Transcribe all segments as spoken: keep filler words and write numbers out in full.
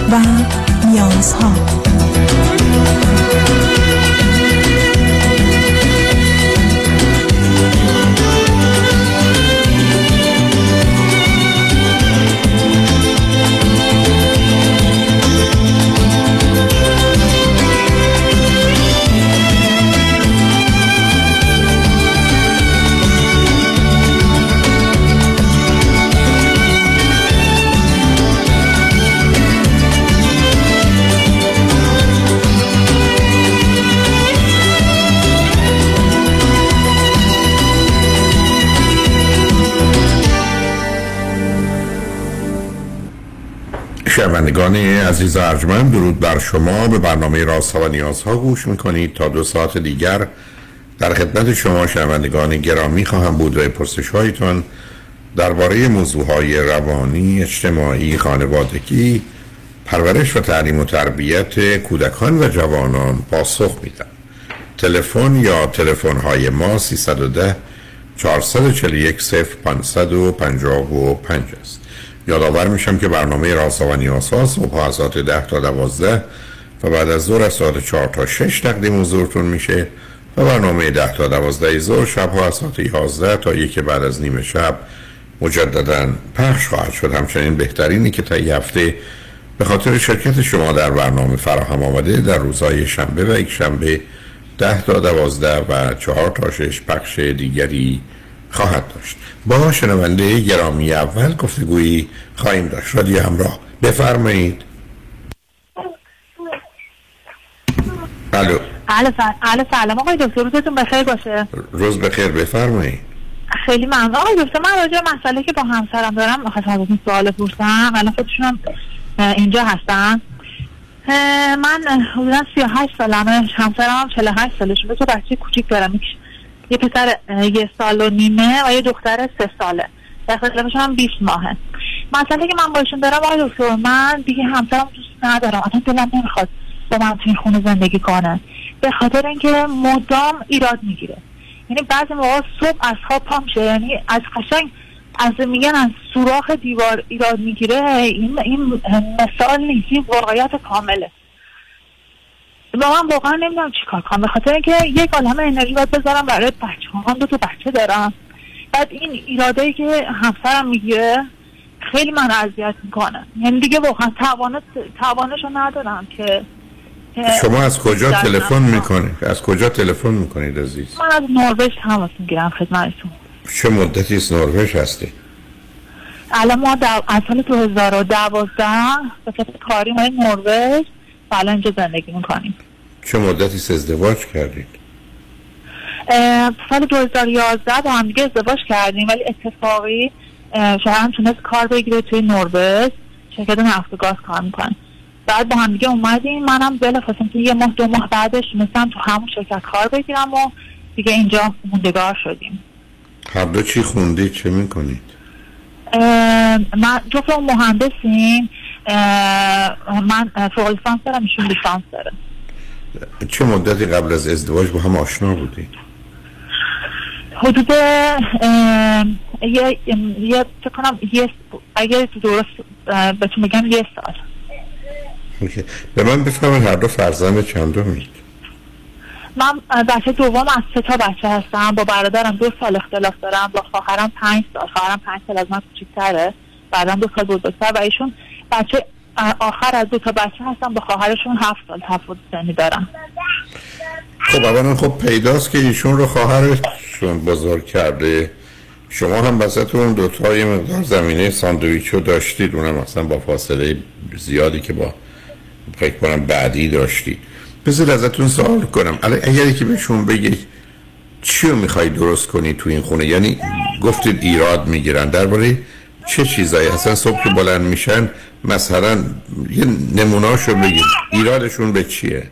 و نیازها. شنوندگان عزیز ارجمند، درود بر شما. به برنامه رازها و نیازها گوش میکنید. تا دو ساعت دیگر در خدمت شما شنوندگان گرامی خواهم بود و پرسش هایتان درباره موضوعهای روانی، اجتماعی، خانوادگی، پرورش و تعلیم و تربیت کودکان و جوانان پاسخ میدم. تلفن یا تلفن های ما سیصد و ده چهارصد و چهل و یک صفر پانصد پنجاه و پنج است. یادآور میشم که برنامه رازها و نیازها صبح از ساعت ده تا دوازده و بعد از ظهر از ساعت چهار تا شش تقدیم حضورتون میشه و برنامه ده تا دوازده ظهر شبها از ساعت یازده تا یک بعد از نیم شب مجددا پخش خواهد شد. همچنین بهترینی که تا یک هفته به خاطر شرکت شما در برنامه فراهم آمده در روزهای شنبه و یک شنبه ده تا دوازده و چهار تا شش پخش دیگری خواهد داشت. با شنونده گرامی اول گفتگویی خواهیم داشت. رادیو همراه، بفرمایید. الو. الو سلام آقای دکتر، روزتون بخیر باشه. روز بخیر، بفرمایید. خیلی ممنون آقای دکتر. من راجع به مسئله که با همسرم دارم می‌خواستم ازتون سوال بپرسم. الان خودشون اینجا هستن. من حدوداً سی و هشت سالمه، همسرم هم چهل و هشت سالشه. دو تا بچه کوچیک دارم، یه پسر یه سال و نیمه و یه دختر سه ساله. دخترشون هم بیست ماهه. مسئله که من باشون دارم آقای دکتر، من دیگه همسرم دوست ندارم، اصلا دلم نمیخواد با من تو این خونه زندگی کنه، به خاطر اینکه مدام ایراد میگیره. یعنی بعضی موقع صبح از خواب پا میشه، یعنی از قشنگ از میگن از سوراخ دیوار ایراد میگیره. این این مثال نیست، این واقعیت کامله. با من واقعا نمیدونم چی کار کنم، به خاطر اینکه یک عالمه انرژی باید بذارم برای بچه‌ها. هم دو تا بچه دارم، بعد این ایرادایی که همسرم میگیره خیلی من اذیت میکنه. یعنی دیگه واقعا توانش توانشو ندارم که. شما از کجا تلفن میکنید؟ از کجا تلفن میکنید عزیز؟ من از نروژ تماس میگیرم خدمتتون. چه مدتی از نروژ هستی؟ الان ما در از سال دو هزار و دوازده به خاطر کاری ما نروژ الان اینجا زندگی میکنیم. چه مدتی ازدواج کردید؟ سال دو هزار و یازده با هم دیگه ازدواج کردیم، ولی اتفاقی شوهرم تونست کار بگیره توی نروژ، شرکت نفت و گاز کار میکنه. بعد با هم دیگه اومدیم، منم بلافاصله یه ماه دو ماه بعدش تونستم تو همون شرکت کار بگیرم و دیگه اینجا موندگار شدیم. هر دو چی خوندید؟ چه میکنید؟ من جفتمون مهندسیم. من فوق لیسانس دارم، ایشون لیسانس داره. چه مدتی قبل از ازدواج با هم آشنا بودید؟ حدود یه یه فکر کنم یه اگه درست بهتون بگم یه سال. اوکی. به من بفرمایید هر دو فرزند چندمید؟ من بچه دوم از سه تا بچه هستم. با برادرم دو سال اختلاف دارم، با خواهرم پنج سال. خواهرم پنج سال از من کوچیک‌تره، بعدم دو سال بزرگتر، و ایشون بچه آخر از دو تا بچه هستم. با خواهرشون هفت سال تفاوت سنی دارم. خب اولا خب پیداست که ایشون رو خواهرشون بزرگ کرده. شما هم وسط اون دوتا یه مقدار زمینه ساندویچو داشتید، اونم اصلا با فاصله زیادی که با فکر کنم بعدی داشتید. بذار ازتون سوال کنم، اگر که بهشون بگید چی رو میخوای درست کنی تو این خونه، یعنی گفتید ایراد میگیرن، درباره چه چیزایی اصلا صبح که بلند میشن مثلا یه نمونه‌اشو بگید، ایرادشون به چیه؟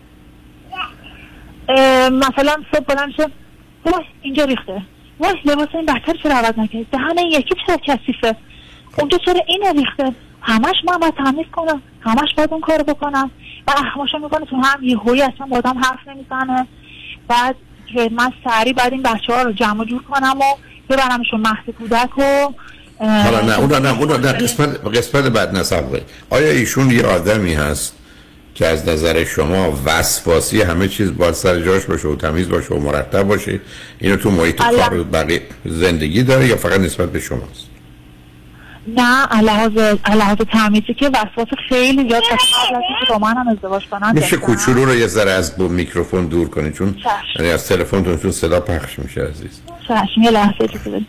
مثلا صبح بلند میشن وای اینجا ریخته، وای لباس این بهتر چرا عوض نکردی، دهن این یکی چرا کثیفه، اونجا چرا اینو ریخته، همش من باید تمیز کنم، همش باید اون کارو بکنم. و احماشو میکنه تو هم یه هوی اصلا با آدم حرف نمیزنه. بعد که من سریع بعد این بچه ها رو جمع جور کنم و ببرمشون مهد کودک و حالا نه اون نه اون نه قسمت قسمت بعد نصب. آیا ایشون یه آدمی هست که از نظر شما وسواسی همه چیز باید سر جاش باشه و تمیز باشه و مرتب باشه، اینو تو محیط کار و بقیه زندگی داره یا فقط نسبت به شماست؟ نه علاوه علاوه تمیزی که وسواس خیلی زیاد قبل از اینکه با من هم ازدواج کنن. میشه کوچولو رو یه ذره از میکروفون دور کنید چون یعنی از تلفنتون تو صدا پخش میشه عزیز. چشم یه لحظه اجازه بدید.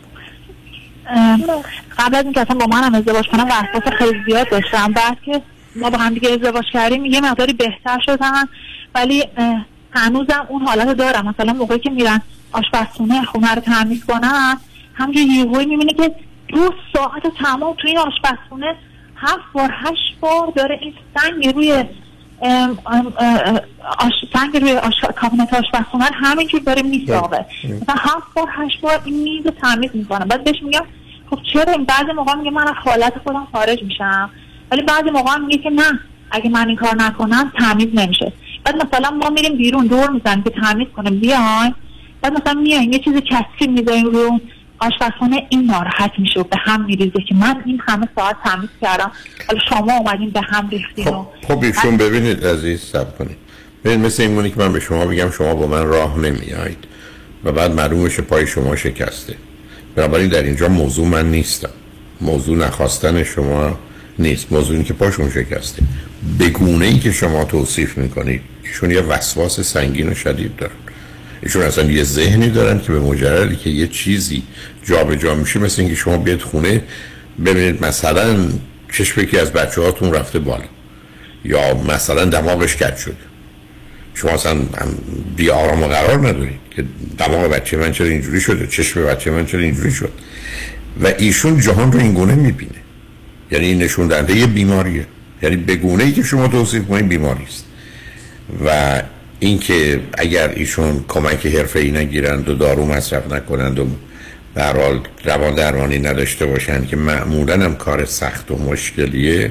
قبل از اینکه اصلا با من هم ازدواج کنم وسواس خیلی زیاد داشتم. بعد که ما با هم دیگه ازدواج کردیم یه مقداری بهتر شدن، ولی هنوزم اون حالت دارم. مثلا موقعی که میرن آشپزخونه خونه رو تمیز کنن همینجوری یهویی میبینی که دو ساعت تمام تو این آشپزخونه هفت بار هشت بار داره این سنگ روی ام ام آش سنگ روی آش کابینت آشپزخونه همینجور داره میساقه. مثلا هفت بار هشت بار این میز رو تمیز میکنه. بعد بهش میگم خب چرا؟ این بعضی موقع میگه من از حالت خودم خارج میشم، ولی بعضی موقع میگه که نه اگه من این کار نکنم تمیز نمیشه. بعد مثلا ما میریم بیرون دور میزنیم که تمیز کنیم بیاین، بعد مثلا میایم یه چیز کثیف میذاریم رو آشپزخونه، این ناراحت میشه و به هم میریزه که من این همه ساعت تمیز کردم حالا شما اومدین به هم ریختین. خب خب ایشون ببینید عزیز صبر کنید. ببین مثل این مونی که من به شما بگم شما با من راه نمیایید و بعد معلوم بشه پای شما شکسته. بنابراین در اینجا موضوع من نیستم، موضوع نخواستن شما نیست، موضوع اینه که پاشون شکسته. به گونه‌ای که شما توصیف میکنید ایشون یه وسواس سنگین و شدید دارن. ایشون اصلا یه ذهنی دارن که به مجردی که یه چیزی جابجا جا میشه، مثل اینکه شما بیاد خونه ببینید مثلا چشم یکی از بچه‌هاتون رفته بالا یا مثلا دماغش کج شده، شما اصلا بی آرام و قرار ندارید که دماغ بچه من چرا اینجوری شده، چشم بچه من چرا اینجوری شد. و ایشون جهان رو این گونه میبینه، یعنی این نشون دهنده یه بیماریه، یعنی به گونه‌ای که شما توصیف کنید بیماری است. و اینکه اگر ایشون کمک حرفه‌ای نگیرند و دارو مصرف نکنند و به هر حال روان درمانی نداشته باشند که معمولاً هم کار سخت و مشکلیه،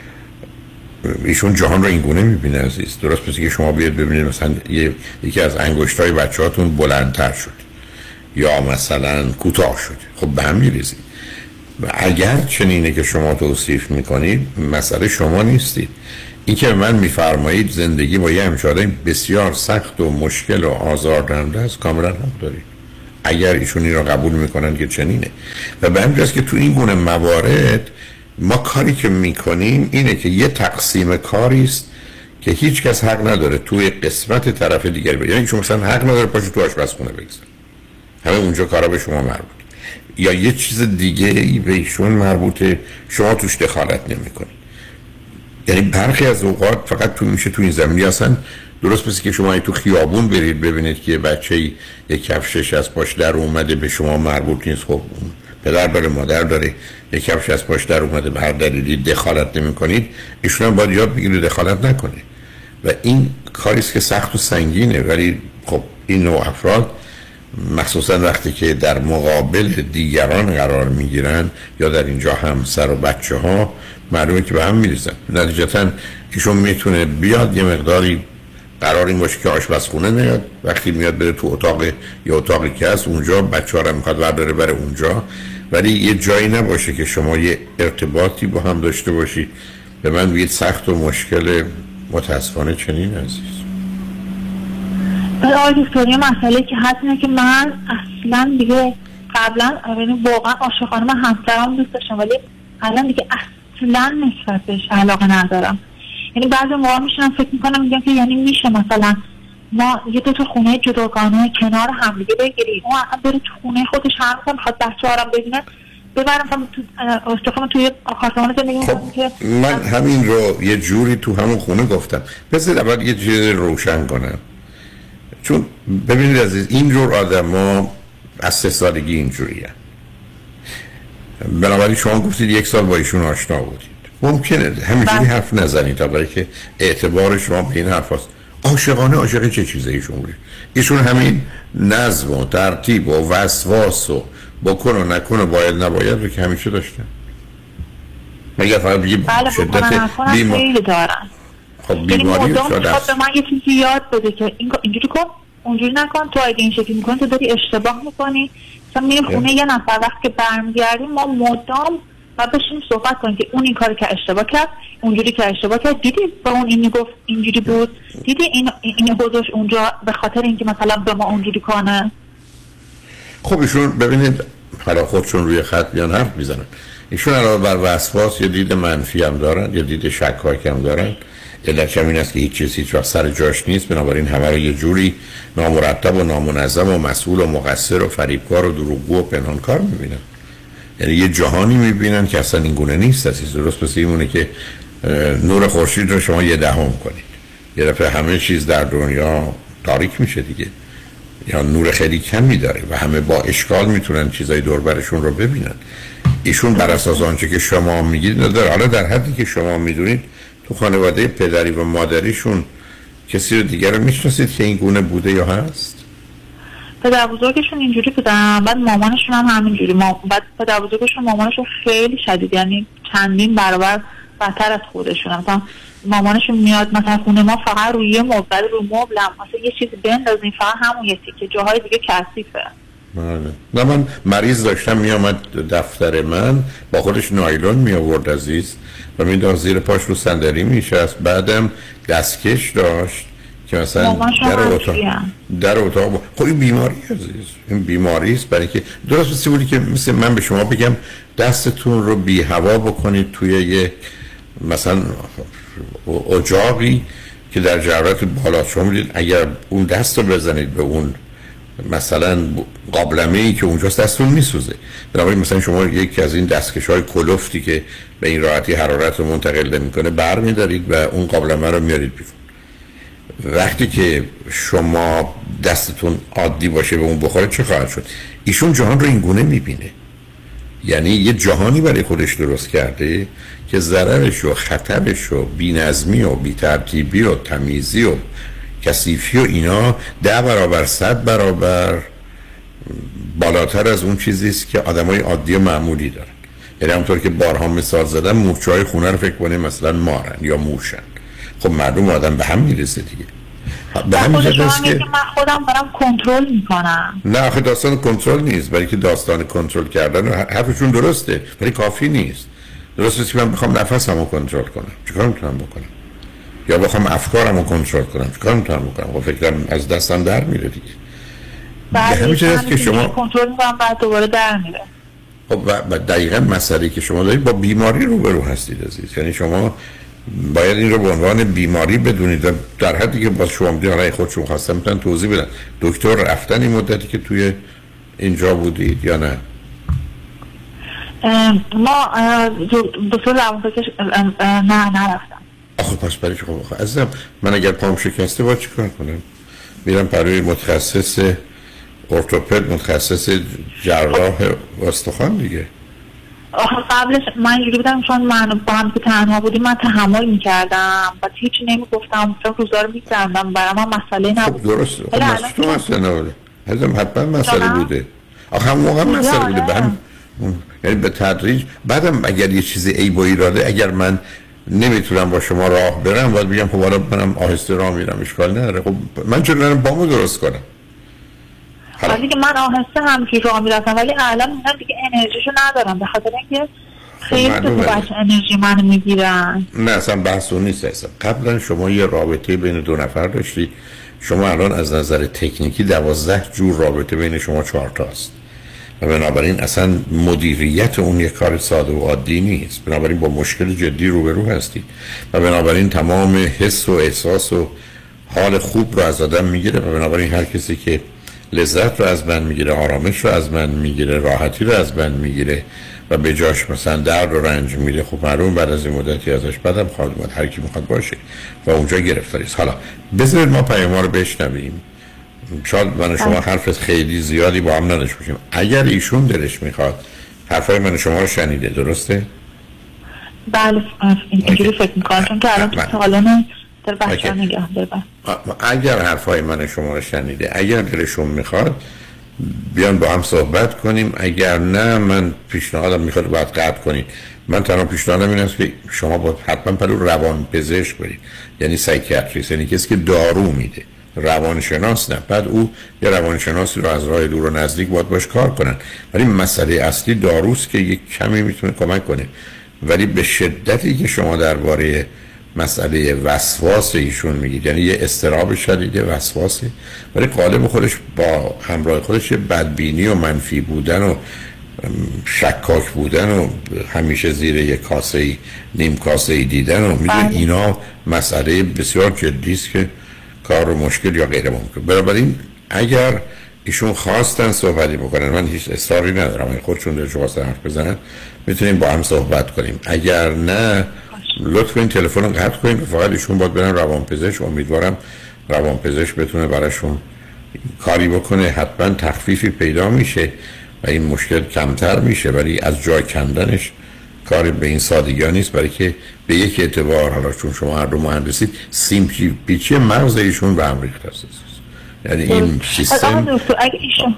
ایشون جهان رو این گونه میبینه عزیز. درست مثل که شما بیاد ببینید مثلا یه، یکی از انگشتای بچه‌هاتون بلندتر شد یا مثلا کوتاه شد، خب به هم میریزید. و اگر چنینه که شما توصیف میکنید مسئله شما نیستید. این که من میفرمایید زندگی با یه همچنان بسیار سخت و مشکل و آزاردهنده است، کاملا حق دارید اگر ایشون این رو قبول میکنن که چنینه. و به همین جاست که تو این گونه موارد ما کاری که میکنیم اینه که یه تقسیم کاری است که هیچ کس حق نداره توی قسمت طرف دیگری بگیره. یعنی شما مثلا حق نداره پاشو تو آشپزخونه بگذار، همه اونجا کارا به شما مربوط، یا یه چیز دیگه ای به ایشون مربوطه شما توش دخالت نمیکنید. یعنی برخی از اوقات فقط تو میشه تو این زمینی اصلا درست مثل که شما تو خیابون برید ببینید که یه بچه‌ای یک کفشش از پاش در اومده به شما مربوط نیست، خب پدر داره مادر داره، یک کفش از پاش در اومده به هر دلیلی دخالت نمی‌کنید، ایشون هم باید یاد بگیره دخالت نکنه. و این کاری است که سخت و سنگینه، ولی خب این نوع افراد مخصوصا وقتی که در مقابل دیگران قرار میگیرن یا در اینجا همسر و بچه ها معلومه که به هم میریزن. نتیجتا ایشون میتونه بیاد یه مقداری قرار این باشه که آشپزخونه نیاد، وقتی میاد بره تو اتاق یا اتاقی که هست اونجا بچه ها رو میخواد برداره بره اونجا، ولی یه جایی نباشه که شما یه ارتباطی با هم داشته باشید. به من بگید سخت و مشکل متاسفانه چنین عزیز. آقای دکتر یه مسئله که هست اینه که من اصلا دیگه قبلا واقعا عاشقانه من همسرم دوست داشتم، ولی الان دیگه اصلا نسبت بهش علاقه ندارم. یعنی بعضی موقع میشنم فکر میکنم میگم که یعنی میشه مثلا ما یه دو تا خونه جداگانه کنار هم دیگه بگیریم، اون اصلا بره تو خونه خودش هم کنه میخواد بچه هارم ببینه ببرم تو استخوان توی آپارتمان زندگی میکنم. که من همین رو یه جوری تو همون خونه گفتم. بذار اول یه چیز روشن کنم، چون ببینید عزیز این جور آدم ها از سه سالگی اینجوریه. بنابراین شما گفتید یک سال با ایشون آشنا بودید، ممکنه همینجوری حرف نزنید تا برای که اعتبار شما به این حرف هست. عاشقانه عاشق چه چیزه ایشون بودید؟ ایشون همین نظم و ترتیب و وسواس و بکن و نکن و باید نباید رو که همیشه داشتن. مگر فقط بگی شدت بیماری دارن. خب بیماری شده است. به من یه چیزی یاد بده که این اینجوری کن اونجوری نکن، تو اگه این شکلی میکنی تو داری اشتباه میکنی، مثلا میریم خونه یه نفر، وقتی که برمیگردیم ما مدام و بشیم صحبت کنیم که اون این کاری که اشتباه کرد، اونجوری که اشتباه کرد، دیدی با اون اینی گفت اینجوری بود، دیدی این این گذاشت اونجا به خاطر اینکه مثلا به ما اونجوری کنه. خب ایشون ببینید حالا خودشون روی خط بیان حرف میزنن، ایشون علاوه بر وسواس یه دید منفی هم دارن، یه دید شکاک هم دارن. علتش هم این است که هیچ چیزی هیچ وقت سر جاش نیست، بنابراین همه رو یه جوری نامرتب و نامنظم و مسئول و مقصر و فریبکار و دروغگو و پنهانکار میبینن. یعنی یه جهانی میبینن که اصلا این گونه نیست. عزیز درست مثل اینه که نور خورشید رو شما یه دهم کنید، یه دفعه همه چیز در دنیا تاریک میشه دیگه، یا نور خیلی کمی داره و همه با اشکال میتونن چیزای دور برشون رو ببینن. ایشون بر اساس آنچه که شما میگید نداره. حالا در حدی که شما میدونید تو خانواده پدری و مادریشون کسی رو دیگر رو میشناسید که این گونه بوده یا هست؟ پدر بزرگشون اینجوری بودن، بعد مامانشون هم همینجوری. ما بعد پدر بزرگشون مامانشون خیلی شدید، یعنی چندین برابر بدتر از خودشون. مثلا مامانشون میاد مثلا خونه ما فقط روی یه مبل رو مبل هم مثلا یه چیزی بندازین فقط همون یه تیکه، جاهای دیگه کثیفه. بله. نه من مریض داشتم میامد دفتر من با خودش نایلون می آورد عزیز و میداد زیر پاش رو صندلی میشست، بعدم دستکش داشت که مثلا در اتاق در اتاق خب این بیماری عزیز، این بیماری است. برای که درست مثل بودی که مثل من به شما بگم دستتون رو بی هوا بکنید توی یه مثلا اجاقی که در جرات بالا، شما میدید اگر اون دست رو بزنید به اون مثلا قابلمه‌ای که اونجاست دستتون میسوزه. بنابراین مثلا شما یکی از این دستکش‌های کلفتی که به این راحتی حرارت رو منتقل نمی‌کنه برمی‌دارید و اون قابلمه رو میارید بیرون. وقتی که شما دستتون عادی باشه به اون بخوره چه خواهد شد؟ ایشون جهان رو این گونه می‌بینه، یعنی یه جهانی برای خودش درست کرده که ضررش و خطرش و بی‌نظمی و بی‌ترتیبی و تمیزی و کثیفی و اینا ده برابر صد برابر بالاتر از اون چیزی است که آدمای عادی و معمولی دارن. یعنی همونطور که بارها مثال زدم مورچه‌های خونه رو فکر کنه مثلا مارن یا موشن. خب مردم آدم به هم میرسه دیگه. به همین جهت است که من خودم دارم کنترل میکنم. نه آخه داستان کنترل نیست، برای که داستان کنترل کردن حرفشون درسته ولی کافی نیست. درسته که من بخوام نفسمو کنترل کنم چیکار میتونم بکنم؟ یا بخوام افکارمو کنترل کنم چیکار میتونم بکنم؟ خب فکرم از دستم در میره دیگه. به همین جهت که شما کنترل میکنم بعد دوباره در میره. خب و دقیقاً مسئله‌ای که شما دارید با بیماری روبرو هستید عزیز. یعنی شما باید این رو به عنوان بیماری بدونید. در حدی که با شما میدونید حالا خودشون خواستم میتونن توضیح بدن. دکتر رفتن این مدتی که توی اینجا بودید یا نه؟ ما دکتر روانپزشک نه نرفتم. آخه پس برای چه خب عزیزم من اگر پام شکسته باید چیکار کنم؟ میرم برای متخصص ارتوپد، متخصص جراح استخوان دیگه. آخه قبلش من اینجوری بودم چون من با هم که تنها بودیم من تحمل میکردم و هیچی نمیگفتم، چون روزا رو میگذروندم، برای من مسئله نبود. خب درسته. خب مسئله تو مسئله نبوده عزیزم، حتما مسئله بوده. آخه هم موقع مسئله بوده به هم، یعنی به تدریج. بعدم اگر یه چیزی عیب و ایراده، اگر من نمیتونم با شما راه برم باید بگم خب حالا منم آهسته راه میرم اشکال نداره. خب من چرا نرم بامو درست کنم؟ ولی که من آهسته همچی راه میرفتم ولی الان میگم دیگه انرژیشو ندارم به خاطر اینکه خیلی تو بچه انرژی منو میگیرن. نه اصلا بحث اون نیست. اصلا قبلا شما یه رابطه بین دو نفر داشتی، شما الان از نظر تکنیکی دوازده جور رابطه بین شما چهار تاست و بنابراین اصلا مدیریت اون یک کار ساده و عادی نیست. بنابراین با مشکل جدی روبرو هستید و بنابراین تمام حس و احساس و حال خوب رو از آدم میگیره و بنابراین هر کسی که لذت رو از من میگیره، آرامش رو از من میگیره، راحتی رو از من میگیره و به جاش مثلا درد و رنج میده، خب معلوم بعد از این مدتی ازش بدم خواهد اومد. هر کی میخواد باشه و اونجا گرفتاریست. حالا بذارید ما پیام رو بشنویم. شاید من شما حرف خیلی زیادی با هم نداشته باشیم. اگر ایشون دلش میخواد حرفای من شما رو شنیده، درسته؟ بله اینجوری فکر میکنم چون که الان تو سالانه در بچه نگه دارم. اگر حرفای من شما رو شنیده، اگر دلشون میخواد بیان با هم صحبت کنیم. اگر نه من پیشنهادم میخواد باید قطع کنید. من تنها پیشنهادم این است که شما باید حتما پلو روان پزشک برید، یعنی سایکیاتریست، یعنی کسی که دارو میده. روانشناس نه. بعد او یه روانشناسی رو از راه دور و نزدیک باید باش کار کنن، ولی مسئله اصلی داروست که یک کمی میتونه کمک کنه. ولی به شدتی که شما درباره مسئله وسواس ایشون میگید، یعنی یه اضطراب شدید، وسواسی، ولی قالب خودش با همراه خودش یه بدبینی و منفی بودن و شکاک بودن و همیشه زیر یک کاسه نیم کاسه دیدن و میدونید اینا مسئله بسیار جدی است که کار و مشکل یا غیر ممکن. بنابراین اگر ایشون خواستن صحبتی بکنن، من هیچ اصراری ندارم، اگه خودشون دلشون واسه حرف بزنن میتونیم با هم صحبت کنیم. اگر نه لطف کنید تلفن رو قطع کنید، فقط ایشون باید برن روانپزشک. امیدوارم روانپزشک بتونه براشون کاری بکنه، حتما تخفیفی پیدا میشه و این مشکل کمتر میشه، ولی از جای کندنش کاری به این سادگی ها نیست، برای که به یک اعتبار، حالا چون شما هر دو مهندسید، سیم پیچی مغز ایشون به هم ریخته است. یعنی این سیستم اگه ایشون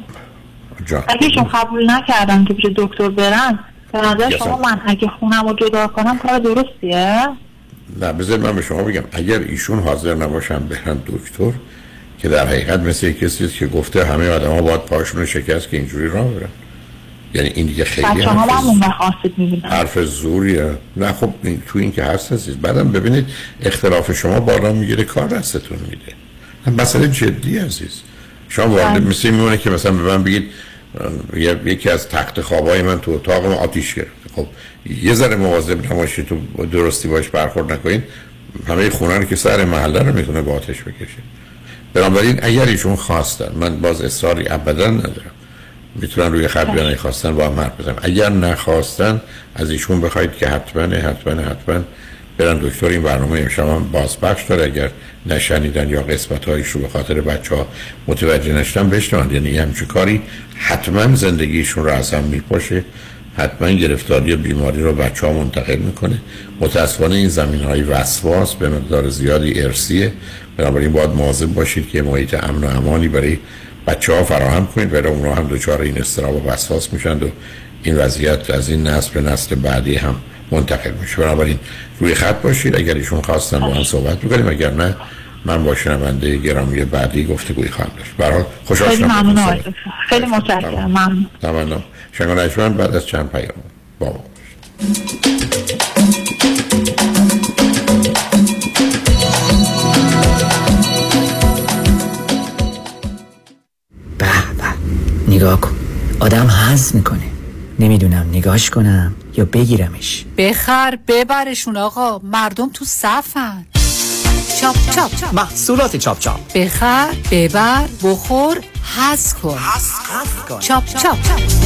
اگه ایشون قبول نکردن که پیش دکتر برن، به نظر شما من اگه خونم رو جدا کنم کار درستیه؟ نه، بذارید من به شما بگم، اگر ایشون حاضر نباشن برن دکتر، که در حقیقت مثل کسی که گفته همه آدم ها باید پاشون شکست که اینجوری راه برن، یعنی این دیگه خیلی بچه ها هم اون بخواستید میبینن حرف زوریه. نه خب این تو این که هست هستید. بعدم ببینید اختلاف شما بالا میگیره، کار دستتون میده. مسئله جدی عزیز. شما وارد مثل میمونه که مثلا به من بگید یکی از تخت خوابای من تو اتاق ما آتیش گرفته. خب یه ذره مواظب نباشید تو درستی باش برخورد نکنید، همه خونه رو که سر محله رو میتونه با آتش بکشه. بنابراین اگر ایشون خواستن، من باز اصراری ابدا ندارم، میتونن روی خط بیان خواستن با هم حرف بزنم. اگر نخواستن از ایشون بخواید که حتما حتما حتما برن دکتر. این برنامه امشب هم بازپخش داره، اگر نشنیدن یا قسمت‌هایش رو به خاطر بچه‌ها متوجه نشدن بشنوند. یعنی همچین کاری حتما زندگیشون رو از هم میپاشه، حتما گرفتاری بیماری رو بچه‌ها منتقل میکنه. متأسفانه این زمین‌های وسواس به مقدار زیادی ارثیه، بنابراین باید مواظب باشید که محیط امن و امانی برای بچه‌ها فراهم کنید، برای اونها هم دچار این اضطراب و وسواس میشن و این وضعیت از این نسل به نسل بعدی هم منتقل میشه. بنابراین روی خط باشید، اگر ایشون خواستن با هم صحبت می‌کنیم، اگر نه من با شنونده گرامی بعدی گفتگوی خواهم داشت. به هر حال خوشحال شدم. خیلی ممنون آقای دکتر. خیلی متشکرم. ممنون. تمام. شنگان اجمن بعد از چند پیام با ما به به، نگاه کن، آدم هضم میکنه. نمیدونم نگاهش کنم یا بگیرمش. بخر ببرشون آقا، مردم تو صفن. چاپ چاپ محصولات چاپ چاپ. بخر ببر بخور هضم کن. چاپ چاپ.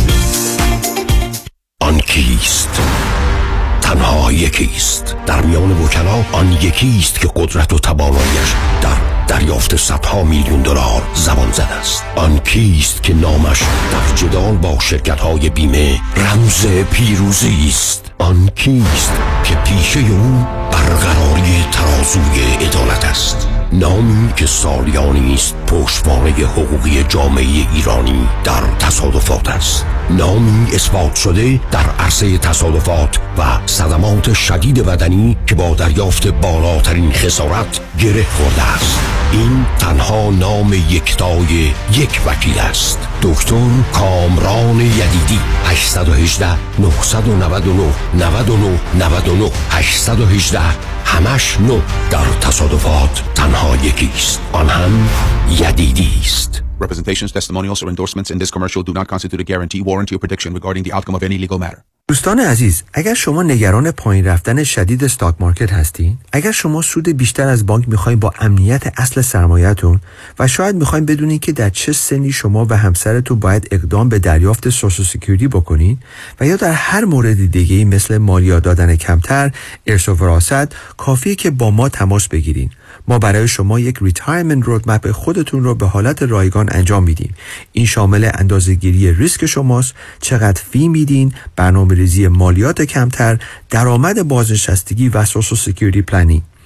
آن کیست؟ تنها یکیست در میان وکلا، آن یکیست که قدرت و تواناییش در دریافت صدها میلیون دلار زبان زده است. آن کیست که نامش در جدال با شرکت‌های بیمه رمز پیروزی است. آن کیست که پیشه او برقراری ترازوی عدالت است. نامی که سالیانی است پشتوانه حقوقی جامعه ایرانی در تصادفات است. نامی اثبات شده در عرصه تصادفات و صدمات شدید بدنی که با دریافت بالاترین خسارت گره خورده است. این تنها نام یکتای یک وکیل است. دکتر کامران یدیدی. هشت یک هشت نه نه نه نه نه نه هشت یک هشت همش نو. در تصادفات تنها یکیست، آن هم یدیدی است. Representations, testimonials, or endorsements in this commercial do not constitute a guarantee, warranty, or prediction regarding the outcome of any legal matter. دوستان عزیز، اگر شما نگران پایین رفتن شدید استاک مارکت هستین، اگر شما سود بیشتر از بانک میخواین با امنیت اصل سرمایه‌تون و شاید میخواین بدونین که در چه سنی شما و همسرتون باید اقدام به دریافت سوشال سکیوریتی بکنین و یا در هر مورد دیگه‌ای مثل مالیات دادن کمتر، ارث و وراثت، کافیه که با ما تماس بگیرین. ما برای شما یک ریتایرمنت رودمپ خودتون رو به حالت رایگان انجام میدیم. این شامل اندازه‌گیری ریسک شماست، چقدر فی میدین، برنامه‌ریزی مالیات کمتر، درآمد بازنشستگی و سوشال سکیوریتی پلنینگ.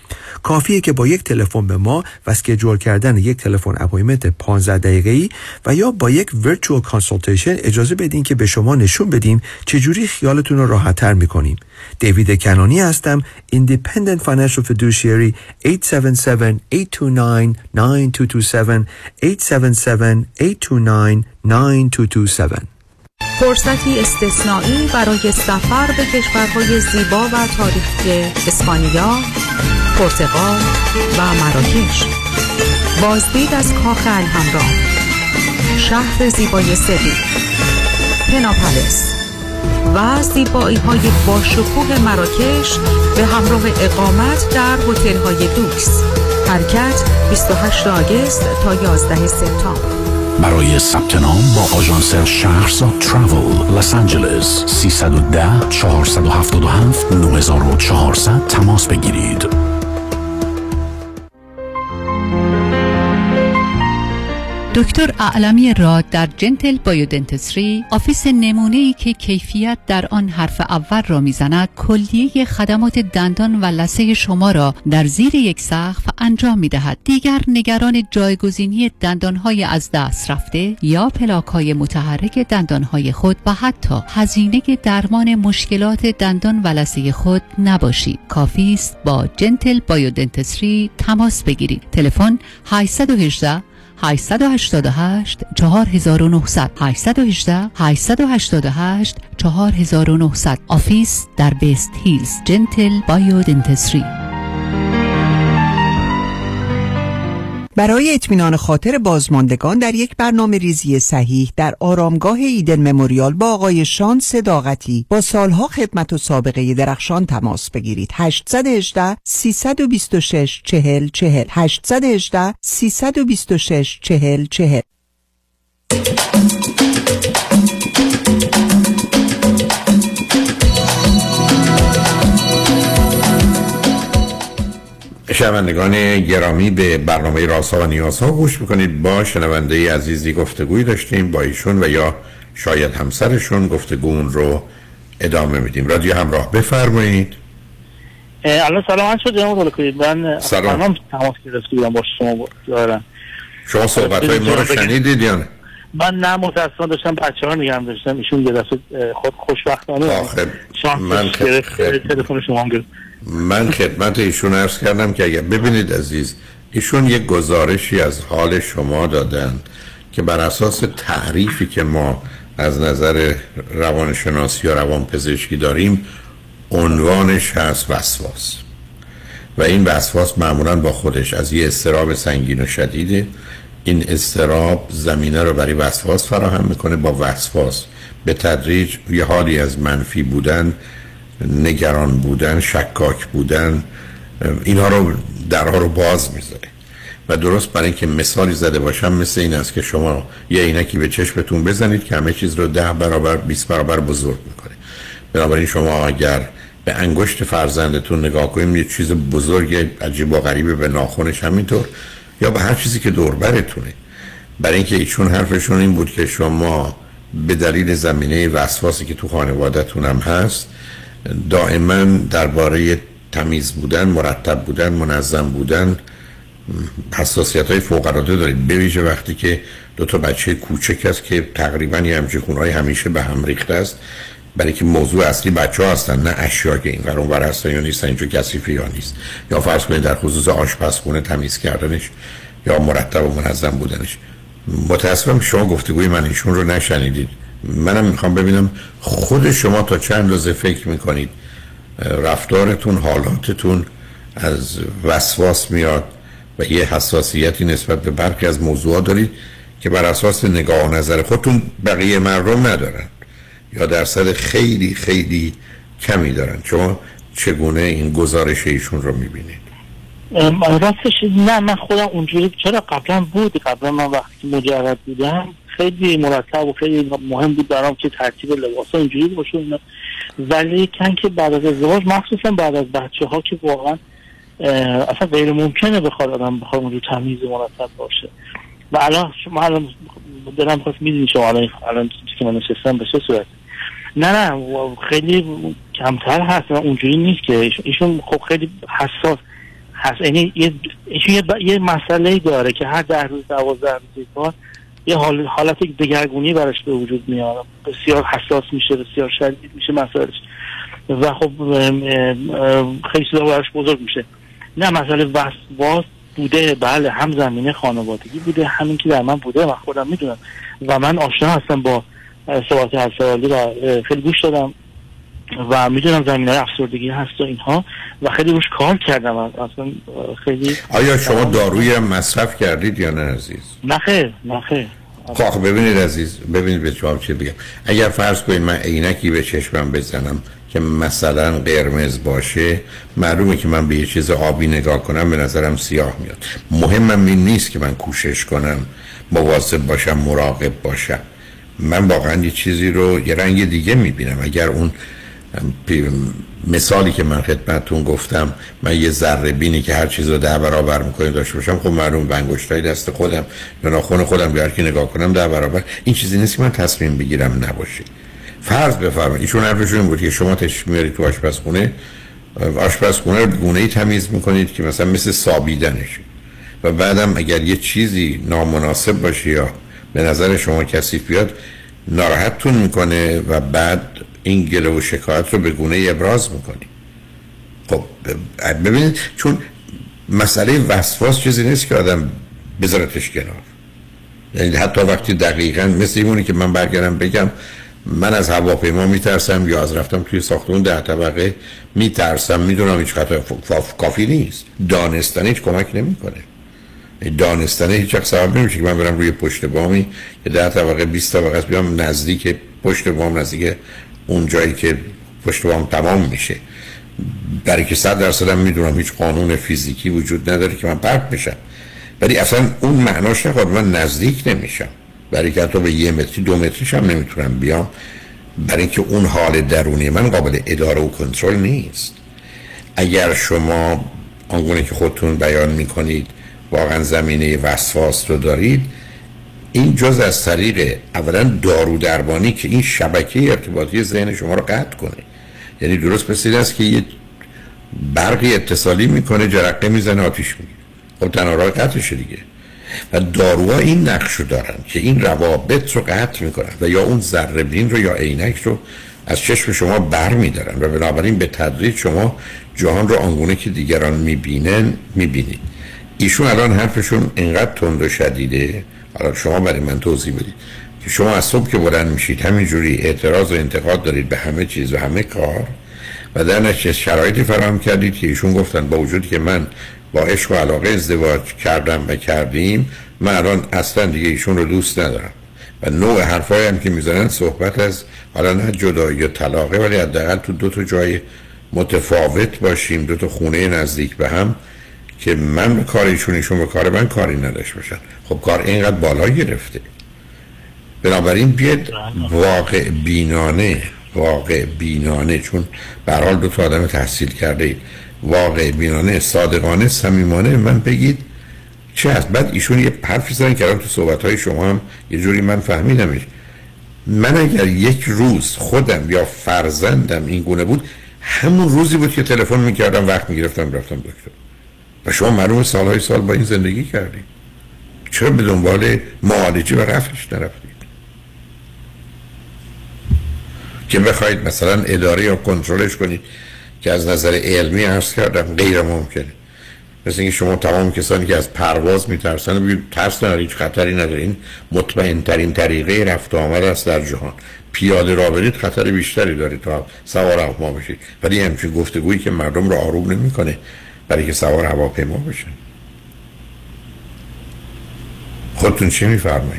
کافیه که با یک تلفن به ما و اسکیجول کردن یک تلفن اپایمنت پانزده دقیقه‌ای و یا با یک ورچوال کانسالتیشن اجازه بدین که به شما نشون بدیم چجوری خیالتون رو راحت‌تر می‌کنیم. دیوید کنانی هستم، Independent Financial Fiduciary. هشت هفت هفت، هشت دو نه، نه دو دو هفت هشت هفت هفت، هشت دو نه، نه دو دو هفت. فرصتی استثنایی برای سفر به کشورهای زیبا و تاریخی اسپانیا، پرتغال و مراکش. بازدید از کاخ الحمرا، شهر زیبای سویل، پناپلس و زیبایی های باشکوه مراکش به همراه اقامت در هتل های دوکس. حرکت بیست و هشتم آگوست تا یازدهم سپتامبر. برای ثبت نام با آژانس شهرزاد تراول لس آنجلس سیصد و ده، چهارصد و هفتاد و هفت، نه هزار و چهارصد تماس بگیرید. دکتر اعلمی راد در جنتل بایودنتسری، آفیس نمونه‌ای که کیفیت در آن حرف اول را میزند، کلیه خدمات دندان و لثه شما را در زیر یک سقف انجام میدهد. دیگر نگران جایگزینی دندانهای از دست رفته یا پلاک‌های متحرک دندانهای خود و حتی هزینه درمان مشکلات دندان و لثه خود نباشید. کافی است با جنتل بایودنتسری تماس بگیرید. تلفن هشت یک هشت، هشت هشت هشت، چهار نه صفر صفر هشت یک هشت، هشت هشت هشت، چهار نه صفر صفر. آفیس در بیست هیلز، جنتل بایودنتسری. برای اطمینان خاطر بازماندگان در یک برنامه ریزی صحیح در آرامگاه ایدن مموریال با آقای شان صداقتی با سالها خدمت و سابقه درخشان تماس بگیرید. هشت یک هشت، سه دو شش، چهل چهل هشت یک هشت، سه دو شش، چهل چهل. شنوندگان گرامی، به برنامه رازها و نیازها گوش میکنید. با شنونده عزیزی گفتگوی داشتیم با ایشون و یا شاید همسرشون. گفتگوون رو ادامه میدیم. رادیو همراه، بفرمایید. الان سلام شد جناب دلکویی. من سلام تماس گرفتم با شما دارم. شما صحبت‌های ما رو شنیدید یا نه؟ من نه متأسفانه داشتم بچه‌ها نگم داشتم. ایشون یه دفعه خود خوشبختانه من تلفن شما هم گرفت. من خدمت ایشون عرض کردم که اگر ببینید عزیز، ایشون یک گزارشی از حال شما دادن که بر اساس تعریفی که ما از نظر روانشناسی یا روانپزشکی داریم عنوانش هست وسواس، و این وسواس معمولا با خودش از یه اضطراب سنگین و شدیده. این اضطراب زمینه رو برای وسواس فراهم میکنه. با وسواس به تدریج یه حالی از منفی بودن، نگران بودن، شکاک بودن، اینها رو درها رو باز میذاره. و درست برای اینکه مثالی زده باشم، مثل این است که شما یه عینکی به چشمتون بزنید که همه چیز رو ده برابر بیست برابر بزرگ میکنه. بنابراین شما اگر به انگشت فرزندتون نگاه کنید، یه چیز بزرگ عجیب و غریبه، به ناخنش همینطور، یا به هر چیزی که دور برتونه. برای اینکه ایشون حرفشون این بود که شما به دلیل زمینه وسواسی که تو خانواده‌تون هم هست، دائما درباره تمیز بودن، مرتب بودن، منظم بودن حساسیت‌های فوق‌العاده دارید. به ویژه وقتی که دو تا بچه کوچک هست که تقریبا یه همچین خونه‌های همیشه به هم ریخته است، برای که موضوع اصلی بچه‌ها هستن، نه اشیا که این ور اون ور هستن یا نیستن، اینجا کثیفی یا نیست. یا فرض کنید در خصوص آشپزخونه تمیز کردنش یا مرتب و منظم بودنش. متأسفم شما گفتگوی من ایشون رو نشنیدید. منم میخوام ببینم خود شما تا چند اندازه فکر میکنید رفتارتون، حالاتتون از وسواس میاد و یه حساسیتی نسبت به برخی از موضوعات دارید که بر اساس نگاه و نظر خودتون بقیه مردم ندارن یا درصد خیلی خیلی کمی دارن. شما چگونه این گزارش ایشون رو میبینید؟ راستش نه، من خودم اونجوری، چرا قبلا بود، قبلا من وقتی مجرد بودم خیلی مرتب و خیلی مهم بود برام که ترتیب لباسا اینجوری باشه، ولی کن که بعد از ازدواج، مخصوصا بعد از بچه ها که واقعا اصلا غیر ممکنه بخواد آدم بخواد اونجوری تمیز و مرتب باشه. و الان شما الان دلم خواست میدونی شما الان الان که من نشستم به چه صورت، نه نه خیلی کمتر هست، اونجوری نیست که ایشون خب خیلی حساس هست. یعنی یه یه, یه مسئله داره که هر ده روز دوازده روز کار یه حال حالت دگرگونی براش به وجود میاد، بسیار حساس میشه، بسیار شدید میشه مسائلش و خب خیلی چیزا براش بزرگ میشه. نه مسئله وسواس بوده، بله، هم زمینه خانوادگی بوده، همین که در من بوده، من خودم میدونم و من آشنا هستم با ثبات هسته‌آلی و خیلی گوش دادم و میدونم زمینه افسردگی هست و اینها و خیلی روش کار کردم. اصلا خیلی. آیا شما دارویی هم مصرف کردید یا نه عزیز؟ نه خیر، نه خیر. خب ببینید عزیز، ببینید به شما چه بگم. اگر فرض کنید من عینکی به چشمم بزنم که مثلا قرمز باشه، معلومه که من به یه چیز آبی نگاه کنم به نظرم سیاه میاد. مهمم این نیست که من کوشش کنم مواظب باشم، مراقب باشم. من واقعا یه چیزی رو یه رنگ دیگه میبینم. اگر اون مثالی که من خدمتتون گفتم، من یه ذره بینی که هر چیز رو ده برابر میکنه داشته باشم، خب معلوم به انگشتای دست خودم یا ناخن خودم بیار که نگاه کنم ده برابر، این چیزی نیست که من تصمیم بگیرم نباشه. فرض بفرمایید ایشون حرفشون این بود که شما تشریف میارید تو آشپزخونه، آشپزخونه رو به گونه‌ای تمیز میکنید که مثلا مثل سابیدنشه و بعدم اگر یه چیزی نامناسب باشه یا به نظر شما کثیف بیاد ناراحتتون میکنه و بعد این گله و شکایت رو به گونه ابراز میکنی. خب ببینید، چون مسئله وسواس چیزی نیست که آدم بذارتش کنار. یعنی حتی وقتی دقیقاً مثل اینه که من برگردم بگم من از هواپیما میترسم یا از رفتم توی ساختمون ده طبقه میترسم، میدونم هیچ خطر کافی نیست. دانستن هیچ کمک نمیکنه. دانستن هیچ وقت سبب نمیشه که من برم روی پشت بامی که ده طبقه بیست طبقه است بیام نزدیک پشت بام، نزدیک اون جایی که پشت بام تمام میشه، برای که صد درصد هم میدونم هیچ قانون فیزیکی وجود نداره که من پرت بشم، ولی اصلا اون معناش نخواد من نزدیک نمیشم، برای که حتی به یه متری دو متریش هم نمیتونم بیام، برای اینکه اون حال درونی من قابل اداره و کنترل نیست. اگر شما آنگونه که خودتون بیان میکنید واقعا زمینه وسواس رو دارید، این جز از طریق اولا دارو درمانی که این شبکه ارتباطی ذهن شما رو قطع کنه. یعنی درست مثل این است که یه برقی اتصالی میکنه، جرقه میزنه، آتیش میگیره. خب تنها راه قطعشه دیگه. و داروها این نقش رو دارن که این روابط رو قطع میکنن و یا اون ذره بین رو یا عینک رو از چشم شما بر میدارن و بنابراین به تدریج شما جهان رو آنگونه که دیگران میبینن میبینید. ایشون الان حرفشون اینقدر تند و شدیده، حالا شما برای من توضیح بدید که شما از صبح که بلند میشید همینجوری اعتراض و انتقاد دارید به همه چیز و همه کار و در نتیجه شرایطی فراهم کردید که ایشون گفتن با وجودی که من با عشق و علاقه ازدواج کردم و کردیم، من الان اصلا دیگه ایشون رو دوست ندارم و نوع حرفایی هم که میزنن صحبت از حالا نه جدایی یا طلاقه، ولی حداقل تو دو تا جای متفاوت باشیم، دو تا خونه نزدیک به هم که من به کار ایشون ایشون به کار من کاری نداشت باشن. خب کار اینقدر بالا گرفته. بنابراین بیاد واقع بینانه واقع بینانه چون به هر حال دو تا آدم تحصیل کرده اید، واقع بینانه، صادقانه، صمیمانه من بگید چه هست. بعد ایشون یه حرفی زدن که الان تو صحبت‌های شما هم یه جوری من فهمیدمش. من اگر یک روز خودم یا فرزندم این گونه بود، همون روزی بود که تلفن می‌کردم، وقت می‌گرفتم رفتم دکتر. و شما معلومه سالهای سال با این زندگی کردید، چرا به دنبال معالجه و رفعش نرفتید که بخواید مثلا اداره یا کنترلش کنید که از نظر علمی عرض کردم غیر ممکنه. مثل اینکه شما تمام کسانی که از پرواز میترسن بگید ترس نداره، هیچ خطری نداره، این مطمئن ترین طریقه رفت و آمد است در جهان. پیاده راه برید خطر بیشتری داره تا سوار هواپیما بشید، ولی همچین گفتگویی که مردم رو آروم نمیکنه برای که سوار هواپیما بشن. خودتون چی میفرمایید؟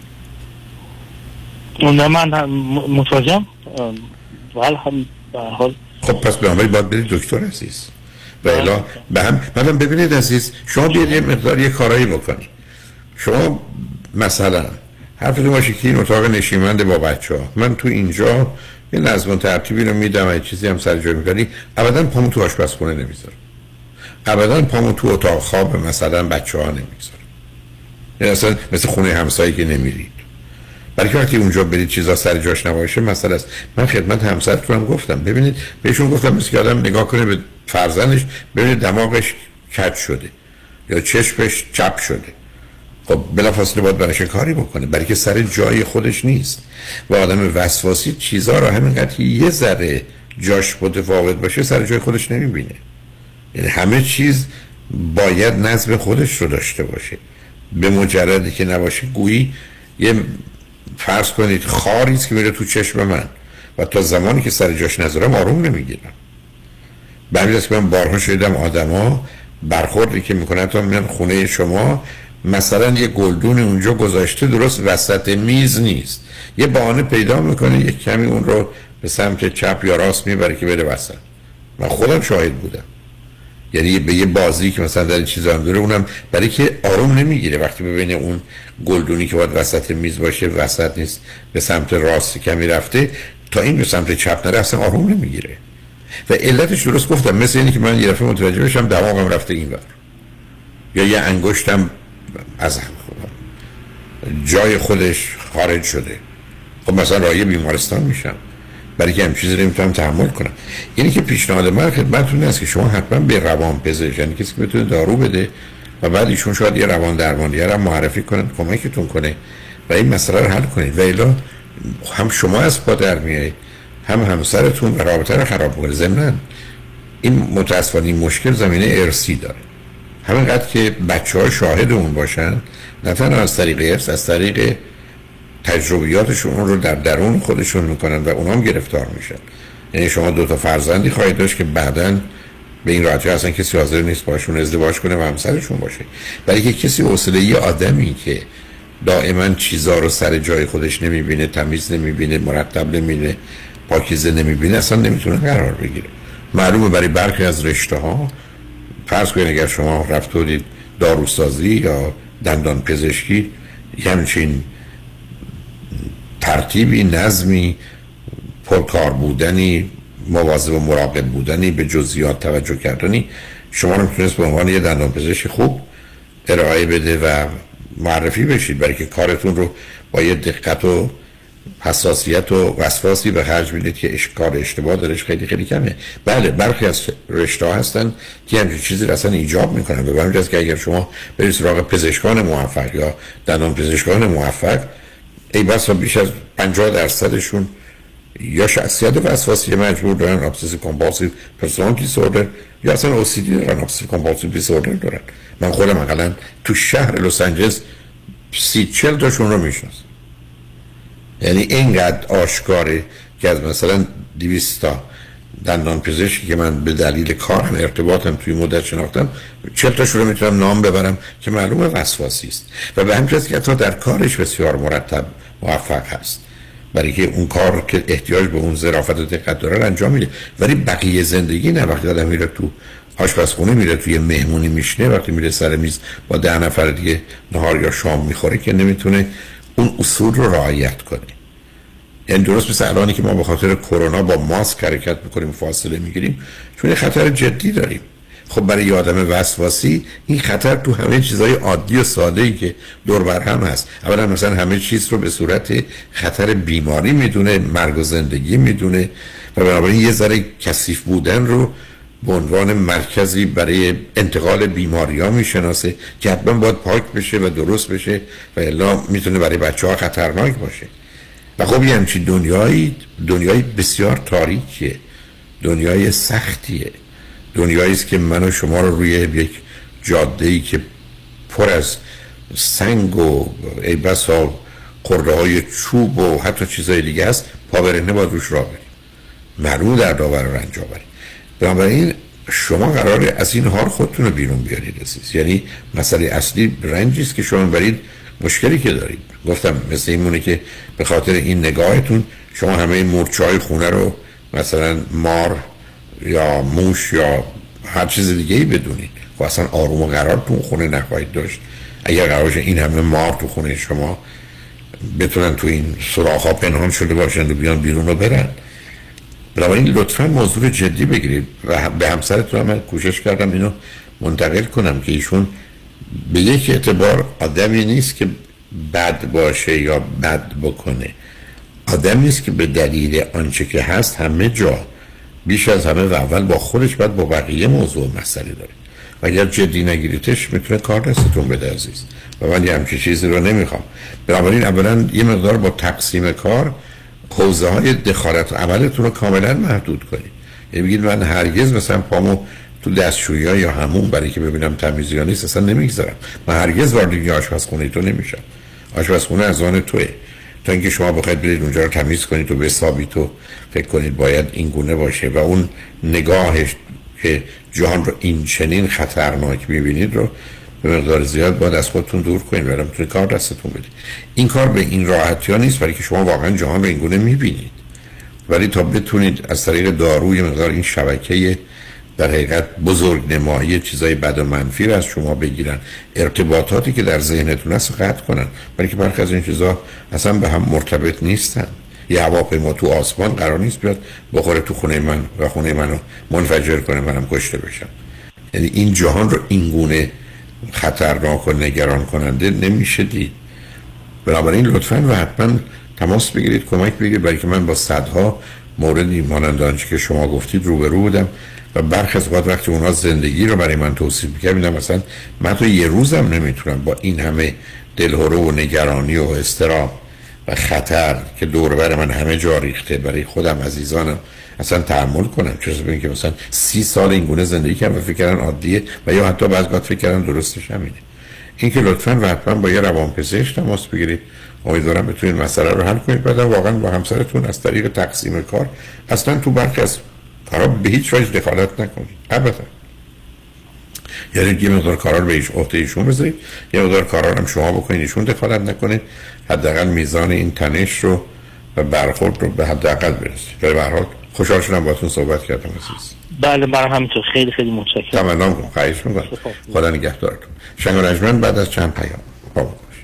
نه من متوجهم، ولی هم به حال خب پس به همه باید برید دکتر عزیز و الا به هم مدام ببینید عزیز، شما بیاید یه مقدار یه کارایی بکنید. شما مثلا حرفتون باشه که این اتاق نشیمند با بچه ها، من تو اینجا یه نظم و ترتیبی رو میدم، یه چیزی هم سر جای میکنی، ابدا پامو تو آشپزخونه نمیذارم، ابدا پامو تو اتاق خواب مثلا بچه ها نمیذارم، یعنی اصلا مثل خونه همسایی که نمیرید، برای که وقتی اونجا برید چیزا سر جاش نباشه مسئله است. من خدمت همسرتونم گفتم، ببینید بهشون گفتم مثل که آدم نگاه کنه به فرزندش، ببینید دماغش کج شده یا چشمش چپ شده، خب بلافاصله باید برایش کاری بکنه، برای که سر جای خودش نیست. و آدم وسواسی چیزا رو همینقدر یه ذره جاش متفاوت باشه سر جای خودش نمیبینه. یعنی همه چیز باید نظم خودش رو داشته باشه. به مجردی که نباشه گویی یه فرض کنید خاریه که میره تو چشم من و تا زمانی که سر جاش نذارم آروم نمیگیرم. به همین جاست که من بارها شنیدم آدما برخوردی که میکنن تا میان خونه شما مثلا یه گلدون اونجا گذاشته درست وسط میز نیست، یه بهانه پیدا میکنه یک کمی اون رو به سمت چپ یا راست میبره که بره وسط. من خودم شاهد بودم. یعنی به یه بازی که مثلا در این چیزا هم داره، اونم برای که آروم نمیگیره وقتی ببینه اون گلدونی که باید وسط میز باشه وسط نیست، به سمت راست کمی رفته، تا این به سمت چپ نره اصلا آروم نمیگیره. و علتش درست گفتم، مثل اینی که من یه دفعه متوجه بشم دماغم رفته اینور یا یه انگشتم از جای خودش خارج شده، خب مثلا راهی بیمارستان میشم برای که همین چیزی رو نمیتونم تحمل کنم. یعنی که پیشنهاد من خدمتتون است که شما حتما به روان پزشک، یعنی کسی که بتونه دارو بده و بعد ایشون شاید یه روان درمانگر هم معرفی کنن کمکتون کنه و این مسئله رو حل کنید. و الا هم شما از پا در میایید هم همسرتون و رابطه رو خراب کنه. ضمناً این متأسفانه این مشکل زمینه ارثی داره. همینقدر که بچه‌ها شاهد اون باشن، نه تنها از طریق ارث، از طریق تجربیاتشون اون رو در درون خودشون میکنن و اونا هم گرفتار میشن. یعنی شما دو تا فرزندی خواهید داشت که بعداً به این راحتی اصلا کسی حاضر نیست باشون ازدواج کنه و همسرشون باشه، برای که کسی حوصله یه آدمی که دائما چیزا رو سر جای خودش نمیبینه، تمیز نمیبینه، مرتب نمیبینه، پاکیزه نمیبینه، اصلا نمیتونه قرار بگیره. معلومه برای برخی از رشته ها، فرض کنید اگر شما رفتید داروسازی یا دندان پزشکی، همچین ترتیبی، نظمی، پرکار بودنی، مواظب و مراقب بودنی، به جزئیات توجه کردنی شما رو میتونست به عنوان یه دندان پزشک خوب ارائه بده و معرفی بشید، برای که کارتون رو با یه دقت و حساسیت و وسواسی به خرج میدید که کار اشتباه درش خیلی خیلی کمه. بله برخی از رشته ها هستن که همچین چیزی اصلا ایجاب میکنن. به همین جاست که اگر شما برید سراغ پزشکان موفق یا دندان پزشکان موفق، ای بسا بیش از پنجاه درصدشون یا شخصیت وسواسی مجبور دارن، ابسسیو کامپالسیو پرسونالیتی دیسوردر، یا اصلا او سی دی دارن، ابسسیو کامپالسیو دیسوردر دارن. من خودم مثلا تو شهر لس آنجلس سی چهل تاشون رو میشناسم. یعنی اینقدر آشکاره که از مثلا دویست تا دندان پزشکی که من به دلیل کارم ارتباطم توی مدت شناختم، چهل تاشون رو میتونم نام ببرم که معلومه وسواسی است و به همین جاست که حتی در کارش بسیار مرتب موفق هست، برای که اون کار که احتیاج به اون ظرافت و دقت داره انجام میده. ولی بقیه زندگی نه. وقتی آدم میره تو آشپزخونه، میره توی مهمونی میشینه، وقتی میره سر میز با ده نفر دیگه نهار یا شام میخوره که نمیتونه اون اصول رو رعایت کنه. یعنی درست مثل الانی که ما به خاطر کرونا با ماسک حرکت میکنیم، فاصله میگیریم، چون یه خطر جدی داریم. خب برای یه آدم وسواسی این خطر تو همه چیزهای عادی و ساده‌ای که دور بر هم هست. اولا مثلا همه چیز رو به صورت خطر بیماری میدونه، مرگ و زندگی میدونه و بنابراین یه ذره کثیف بودن رو به عنوان مرکزی برای انتقال بیماری‌ها میشناسه که حتما باید پاک بشه و درست بشه و الا میتونه برای بچه‌ها خطرناک باشه. و خب یه همچین دنیایی دنیای بسیار تاریکیه، دنیای سختیه، دنیایی است که من و شما رو روی یک جاده‌ای که پر از سنگ و ای بسا خرده‌های چوب و حتی چیزهای دیگه است، پا برهنه باید روش راه بریم، معلوم در داور رو رنج آوریم. بنابراین شما قراره از این حال خودتون رو بیرون بیارید عزیز. یعنی مسئله اصلی رنجی است که شما برید، مشکلی که دارید. گفتم مثل این مونه که به خاطر این نگاهتون شما همه این مورچه‌های خونه رو مثلا مار یا موش یا هر چیز دیگه ای بدونید و اصلا آروم و قرار تو خونه نخواهید داشت. اگر قرارش این همه مار تو خونه شما بتونن تو این سوراخ‌ها پنهان شده باشن و بیان بیرون و برن، بنابراین لطفاً موضوع جدی بگیرید. و به همسرتون من کوشش کردم اینو منتقل کنم که ایشون به یک اعتبار آدمی نیست که بد باشه یا بد بکنه، آدم نیست که به دلیل آنچه که هست همه جا بیش از همه و اول با خودش بعد با بقیه موضوع مسئله داره. و اگر جدی نگیریدش میتونه کار دستتون بده عزیز و من یه همچین چیزی رو نمیخوام. بنابراین اولا یه مقدار با تقسیم کار حوزه های دخالت عملتون رو کاملا محدود کنید. یعنی بگید من هرگز مثلا پامو تو دستشویی ها یا همون برای که ببینم تمیزی یا نیست اصلا نمیگذارم. من هرگز وارد یه آشپزخونه تو نمیشم. آشپزخونه از آن توئه. تا اینکه شما بخواید برید اونجا رو تمیز کنید و به حسابی تو فکر کنید باید این گونه باشه و اون نگاهش که جهان رو این چنین خطرناک می‌بینید رو به مقدار زیاد باید از خودتون دور کنید ولی میتونید کار دستتون بدید. این کار به این راحتی ها نیست برای که شما واقعا جهان رو این گونه می‌بینید. ولی تا بتونید از طریق داروی مقدار این شبکه در حقیقت بزرگ نمایی چیزای بد و منفی رو از شما بگیرن، ارتباطاتی که در ذهنتون هست قطع کنن، برای که برخی از این چیزا اصلا به هم مرتبط نیستن. یه هواپیما تو آسمان قرار نیست بیاد بخوره تو خونه من و خونه منو منفجر کنه منم کشته بشم. یعنی این جهان رو این گونه خطرناک و نگران کننده نمیشه دید. بنابراین لطفاً و حتما تماس بگیرید، کمک بگیرید، برای که من با صدها موردی مانند آنچه که شما گفتید روبرو بودم و برخی از اوقات وقتی اونا زندگی رو برای من توصیف می‌کردن مثلا من تو یه روزم نمیتونم با این همه دلهره و نگرانی و اضطراب و خطر که دور بر من همه جا ریخته برای خودم عزیزانم اصلا تحمل کنم. چرا ببین که مثلا سی سال این گونه زندگی کردم و فکر کردن عادیه و یا حتی بعضی وقت فکر کردن درستش همینه. این که لطفاً و حتما با یه روانپزشک تماس بگیرید. امیدوارم بتونید مسئله رو حل کنید. بعدم واقعا با همسرتون از طریق تقسیم کار اصلا تو برخی از کارا به هیچ وجه دخالت نکنید ابدا. یعنی یه مقدار کارا رو به هیچ عهده ایشون بذارید، یه مقدار کارا رو هم شما بکنید ایشون دخالت نکنید، حداقل میزان این تنش رو و برخورد رو به حداقل برسید. ولی به هر حال خوشحال شدم باهاتون صحبت کردم عزیز. بله برای همینطور خیلی خیلی متشکرم. تمام میکنم. خواهش میکنم. خدا نگهدارتون. شنگ و رجمن بعد از چند پیام با ما باشید.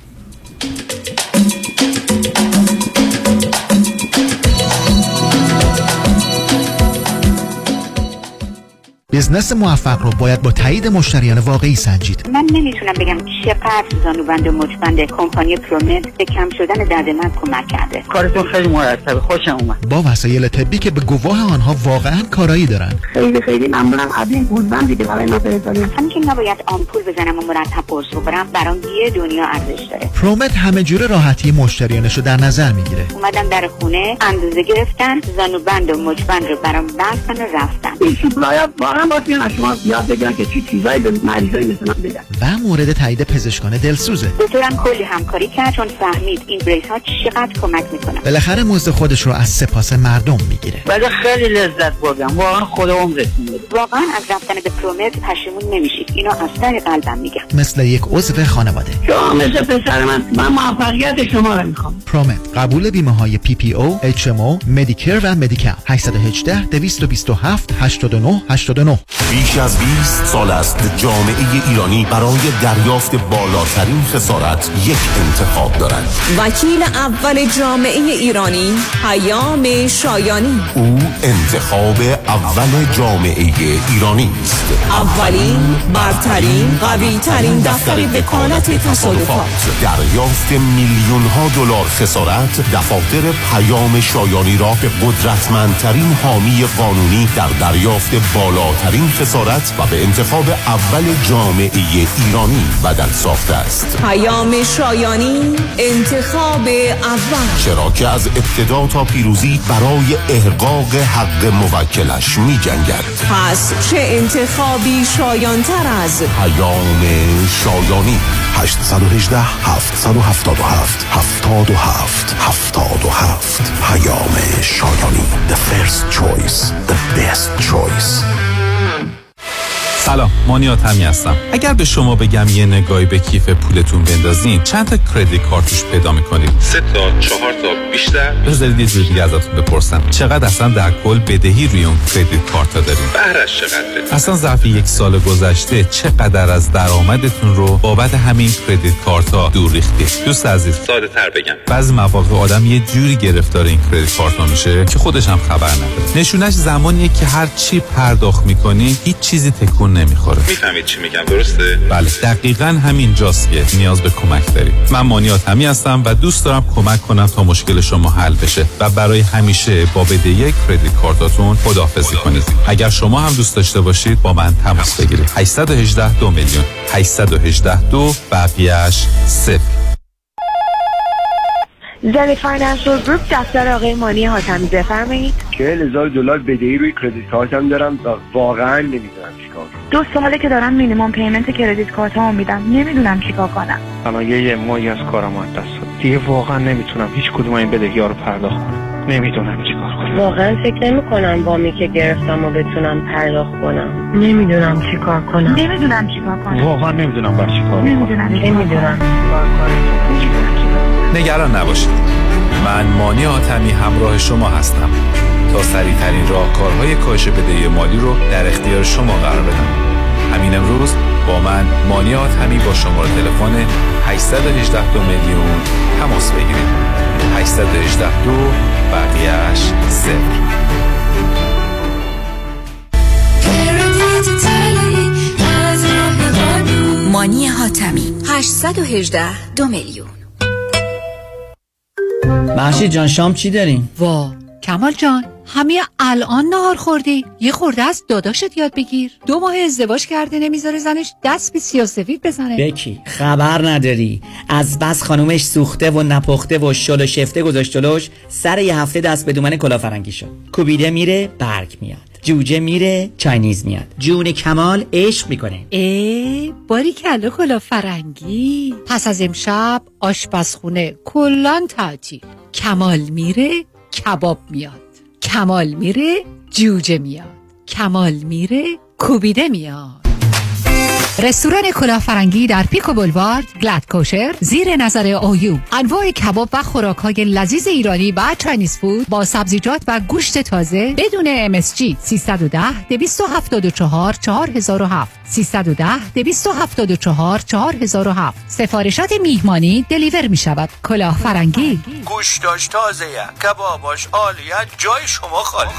بزنس موفق رو باید با تایید مشتریان واقعی سنجید. من نمیتونم بگم چقدر زانوبند و مچبند کمپانی پرومت به کم شدن درد من کمک کرده. کارتون خیلی مرتبه، خوشم اومد. با وسایل طبی که به گواه آنها واقعا کارایی دارن. خیلی خیلی ممنونم. قبل این گلبند دیگه برای ما فرستادین. همین که نباید آمپول بزنم و مرتب قرص بخورم برام یه دنیا ارزش داره. پرومت همه جوره راحتی مشتریانش رو در نظر میگیره. اومدم در خونه اندازه گرفتن، زانوبند و مچبند رو برام بستن و رفتن. این سوپلای واقعا باید از شما یاد بگیرن که چی چیزایی به مریضای مثل من بگن. و مورد تایید پزشکان دلسوزه. دکترم کلی همکاری کرد چون فهمید این بریس ها چقدر کمک میکنه. بالاخره مزد خودش رو از سپاس مردم میگیره. ولی خیلی لذت بردم. واقعا خدا عمرتون بده. واقعا از رفتن به پرومت پشیمون نمیشید. اینو از ته قلبم میگم. مثل یک عضو خانواده. شما مثل پسر من. من موفقیت شما رو میخوام. پرومت قبول بیمه های پی پی او، اچ ام او، مدیکر و مدیکاپ. هشت یک هشت دویست و بیست و هفت هشتاد و نه هشتاد و نه. بیش از بیست سال است جامعه ایرانی برای دریافت بالاترین خسارت یک انتخاب دارد. وکیل اول جامعه ایرانی پیام شایانی. او انتخاب اول جامعه ایرانی است. اولین، برترین، قوی ترین دفتر وکالت تصادفات. دریافت میلیون ها دلار خسارت. دفاتر پیام شایانی را به قدرتمندترین حامی قانونی در دریافت بالاترین خسارت و به انتخاب اول جامعه ایرانی بدل ساخته است. پیام شایانی انتخاب اول. چرا که از ابتدا تا پیروزی برای احقاق حق موکلش می جنگد. پس چه انتخابی شایانتر از پیام شایانی. هشت یک هشت هفت هفت هفت هفتاد و هفت هفتاد و هفت. پیام شایانی. The first choice. The best choice. سلام، مانیات همی هستم. اگر به شما بگم یه نگاهی به کیف پولتون بندازین چند تا کردیت کارت توش پیدا میکنید؟ سه تا، چهار تا، بیشتر؟ بذارید یه جور دیگه ازتون بپرسم چقدر اصلا در کل بدهی روی اون کردیت کارت ها دارید؟ بهرش چقدره؟ اصلا ظرف یک سال گذشته چقدر از درآمدتون رو بابت همین کردیت کارت ها دور ریختید؟ دوست عزیز، ساده تر بگم، بعضی مواقع آدم یه جوری گرفتار این کردیت کارت ها میشه که خودش هم خبر نداره. نشونش زمانیه که هر چی پرداخت میکنی هیچ چیزی تکون نمیخوره. میفهمید چی میگم درسته؟ بله دقیقاً همین جاست که نیاز به کمک دارید. من مانی حاتمی هستم و دوست دارم کمک کنم تا مشکل شما حل بشه و برای همیشه با بدهی کردیت کارتاتون خداحافظی کنید. اگر شما هم دوست داشته باشید با من تماس بگیرید. هشت یک هشت دو میلیون هشت یک هشت دو بقیه‌اش صفر. زنی فاینانشل گروپ دفتر آقای مانی حاتمی بفرمایید. چهل هزار دلار بدهی روی کردیت کارتم دارم و واقعا نمیدونم چیکار کنم. دو ساله که دارم مینیمم پیمنت کردیت کارتامو میدم، نمیدونم چیکار کنم. الان یه ماهی از کارم از دست داد. دیگه واقعا نمیتونم هیچ کدوم این بدهی‌ها رو پرداخت کنم. نمیدونم چیکار کنم. واقعا فکر نمی‌کنم وامی که گرفتم و بتونم پرداخت کنم. نمیدونم چیکار کنم. نمیدونم چیکار کنم. واقعا نمیدونم باید چیکار کنم. نمیدونم نمیدونم چیکار کنم. نگران نباشید. من مانی حاتمی همراه شما هستم تا سریع‌ترین راهکارهای کاهش بدهی مالی رو در اختیار شما قرار بدم. همین امروز با من مانی حاتمی با شماره تلفن هشت یک هشت دو میلیون تماس بگیرید. هشت یک هشت دو بقیه‌اش صفر. مانی حاتمی هشت یک هشت دو میلیون. محشید جان شام چی داریم؟ وا کمال جان همین الان نهار خوردی؟ یه خورده از داداشت یاد بگیر. دو ماه ازدواج کرده نمیذاره زنش دست به سیاه‌سفید بزنه. بکی خبر نداری از بس خانومش سوخته و نپخته و شل و شفته گذاشت جلوش، سر یه هفته دست به دومن کلافرنگی شد. کوبیده میره برگ میاد، جوجه میره چاینیز میاد. جون کمال عشق میکنه. ای باری کلا کلافرنگی. پس از امشب آشپزخونه کلان تعطیل. کمال میره کباب میاد، کمال میره جوجه میاد، کمال میره کوبیده میاد. رستوران کلافرنگی در پیکو بولوارد، گلد کوشر، زیر نظر اویو. انواع کباب و خوراک‌های لذیذ ایرانی و چاینیز فود با سبزیجات و گوشت تازه بدون ام اس جی. سیصد و ده دویست و هفتاد و چهار چهار هزار و هفت سیصد و ده دویست و هفتاد و چهار چهار هزار و هفت. سفارشات میهمانی دلیور می شود. کلافرنگی گوشتاش تازه، کباباش عالیه، جای شما خالی.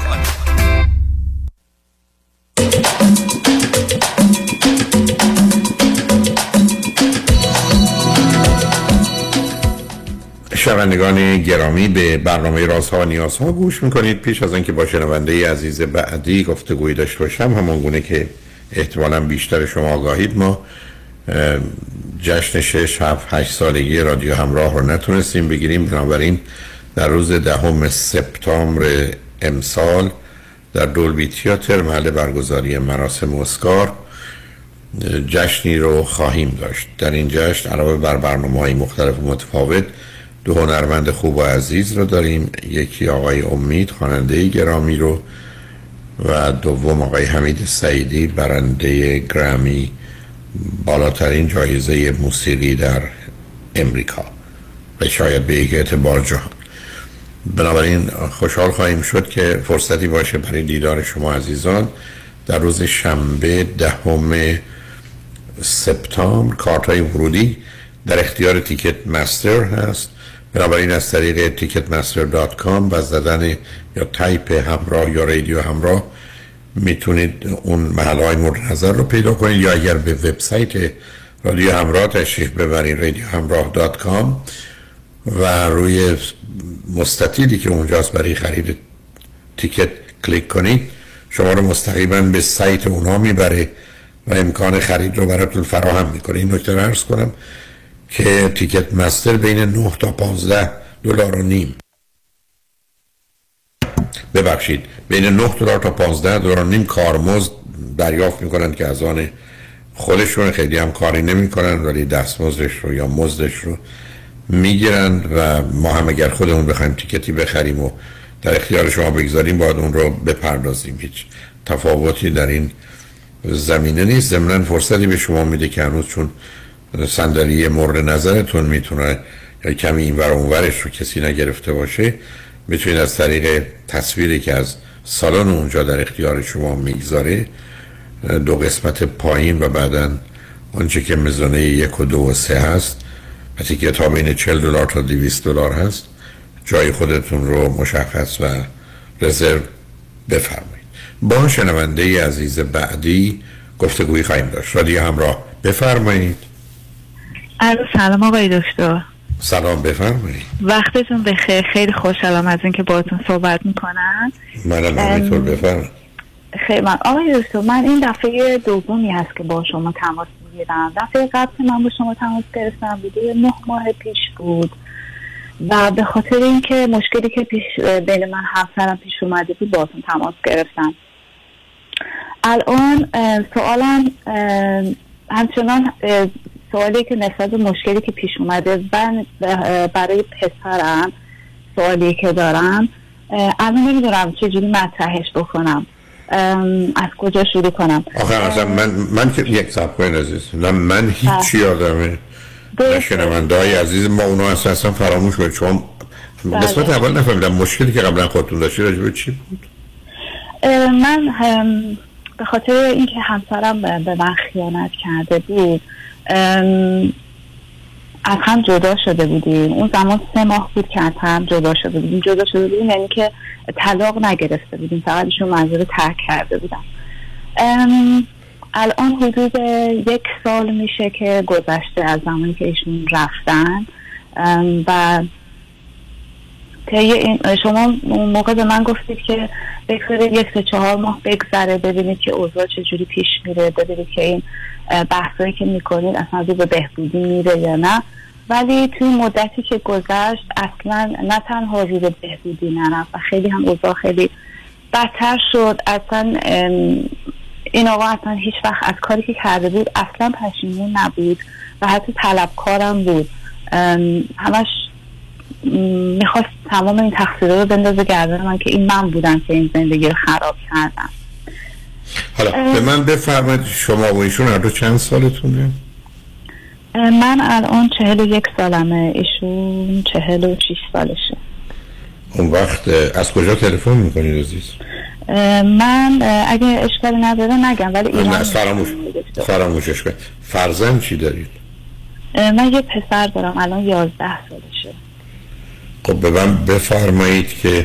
شنوندگان گرامی به برنامه رازها و نیازها گوش میکنید. پیش از اینکه با شنونده عزیز بعدی گفتگویی داشته باشم، همون گونه که احتمالاً بیشتر شما آگاهید، ما جشن شش هفت هشت سالگی رادیو همراه رو نتونستیم بگیریم. بنابراین در روز دهم سپتامبر امسال در دولبی تئاتر محل برگزاری مراسم اسکار جشنی رو خواهیم داشت. در این جشن علاوه بر برنامه‌های مختلف و متفاوت، دو هنرمند خوب و عزیز رو داریم. یکی آقای امید خواننده گرامی رو و دوم آقای حمید سعیدی برنده گرامی، بالاترین جایزه موسیقی در امریکا و شاید به یک اعتبار جهان. بنابراین خوشحال خواهیم شد که فرصتی باشه برای دیدار شما عزیزان در روز شنبه دهم سپتامبر. کارت‌های ورودی در اختیار تیکت مستر هست. بنابراین از طریق تیکت مستر دات کام و زدن یا تایپ همراه یا رادیو همراه میتونید اون محل‌های مورد نظر رو پیدا کنید، یا اگر به وبسایت رادیو همراه تشریف ببرید رادیو همراه دات کام و روی مستطیلی که اونجاست برای خرید تیکت کلیک کنید، شما رو مستقیما به سایت اونها میبره و امکان خرید رو براتون فراهم میکنه. این نکته رو عرض کنم که تیکت مستر بین نه تا پانزده دلار و نیم ببخشید بین نه دلار تا پانزده دلار و نیم کارمزد دریافت میکنن که از آن خودشون، خیلی هم کاری نمیکنن ولی دستمزدش رو یا مزدش رو میگیرند و ما هم اگر خودمون بخوایم تیکتی بخریم و در اختیار شما بگذاریم باید اون رو بپردازیم. هیچ تفاوتی در این زمینه نیست. ضمناً فرصتی به شما میده که هنوز چون صندلی مورد نظرتون میتونه یا کمی این ور اونورش رو کسی نگرفته باشه، میتونید از طریق تصویری که از سالن اونجا در اختیار شما میگذاره دو قسمت پایین و بعداً آنچه که میزانه یک و دو و سه هست و تیکت ها بین چهل دلار تا دویست دلار هست، جای خودتون رو مشخص و رزرو بفرمایید. با شنونده عزیز بعدی گفتگویی خواهیم داشت. رادیو همراه، بفرمایید. الو سلام آقای دکتر. سلام، بفرمایید. وقتتون بخیر. خیلی خوشحالم از اینکه باهاتون صحبت میکنم. منم همینطور. بفرمایید. خیلی من آقای دکتر، من این دفعه دومی هست که با شما تماس میگیرم. دفعه قبل که من با شما تماس گرفتم بوده نه ماه پیش بود و به خاطر اینکه مشکلی که پیش بین من همسرم پیش اومده بود باهاتون تماس گرفتم. الان سوالم همچنان سوالی که نسبت به مشکلی که پیش اومده و برای پسرم سوالی که دارم، الان نمیدونم چجوری مطرحش بکنم، از کجا شروع کنم. آخه اصلا من من که یک صبح کنید عزیز، نه من هیچی آدمه نشنونده های عزیز ما اونو اصلا, اصلا فراموش کنید. چون نسبت اول نفهمیدم مشکلی که قبلا خودتون داشتی راجبه چی بود؟ من به خاطر اینکه همسرم به من خیانت کرده بود از هم جدا شده بودیم. اون زمان سه ماه بود که از هم جدا شده بودیم. جدا شده بودیم یعنی که طلاق نگرفته بودیم، فقط ایشون منظور ترک کرده بودن. الان حدود یک سال میشه که گذشته از زمانی که ایشون رفتن و شما موقع به من گفتید که بگذاره یک تا چهار ماه بگذره ببینید که اوضاع چجوری پیش میره، ببینید که این بحثایی که میکنید اصلا به بهبودی میره یا نه. ولی توی مدتی که گذشت اصلا نه تنها روی به بهبودی نرفت و خیلی هم اوضاع خیلی بدتر شد. اصلا این آقا اصلا هیچ وقت از کاری که کرده بود اصلا پشیمون نبود و حتی طلبکارم بود. همش میخواست تمام این تقصیرها رو بندازه گردن من که این من بودم که این زندگی رو خراب کردم. حالا به من بفرمایید شما و ایشون هر دو چند سالتونه؟ من الان چهل و یک سالمه، ایشون چهل و شیش سالشه. اون وقت از کجا تلفن میکنید عزیز؟ من اگه اشکالی نداره نگم ولی ایران. نه فراموش فراموشش کنید. فرزند چی دارید؟ من یه پسر دارم الان یازده سالشه. خب به من بفرمایید که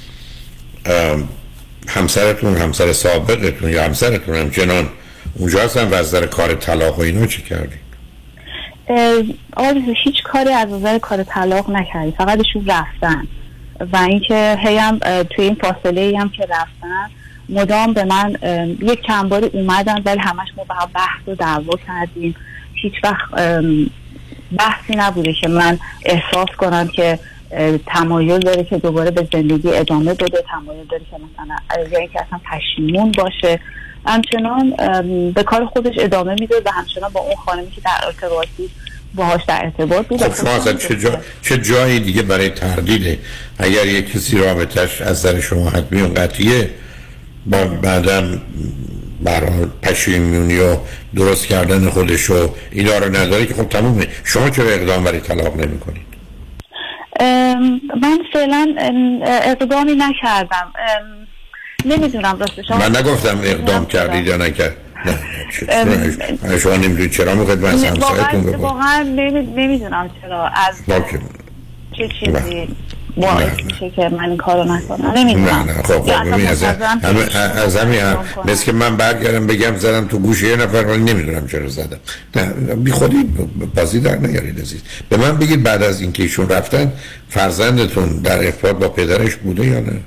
همسرتون، همسر سابقتون یا همسرتون همچنان اونجا هستن و از نظر کار طلاق و اینا چی کردید؟ آره هیچ کاری از نظر کار طلاق نکردیم، فقط ایشون رفتن و اینکه هی هم توی این فاصله ای هم که رفتن مدام به من یک چند باری اومدن ولی همش ما به هم بحث و دعوا کردیم. هیچ وقت بحثی نبوده که من احساس کنم که تمایل داره که دوباره به زندگی ادامه بده، تمایل داره که مثلا یا اینکه اصلا پشیمون باشه. همچنان به کار خودش ادامه میده و همچنان با اون خانمی که در ارتباطی باهاش در ارتباط بود. خب شما اصلا چه, جا... چه جایی دیگه برای تردیده؟ اگر یک کسی رابطش از نظر شما حتمی و قطعیه با بعدم برای پشیمونی و درست کردن خودش و اینا رو نداره که خب تمومه. شما چرا اقدام برای طلاق نمی کنید؟ من فعلا اقدامی نکردم. نمیدونم راستش. من نگفتم اقدام کردید یا نکرد. نه شما نمیدونید چرا میخواید من از همسایتون بپرسید؟ واقعا نمیدونم چرا از چه چیزی باعث میشه که من این کارو نکنم. نمیدونم. نه نه خب ببین از از همین مثل که من برگردم بگم زدم تو گوشه یه نفر ولی نمیدونم چرا زدم. نه بی خودی بازی در نیارید عزیز. به من بگید بعد از اینکه ایشون رفتن فرزندتون در ارتباط با پدرش بوده یا نه؟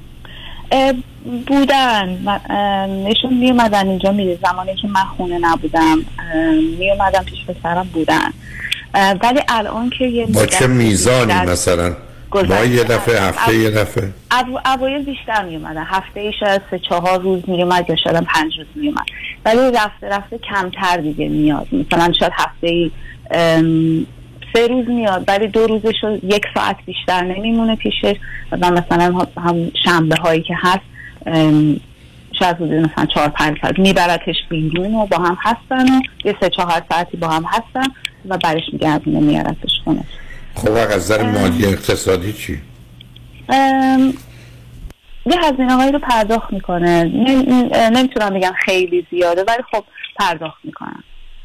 بودن. ایشون می اومدن اینجا می زمانی که من خونه نبودم می اومدن پیش پسرم بودن ولی الان که یه با چه میزانی مثلا؟ ما یه دفعه هفته یه دفعه اوایل بیشتر می اومدن، هفته ای شاید سه چهار روز می اومد یا شاید پنج روز می اومد ولی رفته رفته کمتر دیگه میاد. مثلا شاید هفته ای سه روز میاد ولی دو روزش رو یک ساعت بیشتر نمیمونه پیشش و مثلا هم شنبه هایی که هست شاید حدود مثلا چهار پنج ساعت میبرتش بیرون و با هم هستن و یه سه چهار ساعتی با هم هستن و برش میگردونه میارتش خونه. خب از نظر مالی اقتصادی چی؟ یه هزینه هایی رو پرداخت میکنه. نمیتونم بگم خیلی زیاده ولی خب پرداخت میکنن.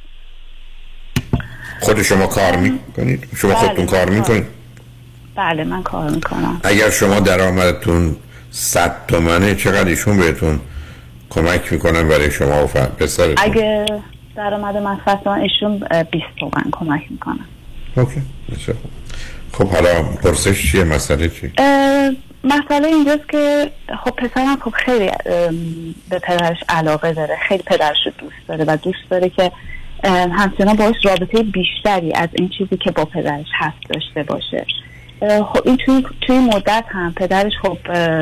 خود شما کار میکنید؟ شما بله خودتون کار میکنید؟ بله من کار میکنم. اگر شما درآمدتون صد تومنه چقدر ایشون بهتون کمک میکنن برای شما و پسرتون؟ اگه درآمد مصرف من ایشون بیست تومن کمک میکنن. اوکی بسیار خب. حالا پرسش چیه؟ مسئله چی؟ مسئله اینجاست که خب پسرم خب خیلی به پدرش علاقه داره، خیلی پدرش رو دوست داره و دوست داره که همچنان باهاش رابطه بیشتری از این چیزی که با پدرش هست داشته باشه. خب این توی توی مدت هم پدرش خب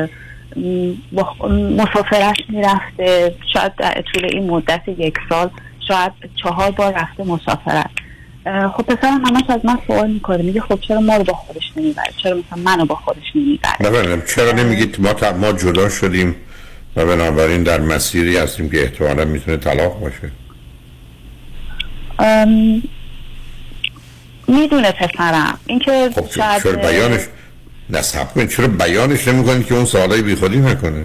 مسافرت میرفته، شاید در طول این مدت یک سال شاید چهار بار رفته مسافرت. خب پسرم همش از من سوال میکنه، میگه خب چرا ما رو با خودش نمیبره، چرا مثلا منو با خودش نمیبره. نه ببینم چرا نمیگید ما تا ما جدا شدیم و بنابراین در مسیری هستیم که احتمالا میتونه طلاق باشه. ام... میدونه پسرم اینکه خب شاید چرا بیانش نصب کنید، چرا بیانش نمیکنید که اون سوالای بی خودی نکنه؟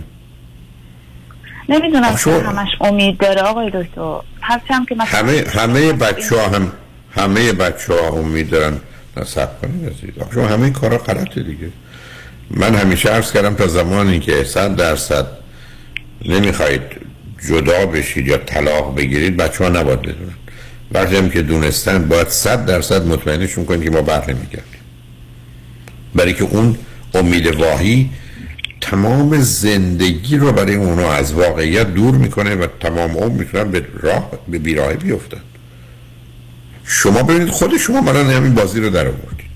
نمیدونم که همش امید داره آقای دکتر. هرچند که مثلا همه همه بچه‌ها هم همه بچه‌ها امید دارن. نصب کنید عزیز. شما همه کارا غلطه دیگه. من همیشه عرض کردم تا زمانی که صد درصد نمیخواید جدا بشید یا طلاق بگیرید بچه‌ها نباید بدونن. وقتی هم که دونستن باید صد درصد مطمئنشون کنید که ما بر نمیگردیم، برای که اون امید واهی تمام زندگی رو برای اونا از واقعیت دور میکنه و تمام عمر میتونن به راه به بیراهه بیفتن. شما ببینید خود شما الان همین بازی رو در آوردید.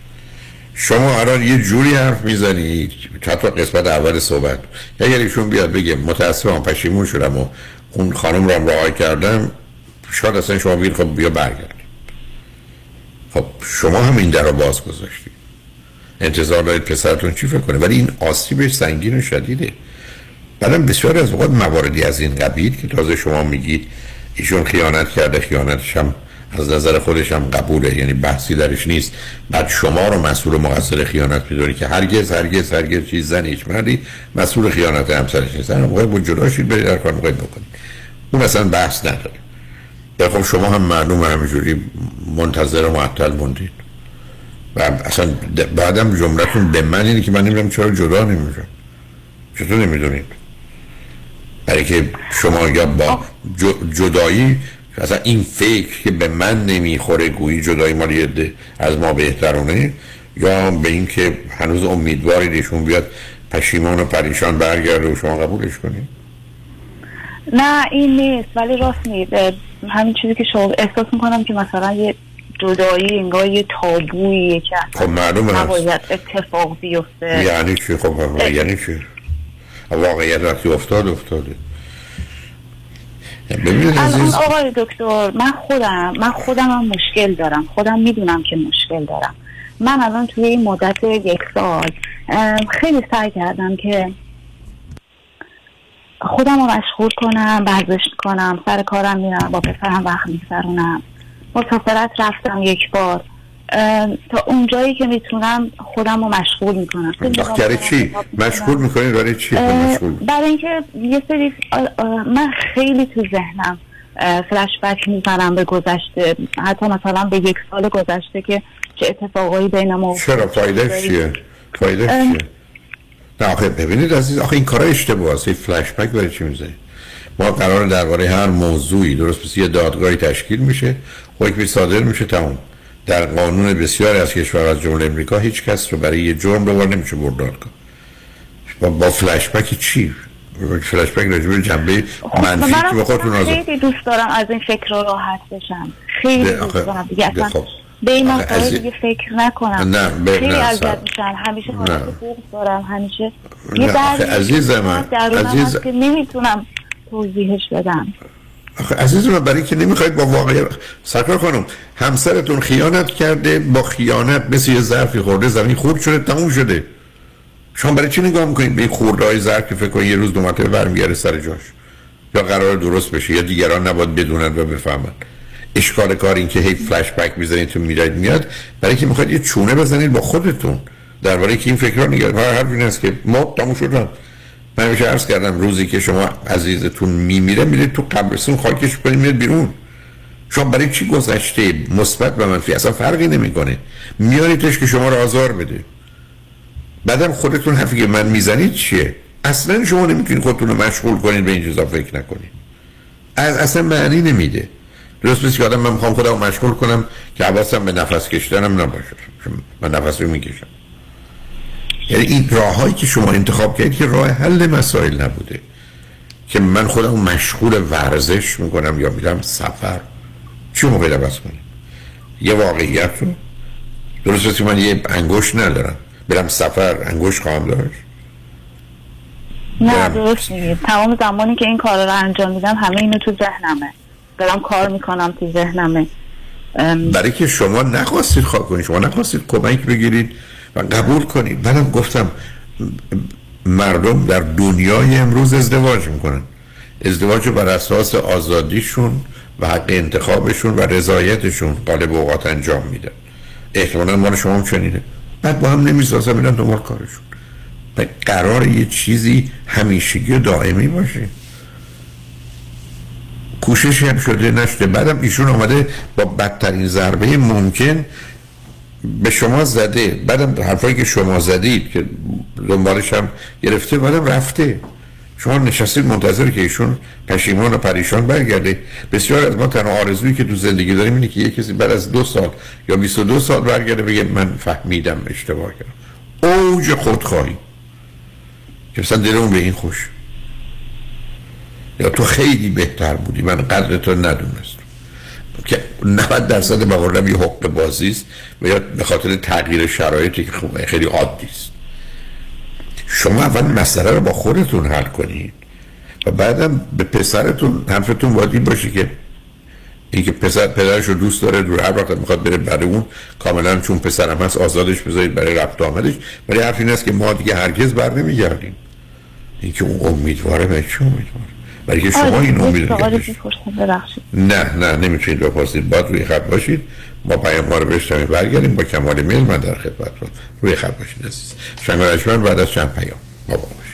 شما الان یه جوری حرف میزنید حتی قسمت اول صحبت اگر ایشون بیاد بگه متاسفم پشیمون شدم و اون خانم رو هم رعایت کردم، شاید اصلا شما بگید خب بیا برگرد. خب شما هم این در رو باز گذاشتید، انتظار دارید پسرتون چی فکر کنه، ولی این آسیبش سنگین و شدیده. بعدم بسیار از اوقات مواردی از این قبیل که تازه شما میگید ایشون خیانت کرده، خیانتش هم از نظر خودش هم قبوله، یعنی بحثی درش نیست، بعد شما رو مسئول و مقصر خیانت می‌دونی که هرگز هرگز هرگز چیز زن هیچ مردی مسئول خیانت همسرش نیست. اون موقع با جدا شید برید هر کار می‌خواید بکنید، اون اصلا بحث نداره. در خب شما هم معلومه همینجوری منتظر و معطل موندید و اصلا بعدم جملتون به من اینه که من نمیدونم چرا جدا نمیشم. چطور نمیدونید؟ برای که شما یا با جدایی اصلا این فکر که به من نمیخوره گویی جدایی مال یه عده از ما بهترونه، یا به این که هنوز امیدوارید ایشون بیاد پشیمان و پریشان برگرده و شما قبولش کنید؟ نه این نیست، ولی راست نیست. همین چیزی که شما احساس میکنم که مثلا یه جدایی انگار یه تابویی که خب معلومه نباید اتفاق بیفته. یعنی چی؟ خب اه... یعنی چی؟ واقعیت وقتی افتاد افتاده. ببینید عزیز آقای دکتر، من خودم من خودم هم مشکل دارم، خودم میدونم که مشکل دارم. من الان توی این مدت یک سال خیلی سعی کردم که خودم رو مشغول کنم، ورزش کنم، سر کارم میرم، با پسرم وقت میگذرونم، مسافرت رفتم یک بار، تا اونجایی که میتونم خودم رو مشغول میکنم. برای چی؟ مشغول میکنید برای چی؟ برای اینکه یه سری من خیلی تو ذهنم فلش بک میزنم به گذشته، حتی مثلا به یک سال گذشته که چه اتفاقایی بین ما افتاد. چرا؟ فایدهش چیه؟ فایدهش چیه؟ نه آخه ببینید عزیز، آخه این کارا اشتباهه. فلش بک برای چی میزنید؟ ما قرار درباره هر موضوعی درست مثل یه دادگاهی تشکیل میشه، حکمی صادر میشه، تمام. در قانون بسیاری از کشورها از جمله امریکا هیچ کس رو برای یه جرم دوباره نمیشه برد دادگاه. با, با فلش بک چی؟ فلش بک راجع به جنبه منفی که به خودتون آزاد. خیلی دوست دارم از این فکر رو راحت بشم. خیلی دوست دارم دیگه اصلا به این مسائل دیگه فکر نکنم. نه خیلی اذیت میشم، همیشه حالت بغض دارم، همیشه یه درد عزیز من عزیز که نمیتونم توضیحش بدم. آخه عزیز من برای که نمیخواید با واقعیت سرکار خانم، همسرتون خیانت کرده، با خیانت مثل یه ظرفی خورده زمین خورد شده، تموم شده. شما برای چی نگاه میکنید به این خوردهای ظرف که فکر کنید یه روز دو مرتبه برمیگره سر جاش، یا قرار درست بشه یا دیگران نباید بدونن و بفهمن؟ اشکال کار این که هی فلش بک میزنید تو میراید میاد، برای که میخواید یه چونه بزنید با خودتون درباره که این فکرها نگید. هر حرف این است که ما تموم شدن. من میشه عرض کردم روزی که شما عزیزتون میمیره میرید تو قبرستون خاکش کنید میاد بیرون. شما برای چی گذشته مثبت و منفی اصلا فرقی نمیکنه میاریدش که شما رو آزار بده؟ بعدم خودتون حرفی که من میزنید چیه؟ اصلا شما نمیتونید خودتون رو مشغول کنید به این چیزا فکر نکنید. از اصلا معنی نمیده. درست مثل که آدم من میخوام خودم مشغول کنم که حواسم به نفس کشیدنم نباشه، من نفس رو میکشم. یعنی این راههایی که شما انتخاب کردید که راه حل مسائل نبوده که من خودم مشغول ورزش میکنم یا میرم سفر. چی موقع عوض کنیم؟ یه واقعیت رو درست مثل که من یه انگشت ندارم برم سفر انگشت خواهم داشت؟ نه درست میگید. تمام زمانی که این کار رو انجام میدم همه اینو تو ذهنمه، دارم کار میکنم تو ذهنمه. برای که شما نخواستید خواه کنید، شما نخواستید کمک بگیرید و قبول کنید. منم گفتم مردم در دنیای امروز ازدواج میکنن، ازدواج رو بر اساس آزادیشون و حق انتخابشون و رضایتشون غالب اوقات انجام میدن. احتمالاً مال شما هم چنینه. بعد با هم نمیسازن میرن دنبال کارشون. قرار یه چیزی همیشگی و دائمی باشه. کوششی هم شده نشده. بعدم ایشون آمده با بدترین ضربه ممکن به شما زده. بعدم حرفایی که شما زدید که دنبالش هم گرفته بعدم رفته. شما نشستید منتظر که ایشون پشیمان و پریشان برگرده. بسیار از ما تنها آرزویی که تو زندگی داریم اینه که یک کسی بعد از دو سال یا بیست و دو سال برگرده بگه من فهمیدم اشتباه کردم. اوج خودخواهی که مثلا دلمون به این خوش، یا تو خیلی بهتر بودی من قدر تو ندونستم، که نود درصد مواردم یه حق بازی است و یا به خاطر تغییر شرایطی که خیلی عادی است. شما اول مسئله رو با خودتون حل کنید و بعدم به پسرتون حرفتون باید این باشه که اینکه پسر پدرش رو دوست داره دور هر وقت میخواد بره برای اون کاملا چون پسرم هست آزادش بذارید برای رفت آمدش. ولی حرف این است که ما دیگه هرگز بر نمیگردیم. اینکه اون امیدواره به چه امیدواره؟ برای که شما این امید نه نه نمیتونید بپرسید. باید روی خط باشید. ما پیام ما رو بشتمیم برگردیم با کمال میل. من در خدمتتون. روی خط باشید عزیز. شنگ بعد از چند پیام با با باشید.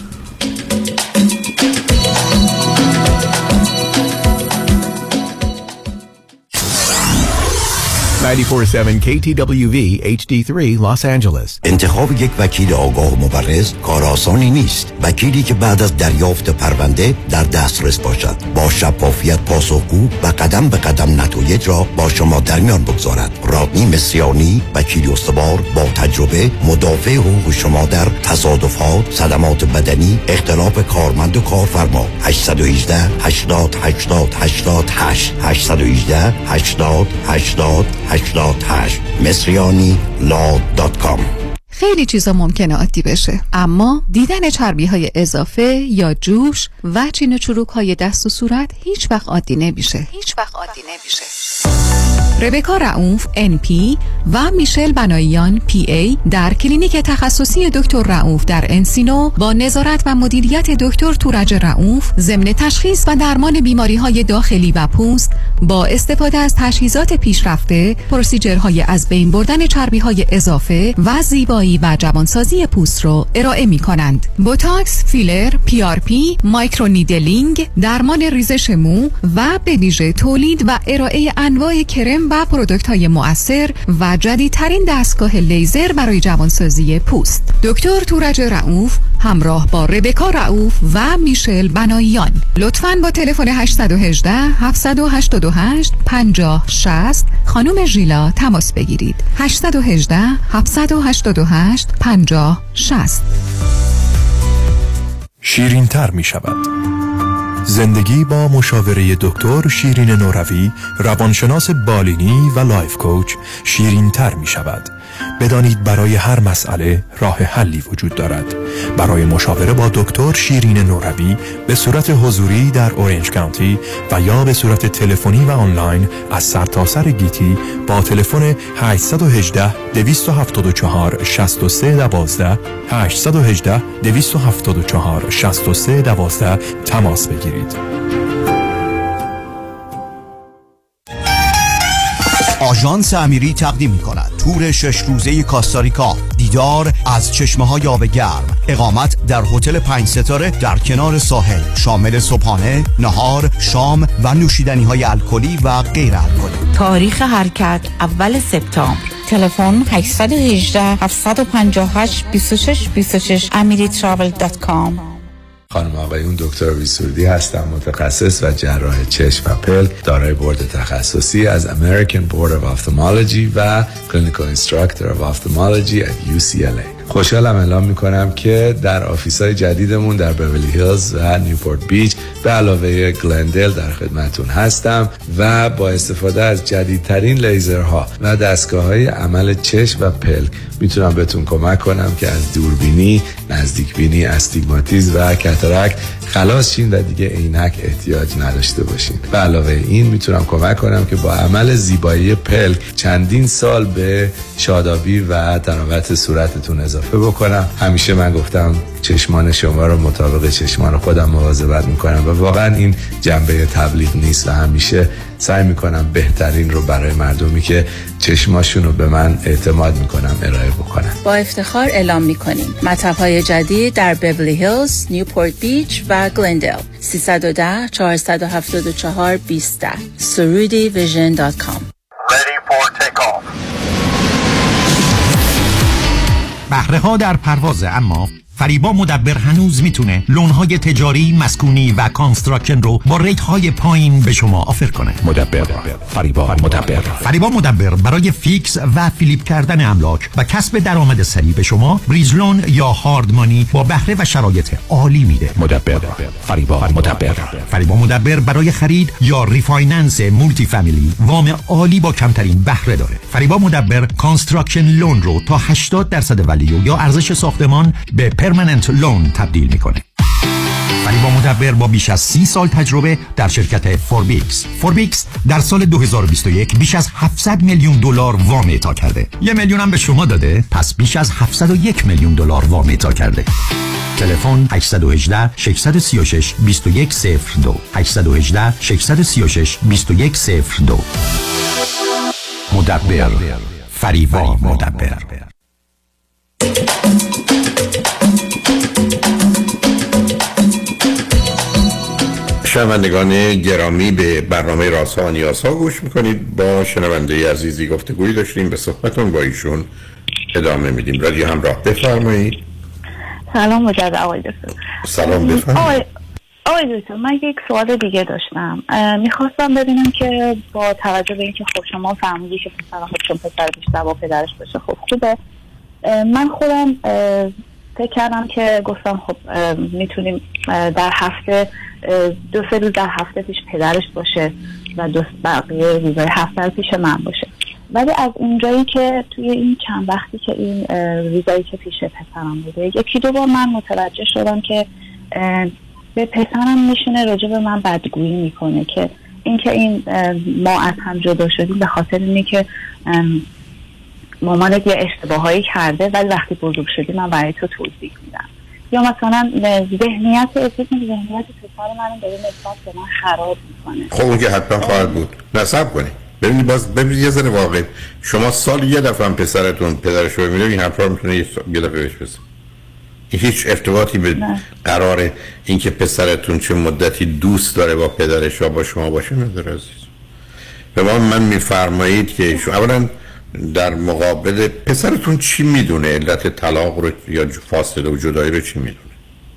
نود و چهار ممیز هفت کی تی دبلیو وی اچ دی سه Los Angeles. انتخاب یک وکیل آگاه و مبرز کار آسانی نیست. وکیلی که بعد از دریافت پرونده در دسترس باشد، با شفافیت پاسخگو و قدم به قدم نتایج را با شما در میان بگذارد. رادنی مصریانی، وکیل استوار با تجربه، مدافع حقوق شما در تصادفات، صدمات بدنی، اختلاف کارمند و کارفرما. هشت یک هشت هشتاد هشتاد هشتاد هشت هشت یک هشت هشتاد هشتاد هشتاد هشت مصریانی لا دات کام. خیلی چیزا ممکنه عادی بشه، اما دیدن چربی های اضافه یا جوش و چین و چروک های دست و صورت هیچ وقت عادی نمیشه. هیچ وقت عادی نمیشه. ربکا رئوف ان پی و میشل بناییان پی ای در کلینیک تخصصی دکتر رئوف در انسینو با نظارت و مدیریت دکتر تورج رئوف ضمن تشخیص و درمان بیماری‌های داخلی و پوست با استفاده از تجهیزات پیشرفته، پروسیجرهای از بین بردن چربی‌های اضافه و زیبایی و جوانسازی پوست رو ارائه می‌کنند. بوتاکس، فیلر، پی آر پی، مایکرونیدلینگ، درمان ریزش مو و به ویژه تولید و ارائه انواع کرم و پروداکت های مؤثر و جدیدترین دستگاه لیزر برای جوانسازی پوست. دکتر تورج رئوف همراه با ربکا رئوف و میشل بناییان. لطفاً با تلفن هشت یک هشت هفت هشت هشت پنجاه شصت خانم ژیلا تماس بگیرید. هشت یک هشت هفت هشت هشت پنجاه شصت. شیرین تر می شود. زندگی با مشاوره دکتر شیرین نوروی، روانشناس بالینی و لایف کوچ شیرین تر می شود. بدانید برای هر مسئله راه حلی وجود دارد. برای مشاوره با دکتر شیرین نوروی به صورت حضوری در اورنج کانتی و یا به صورت تلفنی و آنلاین از سرتاسر گیتی با تلفن هشت یک هشت دو هفت چهار شصت و سه دوازده هشت یک هشت دو هفت چهار شصت و سه دوازده تماس بگیرید. آژانس امیری تقدیم می‌کند تور شش روزه کاستاریکا، دیدار از چشمه‌های آب گرم، اقامت در هتل پنج ستاره در کنار ساحل، شامل صبحانه، نهار، شام و نوشیدنی‌های الکلی و غیر الکلی. تاریخ حرکت اول سپتامبر. تلفن هشت یک هشت هفت پنج هشت دو شش دو شش امری تراول دات کام. خانم آقایون، دکتر ویسوردی هستم، متخصص و جراح چشم و پلک، دارای بورد تخصصی از American Board of Ophthalmology و Clinical Instructor of Ophthalmology at یو سی ال ای. خوشحالم اعلام میکنم که در آفیس‌های جدیدمون در بیولی هیلز و نیوپورت بیچ به علاوه گلندل در خدمتون هستم و با استفاده از جدیدترین لیزرها و دستگاه‌های عمل چشم و پلک میتونم بهتون کمک کنم که از دوربینی، نزدیکبینی، استیگماتیسم و کاتاراکت خلاص شین و دیگه عینک احتیاج نداشته باشین. به علاوه این میتونم کمک کنم که با عمل زیبایی پلک چندین سال به شادابی و تراوت صورتتون اضافه بکنم. همیشه من گفتم چشمان شما رو مطابق چشمان خودم مواظبت میکنم و واقعا این جنبه تبلیغ نیست و همیشه سعی میکنم بهترین رو برای مردمی که چشماشون رو به من اعتماد میکنم ارائه بکنم. با افتخار اعلام میکنیم مطب‌های جدید در بیولی هیلز، نیوپورت بیچ و گلندل. سیصد و ده چهارصد و هفتاد و چهار بیست سرودی ویژن دات کام. بهره ها در پروازه، اما فریبا مدبر هنوز میتونه لونهای تجاری، مسکونی و کانستراکشن رو با ریت های پایین به شما آفر کنه. مدبر فریبا مدبر فریبا مدبر برای فیکس و فلیپ کردن املاک و کسب درآمد سریع به شما بریز لون یا هارد مانی با بهره و شرایط عالی میده. مدبر فریبا مدبر فریبا مدبر برای خرید یا ریفایننس مولتی فامیلی وام عالی با کمترین بهره داره. فریبا مدبر کانستراکشن لون رو تا هشتاد درصد ولیو یا ارزش ساختمان به پرمننت لون تبدیل میکنه. فریبا مدبر با بیش از سی سال تجربه در شرکت فوربیکس. فوربیکس در سال دو هزار و بیست و یک بیش از هفتصد میلیون دلار وام اعطا کرده. یه میلیون هم به شما داده، پس بیش از هفتصد و یک میلیون دلار وام اعطا کرده. تلفن هشت یک هشت شش سه شش دو یک صفر دو هشت یک هشت شش سه شش دو یک صفر دو. مدبر فریبا مدبر. شنوندگان گرامی، به برنامه رازها و نیازها گوش میکنید. با شنونده عزیزی گفتگویی داشتیم، به صحبتون با ایشون ادامه میدیم. رادیو همراه، بفرمایید. سلام مجدد آقای دکتر. سلام بفرمایید. آقای دکتر، من یک سوال دیگه داشتم. میخواستم ببینم که با توجه به اینکه خب شما فرمودید که پسر خب چون پسر بیشتر با پدرش باشه خب خوبه، من خودم فکر کردم که گفتم خب میتونیم در هفته دو سه روز در هفته پیش پدرش باشه و دو بقیه روزهای هفته پیش من باشه. ولی از اونجایی که توی این چند وقتی که این روزایی که پیش پسرم بوده، یکی دو بار من متوجه شدم که به پسرم میشونه راجع به من بدگویی میکنه که اینکه این ما از هم جدا شدیم به خاطر اینه که مامانت یه اشتباهایی کرده ولی وقتی بزرگ شدی من برای تو توضیح میدم. یا مثلا ذهنیت اسم ذهنیت پسر منو داره نسبت به من خراب میکنه. خب اون که حتما خواهد بود. نصب کنید. ببینید باز ببینید یه ذره واقعی. شما سال یه دفعه هم پسرتون پدرش رو ببینه، این حرفا میتونه یه دفعه بهش بزنه. هیچ ارتباطی به قرار اینکه پسرتون چه مدتی دوست داره با پدرش و با شما باشه نداره عزیز. به ما من میفرمایید که شما اولا در مقابل پسرتون چی میدونه؟ علت طلاق رو یا فاصله و جدایی رو چی میدونه؟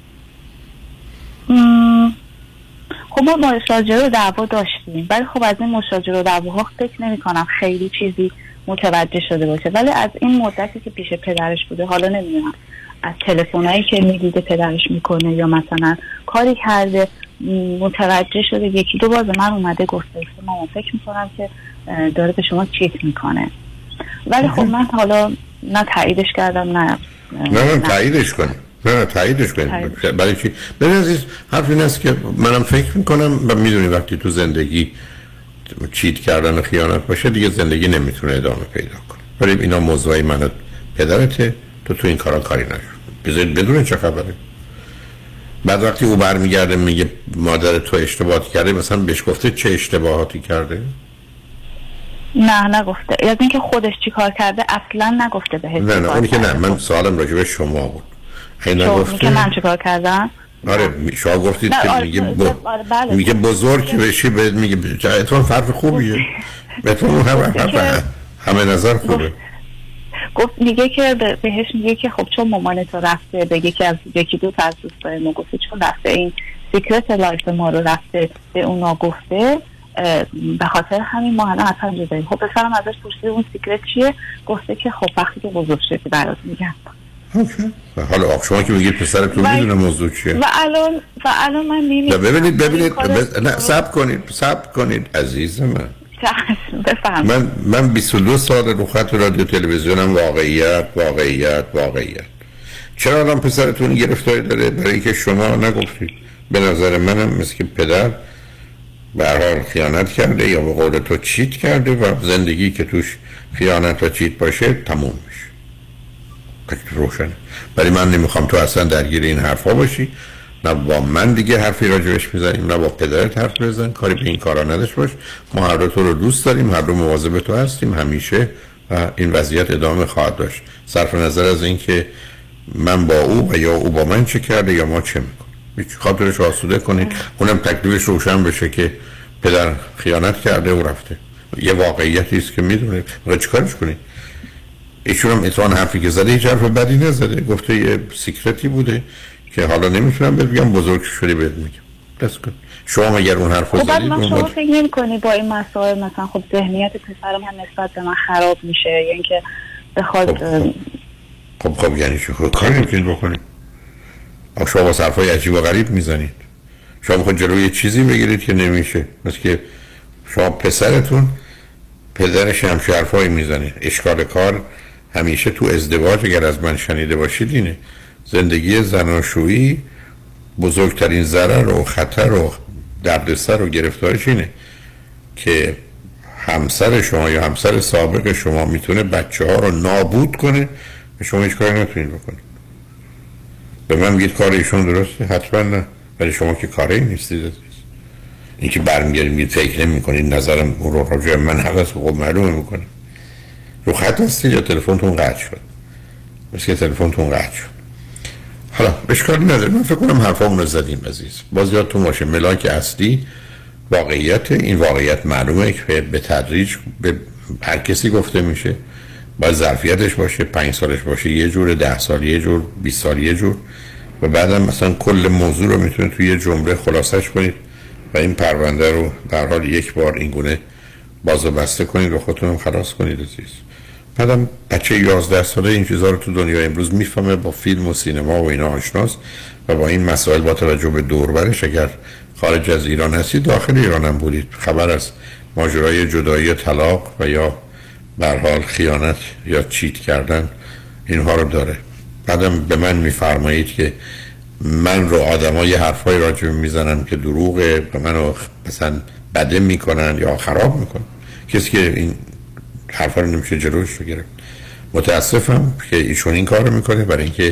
خب ما مشاجره و دعوا داشتیم، ولی خب از این مشاجره و دعواها فکر نمی کنم خیلی چیزی متوجه شده باشه. ولی از این مدتی که پیش پدرش بوده، حالا نمیدونم از تلفنایی که میدیده پدرش میکنه یا مثلا کاری کرده، متوجه شده یکی دو بار به من اومده گفته مامان فکر میکنم که داره به شما چیت میکنه. ولی خب من حالا نه تاییدش کردم نه نه نه تاییدش کنیم نه نه تاییدش کنیم برای چی؟ ببین عزیز، حرف این است که منم فکر میکنم و میدونی وقتی تو زندگی چیت کردن و خیانت باشه دیگه زندگی نمیتونه ادامه پیدا کنه. ولی اینا موضوعی من پدرته، تو تو این کارا کاری نشو. بذارید بدون چه خبره. بعد وقتی او برمیگرده میگه مادر تو اشتباهی کرده، مثلا بهش گفته چه اشتباهاتی کرده؟ نه نگفته. یعنی اینکه خودش چی کار کرده اصلا نگفته بهش. نه نه اونی که نه، من سوالم راجع به شما بود. این نگفته که من چی کار کردم؟ آره شما گفتید که آره میگه ب... آره بله. میگه بزرگ بشی بهت میگه اتفاقا فرق خوبیه. بهتون هم هم همه نظر خوبه. گفت میگه که بهش میگه که خب چون مامان تو رفته به یکی از یکی دو تا از دوستای ما گفته چون رفته این سیکرت لایف ما رو رفته به اونا گفته به خاطر همین ما الان از هم جداییم. خب پسرم ازش پرسید اون سیکرت چیه؟ گفته که خب وقتی که بزرگ شدی برات میگم. اوکی. حالا شما که میگید پسرتون میدونه موضوع چیه و الان و الان من نمیدونم. ببینید ببینید بز... نه صبر کنید صبر کنید عزیز من. بفهم. من من بیست و دو سال رو خط رادیو تلویزیونم واقعیت واقعیت واقعیت. چرا الان پسرتون گرفتاری داره؟ برای اینکه شما نگفتید. به نظر منم مثل که پدر به هر حال خیانت کرده یا به قول تو چیت کرده و زندگی که توش خیانت و چیت باشه تموم میشه. روشنه. ولی من نمیخوام تو اصلا درگیر این حرفا باشی، نه با من دیگه حرفی راجبش بزنیم نه با پدرت حرف بزن، کاری به این کارا نداشت باش. ما هر دو تو رو دوست داریم، هر دو مواظب تو هستیم همیشه و این وضعیت ادامه خواهد داشت صرف نظر از اینکه من با او و یا او با من چه کرده یا ما چه میکنیم. هیچ خاطرش آسوده کنید، اونم تکلیفش روشن بشه که پدر خیانت کرده و رفته. یه واقعیتی است که میدونه. میخواد چیکارش کنید؟ ایشون هم اتوان حرفی که زده هیچ حرف بدی نزده، گفته یه سیکرتی بوده که حالا نمیتونم بهت بگم، بزرگ شدی بهت میگم. دست کن. شما اگر اون حرفو زدید خب من شما فکر نمی‌کنی با این مسائل مثلا خب ذهنیت پسرم هم نسبت به من خراب میشه یا اینکه بخواد خب خب, خب یعنی چه کاری نمیتونید بکنید؟ شما با حرفای عجیب و غریب میزنید. شما میخواید جلوی چیزی بگیرید که نمیشه. مثل که شما پسرتون پدرش هم حرفایی میزنه. اشکال کار همیشه تو ازدواج اگر از من شنیده باشید اینه زندگی زناشویی بزرگترین ضرر و خطر و دردسر و گرفتارش اینه که همسر شما یا همسر سابق شما میتونه بچه ها رو نابود کنه و شما هیچ کاری نتونید بکنید. به من میگید کار ایشون درسته؟ حتما نه. ولی شما که کاری نیستید عزیز. این که برمیگردید میگید فکر نمی کنید نظرم اون رو راجع من حق است خب معلومه میکنه. رو خط هستید یا تلفنتون قطع شد؟ مثل که تلفنتون قطع شد. حالا اشکالی نداره. من فکر کنم حرفامون رو زدیم عزیز. باز یادتون باشه ملاک اصلی واقعیت. این واقعیت معلومه که به تدریج به هر کسی گفته میشه. باید ظرفیتش باشه، پنج سالش باشه یه جور، ده سال یه جور، بیست سال یه جور و بعدم مثلا کل موضوع رو میتونه توی یه جمله خلاصش کنید و این پرونده رو در حال یک بار این گونه باز و بسته کنید و خودتون هم خلاص کنید عزیز. بعدم بچه یازده ساله این چیزها رو تو دنیا امروز میفهمه، با فیلم و سینما و اینا آشناست و با این مسائل با توجه به دور برش اگر خارج از ایران هستید داخل ایران هم بودید خبر از ماجرای جدایی، طلاق و یا به هر حال خیانت یا چیت کردن اینها رو داره. بعدم به من میفرمایید که من رو آدمای حرفای راجع میزنن که دروغه و منو مثلا بده میکنن یا خراب میکنن. کسی که این حرفا رو نمیشه جلوش رو گرفت. متاسفم که ایشون این کار رو میکنه برای اینکه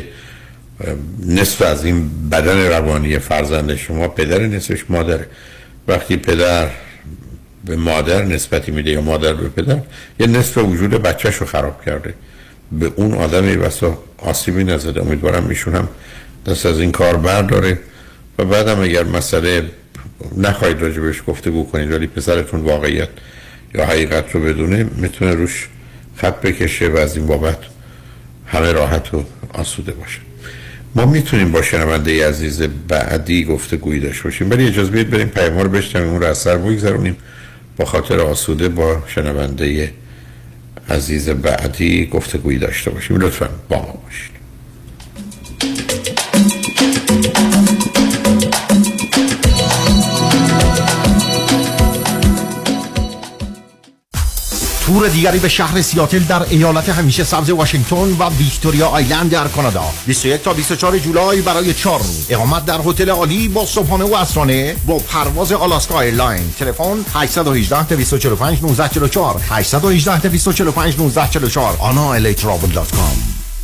نصف از این بدن روانی فرزند شما پدر، نصفش مادره. وقتی پدر به مادر نسبتی میده یا مادر به پدر یه نصف وجود بچهش رو خراب کرده. به اون آدمی واسه آسیبی نزده. امیدوارم ایشون هم دست از این کار برداره و بعدم اگر مسئله نخواهید راجبش گفتگو کنید ولی پسرتون واقعیت یا حقیقت رو بدونه میتونه روش خط بکشه و از این بابت همه راحت و آسوده باشه. ما میتونیم با شنونده عزیز بعدی گفتگویی داشته باشیم ولی اجازه بدید بریم پیام‌ها رو بشنویم اون رو از سر بگذرونیم با خاطر آسوده با شنونده عزیز بعدی گفتگویی داشته باشیم. لطفاً با ما باشید. تور دیگری به شهر سیاتل در ایالت همیشه سبز واشنگتن و ویکتوریا آیلند در کانادا بیست و یک تا بیست و چهار جولای برای چهار روز اقامت در هتل عالی با صبحانه و عصرانه با پرواز آلاسکا ایرلاین. تلفن هشت یک هشت دو چهار پنج یک نه چهار چهار هشت یک هشت دو چهار پنج یک نه چهار چهار آنا ال ای ترافل دات کام.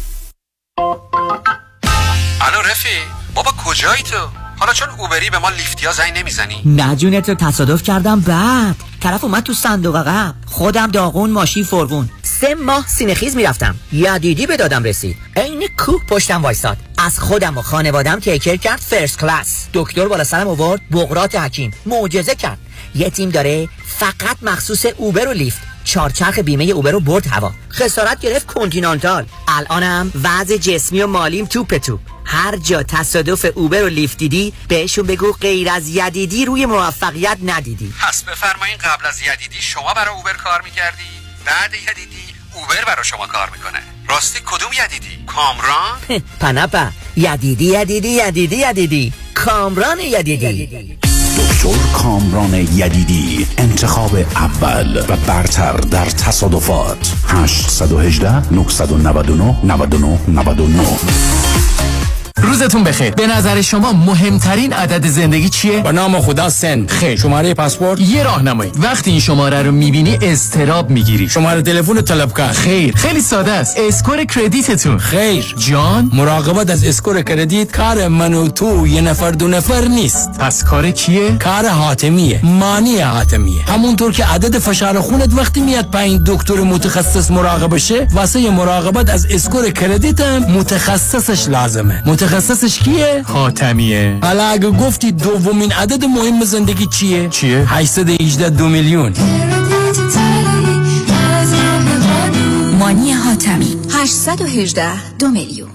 الو رفی بابا کجایی تو؟ حالا چون اوبری به ما لیفتیا زنگ نمیزنی؟ نه جونت رو تصادف کردم بعد طرف اومد تو صندوق عقب خودم داغون ماشین فرغون سه ماه سینه‌خیز میرفتم یدیدی به دادم رسید عین کوه پشتم وایساد از خودم و خانوادم تیکر کرد فرست کلاس دکتر بالا سرم آورد بقرات حکیم معجزه کرد. یه تیم داره فقط مخصوص اوبر و لیفت چهارچرخ بیمه اوبر رو برد هوا، خسارت گرفت کنتینانتال. الانم وضع جسمی و مالیم توپ توپ. هر جا تصادف اوبر و لیفت دیدی بهشون بگو غیر از یدیدی روی موفقیت ندیدی. پس بفرمایین قبل از یدیدی شما برای اوبر کار میکردی، بعد یدیدی اوبر برای شما کار میکنه. راستی کدوم یدیدی؟ کامران؟ پناپا یدیدی یدیدی یدیدی یدیدی کامران یدیدی. دکتر کامران یدیدی، انتخاب اول و برتر در تصادفات. هشت یک هشت نه نه نه نه نه نه نه. روزتون بخیر. به نظر شما مهمترین عدد زندگی چیه؟ با نام خدا سن. خیر. شماره پاسپورت؟ یه راهنمایی. وقتی این شماره رو میبینی اضطراب میگیری. شماره تلفن طلبکار؟ خیر. خیلی ساده است. اسکور کردیتتون؟ خیر. جان؟ مراقبت از اسکور کردیت کار من و تو یه نفر دو نفر نیست. پس کار کیه؟ کار حاتمیه. مانی حاتمیه. همونطور که عدد فشار خونت وقتی میاد پایین دکتر متخصص مراقبه شه، واسه مراقبت از اسکور کردیت هم متخصصش لازمه. متخصصش کیه؟ حاتمیه. حالا اگه گفتی دومین عدد مهم زندگی چیه؟ چیه؟ هشتصد و هجده دو میلیون. مانی حاتمی هشتصد و هجده دو میلیون.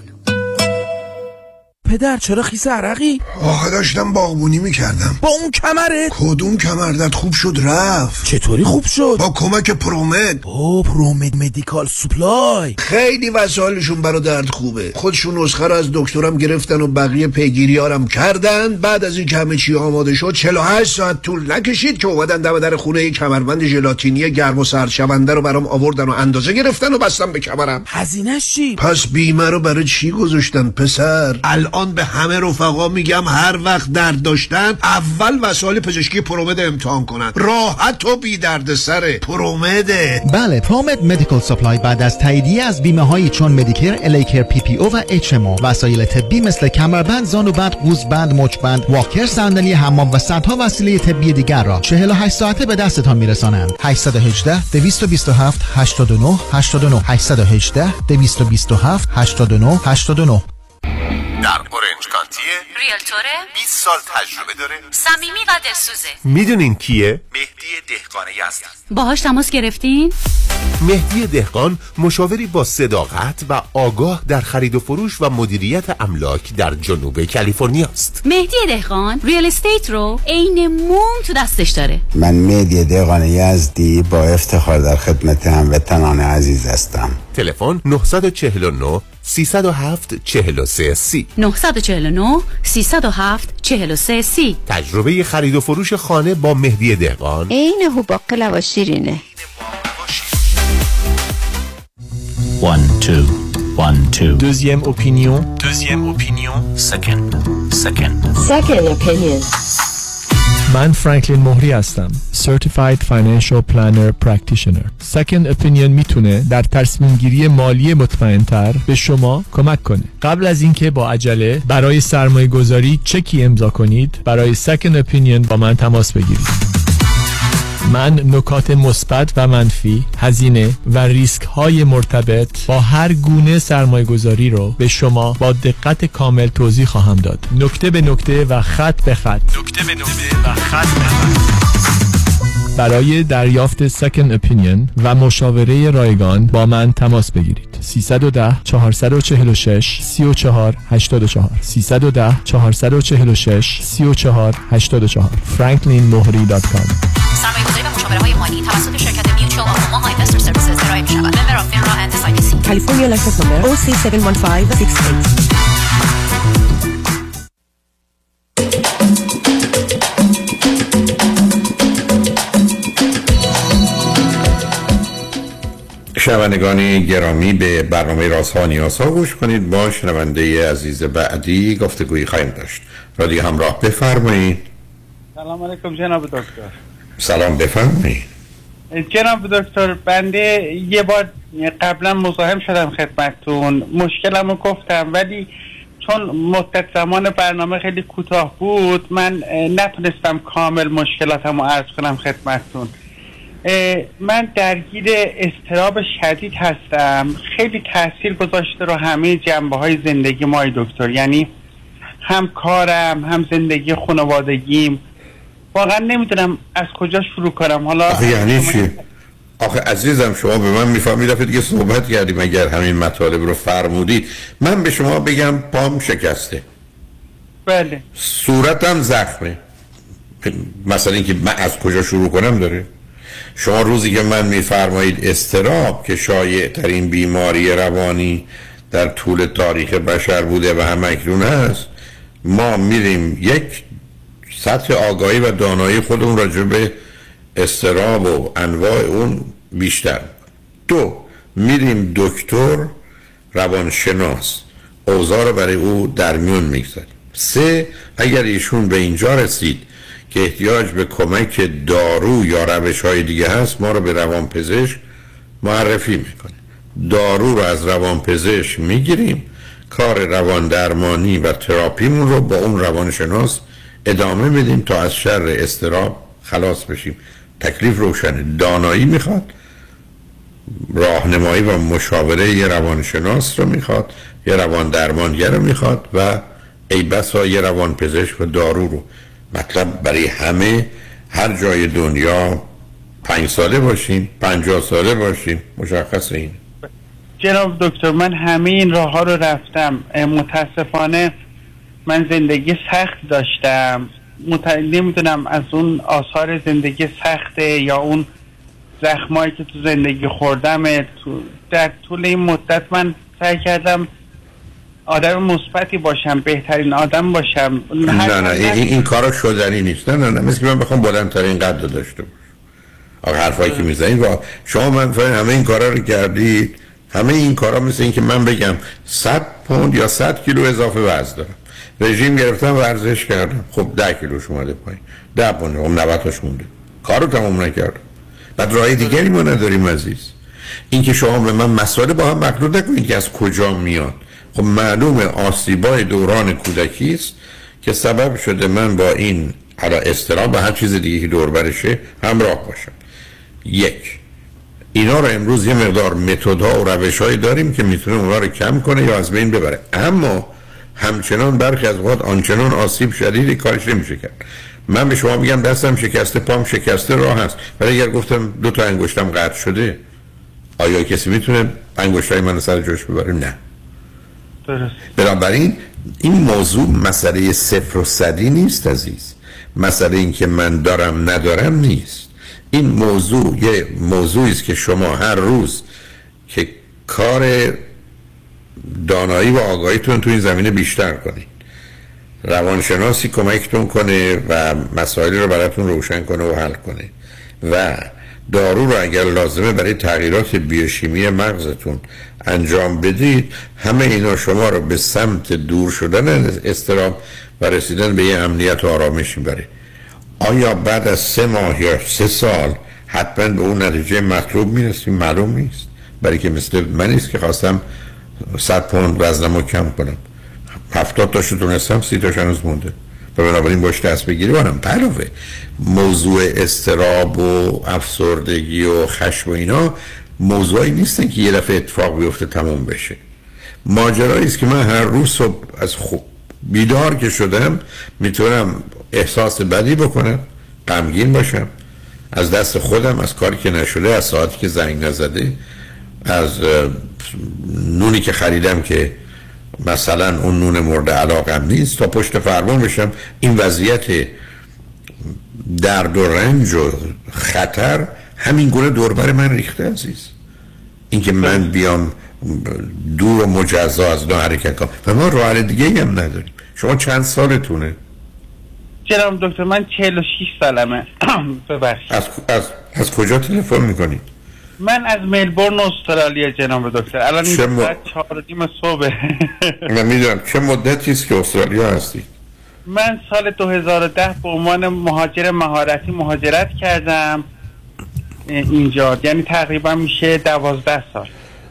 پدر چرا خیس عرقی؟ آخه داشتم باغبونی میکردم. با اون کمره؟ کدوم کمردت خوب شد رفت؟ چطوری خوب شد؟ با کمک پرومد. او پرومد مدیکال سوپلای. خیلی وسایلشون برا درد خوبه. خودشون نسخه رو از دکترم گرفتن و بقیه پیگیریارم کردن. بعد از این که همه چی آماده شد چهل و هشت ساعت طول نکشید که اومدن دم در خونه یک کمربند ژلاتینی گرم و سرد شونده رو برام آوردن و اندازه گرفتن و بستم به کمرم. هزینه‌ش چی؟ پس بیمه رو برای چی گذاشتن پسر؟ الان به همه رفقا میگم هر وقت درد داشتن اول وسایل پزشکی پرومد امتحان کنن. راحت و بی درد سره. پرومده. بله، پرومد مدیکال سپلای بعد از تاییدیه از بیمه هایی چون مدیکر، الیکر، پی پی او و اچ ام او، وسایل طبی مثل کمربند، زانوبند، قوزبند، مچبند، واکر، صندلی حمام و صدها وسیله طبی دیگر را چهل و هشت ساعته به دستتان میرسانند. هشت یک هشت دویست و بیست و هفت هشتاد و نه هشتاد و نه هشت یک هشت دویست و بیست و هفت هشتاد و نه هشتاد و نه. در اورنج کانتیه، ریلتوره، بیست سال تجربه داره، صمیمی و دلسوزه. میدونین کیه؟ مهدی دهقان یزدی. باهاش تماس گرفتین؟ مهدی دهقان مشاوری با صداقت و آگاه در خرید و فروش و مدیریت املاک در جنوب کالیفرنیا است. مهدی دهقان ریل استیت رو عین موم تو دستش داره. من مهدی دهقان یزدی با افتخار در خدمت هموطنان عزیز هستم. تلفن نه چهار نه سیصد و هفت چهل و سه سی نه چهار نه سیصد و هفت چهل و سه سی. تجربه خرید و فروش خانه با مهدی دهقان عین هوباقلا و شیرینه. one two one two. Deuxième opinion. Deuxième opinion. Second. Second. Second opinion. من فرانکلین مهری هستم. Certified Financial Planner Practitioner. Second Opinion میتونه در تصمیم گیری مالی مطمئن‌تر به شما کمک کنه. قبل از اینکه با عجله برای سرمایه گذاری چکی امضا کنید، برای Second Opinion با من تماس بگیرید. من نکات مثبت و منفی، هزینه و ریسک های مرتبط با هر گونه سرمایه گذاری رو به شما با دقت کامل توضیح خواهم داد. نکته به نکته و خط به خط. نکته به نکته و خط به خط. برای دریافت Second Opinion و مشاوره رایگان با من تماس بگیرید. سیصد و ده چهارصد و چهل و شش سی و چهار هشتاد و چهار سیصد و ده چهارصد و چهل و شش سی و چهار هشتاد و چهار فرانکلین موهری دات کام. سرمایه‌گذاری و مشاوره های مالی توسط شرکت میوچوال آف اوماها اینوستر سرویسز ارائه می‌شود. ممبر اف فینرا اند اس آی پی سی. کالیفرنیا لایسنس نمبر او سی هفت یک پنج شش هشت. شنوندگان گرامی، به برنامه رازها و نیازها گوش کنید. با شنونده عزیز بعدی گفتگویی خواهیم داشت. رادیو همراه، بفرمایید. سلام علیکم جناب دکتر. سلام، بفرمایید. جناب دکتر، بنده یه بار قبلا مزاحم شدم خدمتتون، مشکلمو گفتم، ولی چون مدت زمان برنامه خیلی کوتاه بود من نتونستم کامل مشکلاتمو عرض کنم خدمتتون. من درگیر اضطراب شدید هستم، خیلی تاثیر گذاشته رو همه جنبه های زندگی ما دکتر، یعنی هم کارم هم زندگی خانوادگیم. واقعا نمیدونم از کجا شروع کنم. حالا یعنی چی؟ آخه عزیزم شما به من میفهمید دفعه دیگه صحبت کردیم، اگر همین مطالب رو فرمودید من به شما بگم پام شکسته، بله، صورتم زخمه، مثلا اینکه من از کجا شروع کنم داره. شما روزی که من میفرمایید اضطراب که شایع ترین بیماری روانی در طول تاریخ بشر بوده و هم اکنون هست، ما میریم یک سطح آگاهی و دانایی خودمون راجع به اضطراب و انواع اون بیشتر، دو میریم دکتر روانشناس اوضاع رو برای او در میون میگذاریم، سه اگر ایشون به اینجا رسید که احتیاج به کمک دارو یا روش های دیگه هست ما رو به روانپزشک معرفی میکنه. دارو رو از روانپزشک میگیریم، کار روان درمانی و تراپیمون رو با اون روانشناس ادامه میدیم تا از شر اضطراب خلاص بشیم. تکلیف روشنه، دانایی میخواد، راهنمایی و مشاوره یه روانشناس رو میخواد، یه روان درمانگر رو میخواد و ای بسا یه روانپزشک و دارو رو. مطلب برای همه هر جای دنیا پنج ساله باشیم پنجاه ساله باشیم مشخص این. جناب دکتر من همه این راه ها رو رفتم، متاسفانه من زندگی سخت داشتم، مت... نمیدونم از اون آثار زندگی سخته یا اون زخمایی که تو زندگی خوردم تو... در طول این مدت من سعی کردم آدم مثبتی باشم، بهترین آدم باشم. نه نه این, این کارا شدنی نیست. نه نه نه مثل که من بخوام بلندترین قد داشته باشم. آخه حرفایی که میزنید و شما من فهم همه این کارا رو کردید، همه این کارا مثل این که من بگم صد پوند یا صد کیلو اضافه وزن دارم، رژیم گرفتم ورزش کردم، خب ده کیلوش اومده پایین، ده پوند هم نود تاش مونده، کارو تمام نکردم. بعد راه دیگری ما نداریم عزیز. این که شما به من مسائل با هم مخلوط نکنید که از کجا میاد. خب معلومه آسیبای دوران کودکی است که سبب شده من با این حالا اضطراب و هر چیز دیگه که دور برشه همراه باشم. یک، اینا رو امروز یه مقدار متدها و روش‌هایی داریم که میتونه اونها رو کم کنه یا از بین ببره، اما همچنان برخی از اوقات آنچنان آسیب شدیدی کارش نمیشه کرد. من به شما میگم دستم شکسته، پام شکسته، راه هست، ولی اگر گفتم دو تا انگشتم قطع شده آیا کسی میتونه انگشتای من سر جاش ببره؟ نه. درست. بنابراین این موضوع مسئله صفر و صدی نیست عزیز، مسئله این که من دارم ندارم نیست. این موضوع یه موضوعی است که شما هر روز که کار دانایی و آگاهیتون تو این زمینه بیشتر کنید، روانشناسی کمکتون کنه و مسائلی رو براتون روشن کنه و حل کنه و دارو رو اگر لازمه برای تغییرات بیوشیمی مغزتون انجام بدید، همه اینا شما رو به سمت دور شدن اضطراب و رسیدن به یه امنیت و آرامش میبره. آیا بعد از سه ماه یا سه سال حتما به اون نتیجه مطلوب میرسیم؟ معلوم نیست، برای که مثل من نیست که خواستم صد پوند وزنم رو کم کنم، هفتاد تاشو تونستم، سی تاش هنوز مونده و بنابراین باش دست بگیری بانم. علاوه موضوع اضطراب و افسردگی و خشم و اینا موضوعی نیستن که یه دفعه اتفاق بیفته تموم بشه. ماجرایی است که من هر روز صبح از خوب بیدار که شدم میتونم احساس بدی بکنم، غمگین باشم از دست خودم، از کاری که نشده، از ساعتی که زنگ نزده، از نونی که خریدم که مثلا اون نون مورد علاقم نیست، تا پشت فرمان بشم. این وضعیت درد و رنج و خطر همین گونه دوربر من ریخته عزیز. اینکه من بیام دور و مجزا از اینا حرکت کنم و ما راه حل دیگه هم نداریم. شما چند سالتونه؟ جناب دکتر من چهل و شش سالمه. ببخشید. از از از کجا تلفن میکنید؟ من از ملبورن استرالیا جناب دکتر. الان این م... ساعت چهار و نیم صبح. من میدونم. چه مدتی است که استرالیا هستی؟ من سال دو هزار و ده به عنوان مهاجر مهارتی مهاجرت کردم اینجا، یعنی تقریبا میشه دوازده سال.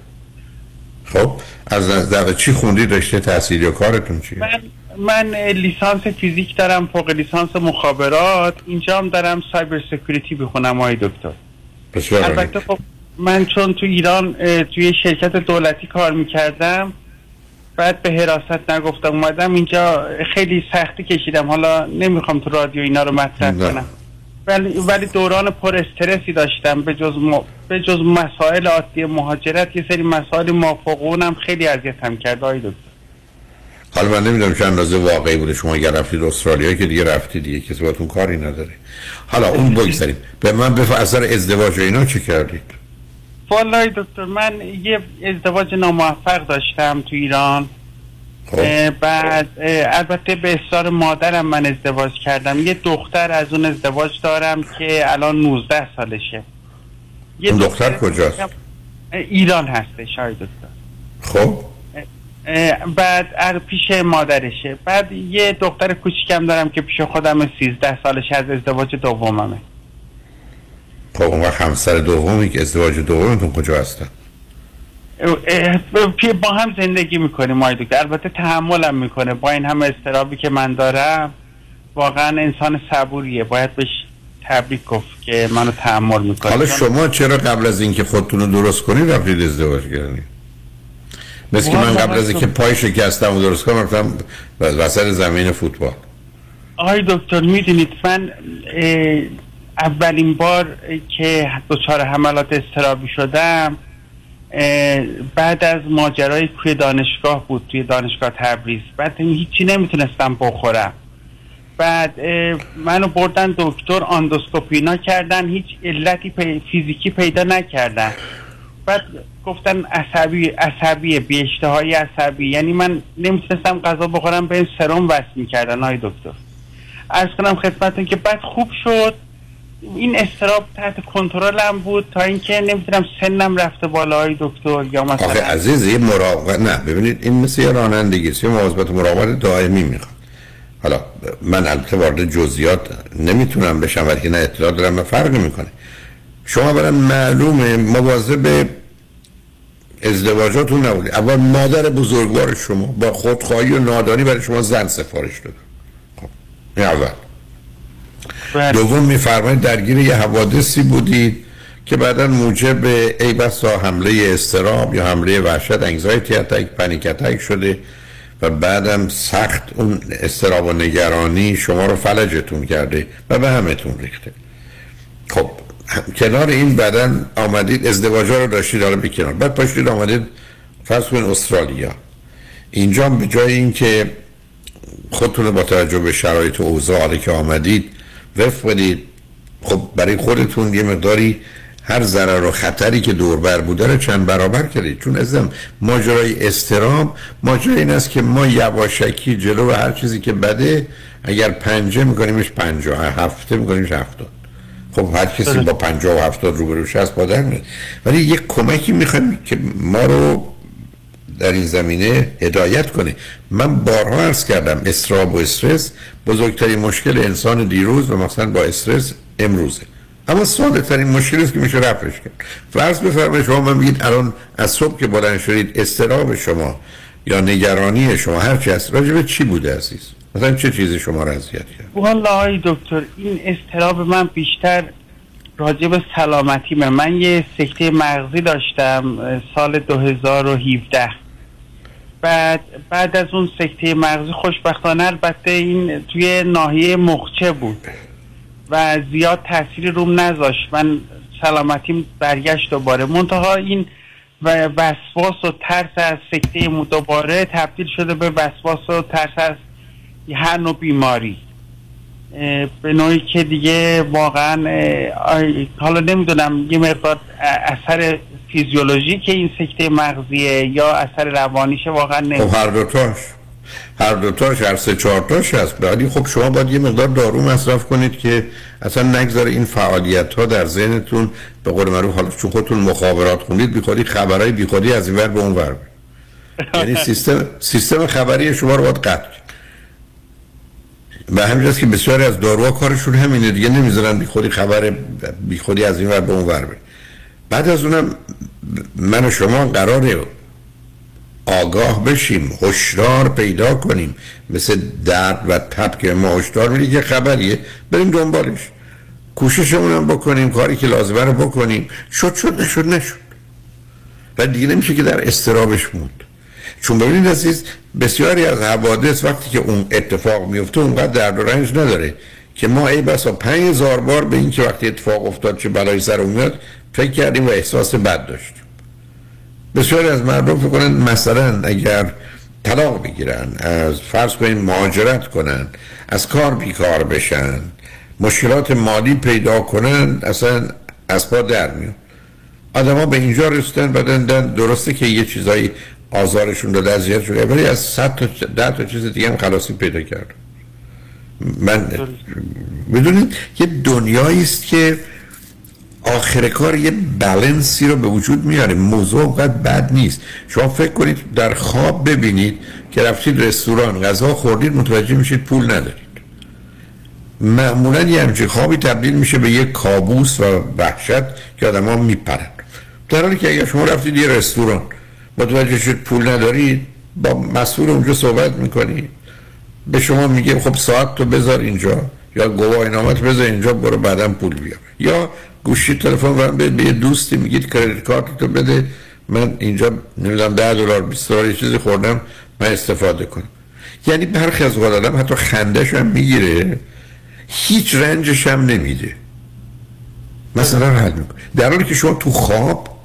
خب از نظر چی خوندی؟ رشته تحصیلی و کارتون چیه؟ من من لیسانس فیزیک دارم، فوق لیسانس مخابرات، اینجا هم دارم سایبر سکیوریتی بخونم آقای دکتر. بسیار البته خب من چون تو ایران توی شرکت دولتی کار میکردم، بعد به حراست نگفتم اومدم اینجا، خیلی سختی کشیدم. حالا نمیخوام تو رادیو اینا رو مطرح کنم. ولی ولی دوران پر استرسی داشتم، به جز م... به جز مسائل عادی مهاجرت یه سری مسائل موافق اونم خیلی اذیتم کرد آقای دکتر. حالا من نمیدونم چه اندازه واقعی بوده، شما اگر رفتید استرالیا که دیگه رفتید دیگه، کسی باهاتون کاری نداره. حالا اون بگذاریم، به من به اثر ازدواج اینا چه کردید؟ والله دکتر من یه ازدواج ناموفق داشتم تو ایران. بعد البته به اصرار مادرم من ازدواج کردم. یه دختر از اون ازدواج دارم که الان نوزده سالشه. یه اون دختر, دختر کجاست؟ ایران هستش آقای دکتر. خب بعد پیش مادرشه. بعد یه دختر کوچیکم دارم که پیش خودم سیزده سالش، از ازدواج دوممه. خب اون وقت همسر دومی که ازدواج دومتون کجا هستن؟ با هم زندگی میکنیم آقای دکتر. البته تحملم میکنه با این همه اضطرابی که من دارم. واقعا انسان صبوریه، باید بهش تبریک گفت که منو تحمل میکنه. حالا شما چرا قبل از اینکه خودتون رو درست کنید رفتید ازدواج کردید؟ مثل که من قبل از اینکه پای شکستم و درست کنم رفتم وسط زمین فوتبال. آقای دکتر میدونید من اولین بار که دچار حملات اضطرابی شدم بعد از ماجرای توی دانشگاه بود، توی دانشگاه تبریز. بعد هیچی نمیتونستم بخورم. بعد منو بردن دکتر، آندوسکوپینا کردن، هیچ علتی پی... فیزیکی پیدا نکردن. بعد گفتن عصبی عصبیه، بی اشتهایی عصبی. یعنی من نمیتونستم غذا بخورم، به سرم وصل میکردن آقای دکتر. عرض کنم خدمتتون که بعد خوب شد. این اضطراب تحت کنترلم بود تا اینکه نمیتونم سنم رفته بالای دکتر یا مثلا. آخه عزیز یه مراقبت، نه ببینید این مثل یه رانندگی است، یه مواظبت مراقبت دائمی میخواد. حالا من البته وارد جزئیات نمیتونم بشم ولی نه اطلاع دارم و فرق میکنه. شما برای معلومه مواظب ازدواجاتون نبودید. اول مادر بزرگوار شما با خودخواهی و نادانی برای شما زن سفارش داد. خب این اول. دوم میفرمایید درگیر یه حوادثی بودید که بعدا موجب ای بسا حمله اضطراب یا حمله وحشت، انگزایتی اتک، پنیک اتک شده و بعدم سخت اون اضطراب و نگرانی شما رو فلجتون کرده و به همتون ریخته. خب کنار این بعدن آمدید ازدواجا رو داشتید، حالا به کنار، بعد پاشتید آمدید فرض کنید استرالیا. اینجا به جای اینکه خودتون رو با توجه به شرایط و اوضاعی که آمدید وفق بدید، خب برای خودتون یه مقداری هر ضرر و خطری که دور بر بوده رو چند برابر کردید. چون ازم ماجرای استرام ماجرای این است که ما یواشکی جلو و هر چیزی که بده اگر پنجه میکنیمش پنجاه، هفته میکنیمش هفتاد. خب هر کسی با پنجاه و هفتاد روبروش هست با در میاد. ولی یک کمکی میخوایم که ما رو در این زمینه هدایت کنه. من بارها عرض کردم اضطراب و استرس بزرگترین مشکل انسان دیروز و مثلا با استرس امروزه، اما ساده ترین مشکلی است که میشه رفعش کرد. فرض بفرمایید شما من میگید الان از صبح که بلند شدید اضطراب شما یا نگرانی شما هر چی هست راجع به چی بوده عزیز؟ مثلا چه چیزی شما را اذیت کرد؟ والله آقای دکتر این اضطراب من بیشتر راجع به سلامتیمه. من یه سکته مغزی داشتم سال دو هزار و هفده. بعد بعد از اون سکته مغزی خوشبختانه البته این توی ناحیه مخچه بود و زیاد تأثیری روم نذاشت. من سلامتیم برگشت دوباره، منتها این و وسواس و ترس از سکته دوباره تبدیل شده به وسواس و ترس از هر نوع بیماری، به نوعی که دیگه واقعا حالا نمیدونم یه مقدار اثر فیزیولوژی که این سکته مغزیه یا اثر روانیشه واقعا نمیدونم. خب هر دوتاش هر دوتاش هر سه چهار تاش هست. ولی خب شما باید یه مقدار دارو مصرف کنید که اصلا نگذاره این فعالیت ها در ذهنتون به قول معروف، حالا چون خودتون مخابرات خوندید بیخودی خبرای بیخودی از این ور به اون ور یعنی سیستم سیستم خبری شما رو باید قطع کنید. و همینجاست که بسیاری از داروها کارشون همینه دیگه، نمیذارن بیخودی خبر بیخودی از این ور به اون ور بره. بعد از اونم من و شما قراره آگاه بشیم، هوشیار پیدا کنیم، مثل درد و تب که ما هوشیار می‌شیم که خبریه بریم دنبالش، کوششمون هم بکنیم، کاری که لازمه رو بکنیم. شد شد نشد نشد و دیگه نمیشه که در اضطرابش موند. چون ببینید عزیز بسیاری از حوادث وقتی که اون اتفاق میفته اونقدر درد و رنج نداره که ما ای بسا پنج هزار بار به این که وقتی اتفاق افتاد چه بلایی سر اومد فکر کردیم و احساس بد داشتیم. بسیاری از مردم فکر کنن مثلا اگر طلاق بگیرن، از فرض کنین مهاجرت کنن، از کار بیکار بشن، مشکلات مالی پیدا کنن، اصلا از پا در میان. آدم ها به اینجا رسیدن بدن درسته که یه چیزایی آزارشون داده، اذیت شده، ولی از صد تا ده تا چیز دیگه هم خلاصی پیدا کرد. من بدونید یه دنیایی است که آخر کار یه بالانسی رو به وجود میاره. موضوع وقت بد نیست. شما فکر کنید در خواب ببینید که رفتید رستوران غذا خوردید، متوجه میشید پول ندارید. معمولا یه همچین خوابی تبدیل میشه به یه کابوس و وحشت که آدم ها میپرن. در حالی که اگر شما رفتید یه رستوران متوجه شد پول ندارید، با مسئول اونجا صحبت میکنید، به شما میگه خب ساعت تو بذار اینجا یا گواهی نامت بذار اینجا، برو بعدم پول بیار. یا گوشی تلفن برام به یه دوستی میگید کریدیت کارت تو بده، من اینجا نمیدونم ده دلار بیست دلار یه چیزی خوردم من استفاده کنم. یعنی برخی از وقت آدم حتی خندش هم میگیره، هیچ رنجش هم نمیده، مثلا حل میکنه، در حالی که شما تو خواب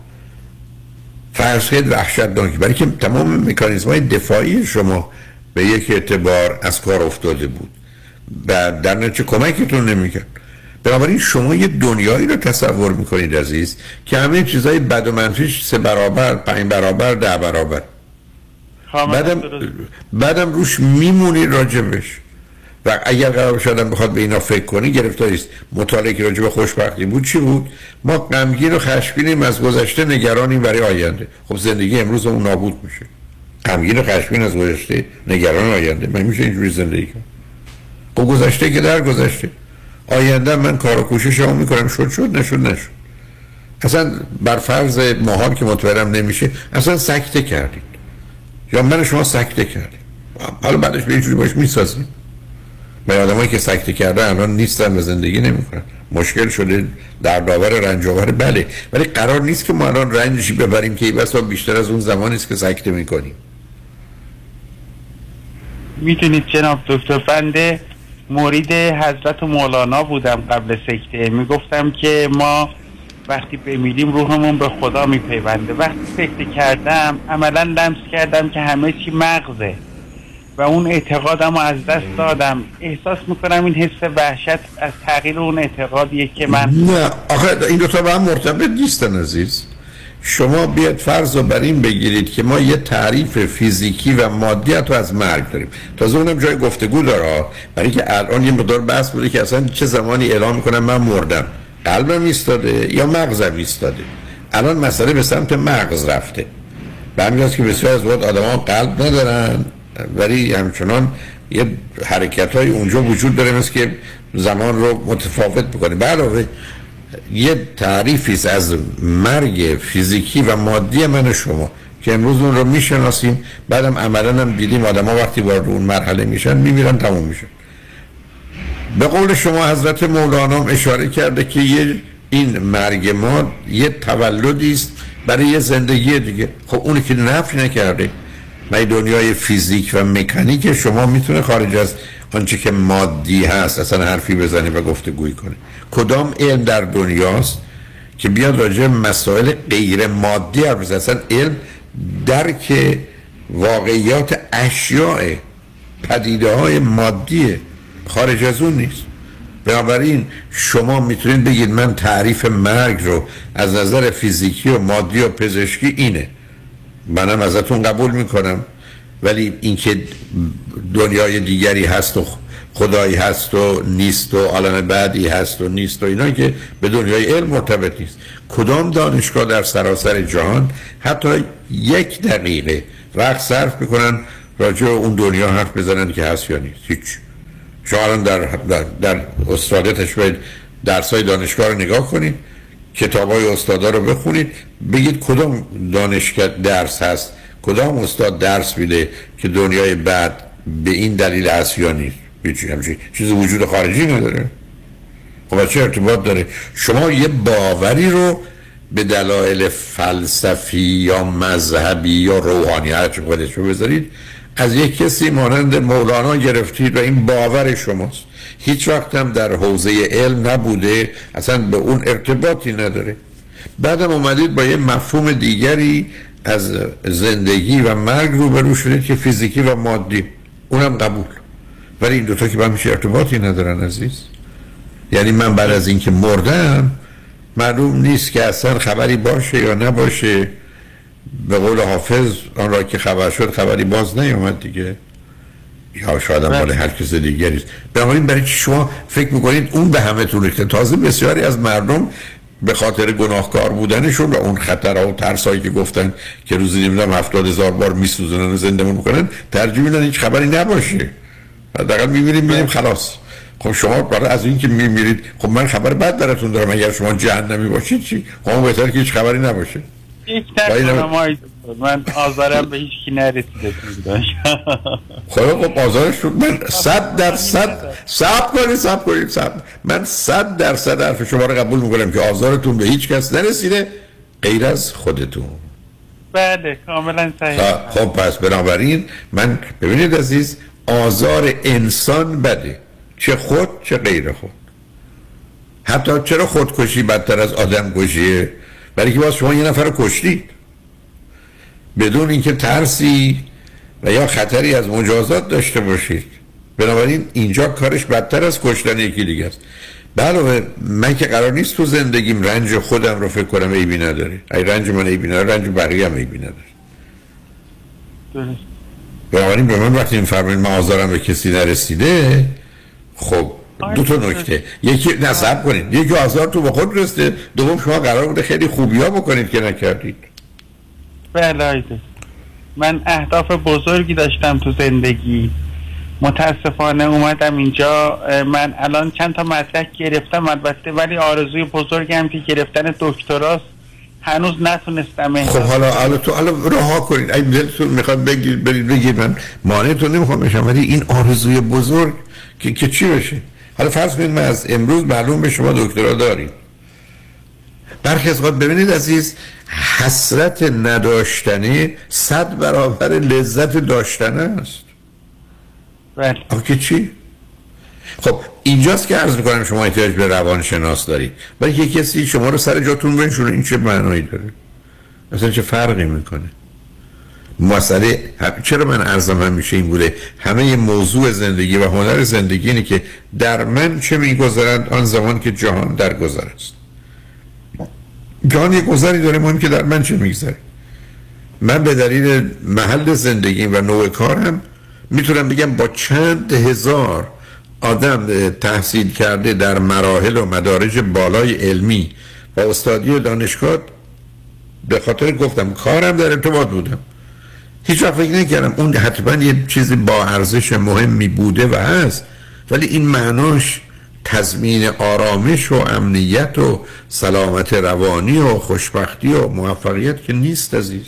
فرض کنید وحشتناکی، برای که تمام مکانیزم‌های دفاعی شما به یک اعتبار از کار افتاده بود و در نتیجه کمکتون نمیکرد. بنابراین شما یه دنیایی رو تصور میکنید عزیز که همه چیزای بد و منفیش سه برابر، پنج برابر، ده برابر، بعدم بعدم روش میمونید راجبش. و اگر قرار باشه آدم بخواد به اینا فکر کنی گرفتاری است. مطالعه که راجب خوشبختی بود چی بود؟ ما غمگین و خشمگینیم، از گذشته نگرانیم برای آینده. خب زندگی امروز اون نابود میشه. غمگین و خشمگین از گذشته، نگران آینده. من میشه اینجوری زندگی کنم؟ خب گذشته که در گذشته، آینده من کار و کوششمو میکنم، شد شد، نشد نشد. اصلا بر فرض محال که متورم نمیشه، اصلا سکته کردید یا من شما سکته کردیم، حالا بعدش به اینجوری باش میسازیم. من آدمایی که سکته کرده الان نیستن و زندگی نمیکنن، مشکل شده، در داور رنج آور، بله، ولی قرار نیست که ما الان رنجی ببریم که بس بیشتر از اون زمانی است که سکته میکنیم. میدونید جناب دکتر، بنده مرید حضرت مولانا بودم قبل سکته. میگفتم که ما وقتی بمیریم روحمون به خدا میپیونده. وقتی سکته کردم عملا لمس کردم که همه چی مغزه و اون اعتقادم رو از دست دادم. احساس میکنم این حس وحشت از تغییر اون اعتقادیه که من نه آخه این دوتا با هم مرتبط نیستن عزیز. شما بیاد فرض رو بر این بگیرید که ما یه تعریف فیزیکی و مادیت رو از مرگ داریم. تازه اونم جای گفتگو داره، برای که الان یه مقدار بحث بوده که اصلا چه زمانی اعلام میکنم من مردم، قلبم ایستاده یا مغزم ایستاده. الان مسئله به سمت مغز رفته. به همین جاست که بسیار از وقت آدم ها قلب ندارن ولی همچنان یه حرکت های اونجا وجود داره مثل که زمان رو متفاوت بکنه. علاوه یه تعریفی از مرگ فیزیکی و مادی من و شما که امروز اون رو میشناسیم، بعدم عملا هم دیدیم آدم ها وقتی وارد اون مرحله میشن میمیرن، تموم میشن. به قول شما حضرت مولانا اشاره کرده که یه این مرگ ما یه تولدی است برای یه زندگی دیگه. خب اونی که نفی نکرده، من دنیای فیزیک و مکانیک شما میتونه خارج از آنچه که مادی هست اصلا حرفی بزنه و گفتگویی کنه. کدام علم در دنیاست که بیاد راجع مسائل غیر مادی حرف بزنه؟ اصلا علم درک واقعیات اشیاء، پدیده های مادیه، خارج از اون نیست. بنابراین شما میتونید بگید من تعریف مرگ رو از نظر فیزیکی و مادی و پزشکی اینه، منم ازتون قبول میکنم، ولی اینکه دنیای دیگری هست و خدایی هست و نیست و عالم بعدی هست و نیست و اینا که به دنیای علم مرتبط نیست. کدام دانشگاه در سراسر جهان حتی یک دقیقه وقت صرف میکنن راجع به اون دنیا حرف بزنن که هست یا نیست؟ هیچ. شما الان در, در, در استرالیا تشبه درسای دانشگاه رو نگاه کنید، کتابای استادا رو بخونید، بگید کدام دانشگاه درس هست، کدام استاد درس میده که دنیای بعد به این دلیل هست یا نیست. هیچ همچین چیز وجود خارجی نداره. خب چه ارتباط داره؟ شما یه باوری رو به دلایل فلسفی یا مذهبی یا روحانی هر چه خودش رو بذارید از یک کسی مانند مولانا گرفتید و این باور شماست. هیچ وقت هم در حوزه علم نبوده، اصلا به اون ارتباطی نداره. بعدم اومدید با یه مفهوم دیگری از زندگی و مرگ روبرو شدید که فیزیکی و مادی، اونم قبول. ولی این دوتا که با هم هیچ ارتباطی ندارن عزیز. یعنی من بعد از اینکه مردم معلوم نیست که اصلا خبری باشه یا نباشه. به قول حافظ آن را که خبر شد خبری باز نیامد دیگه، یا شاید هم مال هر کس دیگری است. بنابراین برای چی شما فکر میکنید اون به همه تون ریخته؟ تازه بسیاری از مردم به خاطر گناهکار بودنشون و اون خطرها و ترسایی که گفتن که روزی نمیدونم هفتاد هزار بار میسوزونن و زندمون میکنن، ترجیح میدن هیچ خبری نباشه، حداقل میمیریم میریم خلاص. خب شما برای از این که میمیرید، خب من خبر بد براتون دارم، اگر شما جهنمی باشید چی؟ خب بهتره که هیچ خبری نباشه. هیچ نکنم من آزارم به هیچ کی نرسیده. خب خب آزارش شد. من صد درصد صبر کنید صبر کنید صبر من صد درصد حرف شما رو قبول میکنم که آزارتون به هیچ کس نرسیده غیر از خودتون. بله کاملا صحیح. خب پس بنابراین من ببینید عزیز، آزار انسان بده، چه خود چه غیر خود. حتی چرا خودکشی بدتر از آدم کشیه؟ برای که باز شما یه نفر رو کشتید بدون اینکه ترسی و یا خطری از مجازات داشته باشید. بنابراین اینجا کارش بدتر از کشتن یکی دیگه است. علاوه من که قرار نیست تو زندگیم رنج خودم رو فکر کنم عیبی نداره. ای رنج من عیبی نداره، رنج بقیه هم عیبی نداره. درست. بنابراین به من وقتی می‌فرمایید من آزارم به کسی نرسیده، خب دو تا نکته، یکی نصب کنید، یکی آزار تو به خود رسیده، دوم شما قرار بوده خیلی خوبی‌ها بکنید که نکردید. بله من اهداف بزرگی داشتم تو زندگی، متاسفانه اومدم اینجا. من الان چند تا مدرک گرفتم البته، ولی آرزوی بزرگم که گرفتن دکتراست، هنوز نتونستم. خب حالا حالا تو حالا رها کنید، اگه دلتون میخواد بگید برید بگید، من مانعتون نمیخوام بشم، ولی این آرزوی بزرگ که که چی بشه؟ حالا فرض کنید من از امروز معلوم به شما دکترا دارید. برخی از وقت ببینید عزیز، حسرت نداشتنی صد برابر لذت داشتن است. بله. آخه چی؟ خب اینجاست که عرض میکنم شما احتیاج به روانشناس دارید. ولی که کسی شما رو سر جاتون بنشونه، این چه معنایی داره؟ اصلا چه فرقی میکنه؟ مسئله چرا من عرضم همیشه این بوده، همه موضوع زندگی و هنر زندگی اینه که در من چه میگذرند آن زمان که جهان در گذر است. جهان یک گذری داره، مهم که در من چه میگذره. من به دلیل محل زندگی و نوع کارم میتونم بگم با چند هزار آدم تحصیل کرده در مراحل و مدارج بالای علمی و استادی و دانشگاه، به خاطر گفتم کارم در ارتباط بودم، هیچ وقت فکر نکردم اون حتما یه چیزی با ارزش مهمی بوده و هست، ولی این معناش تضمین آرامش و امنیت و سلامت روانی و خوشبختی و موفقیت که نیست عزیز.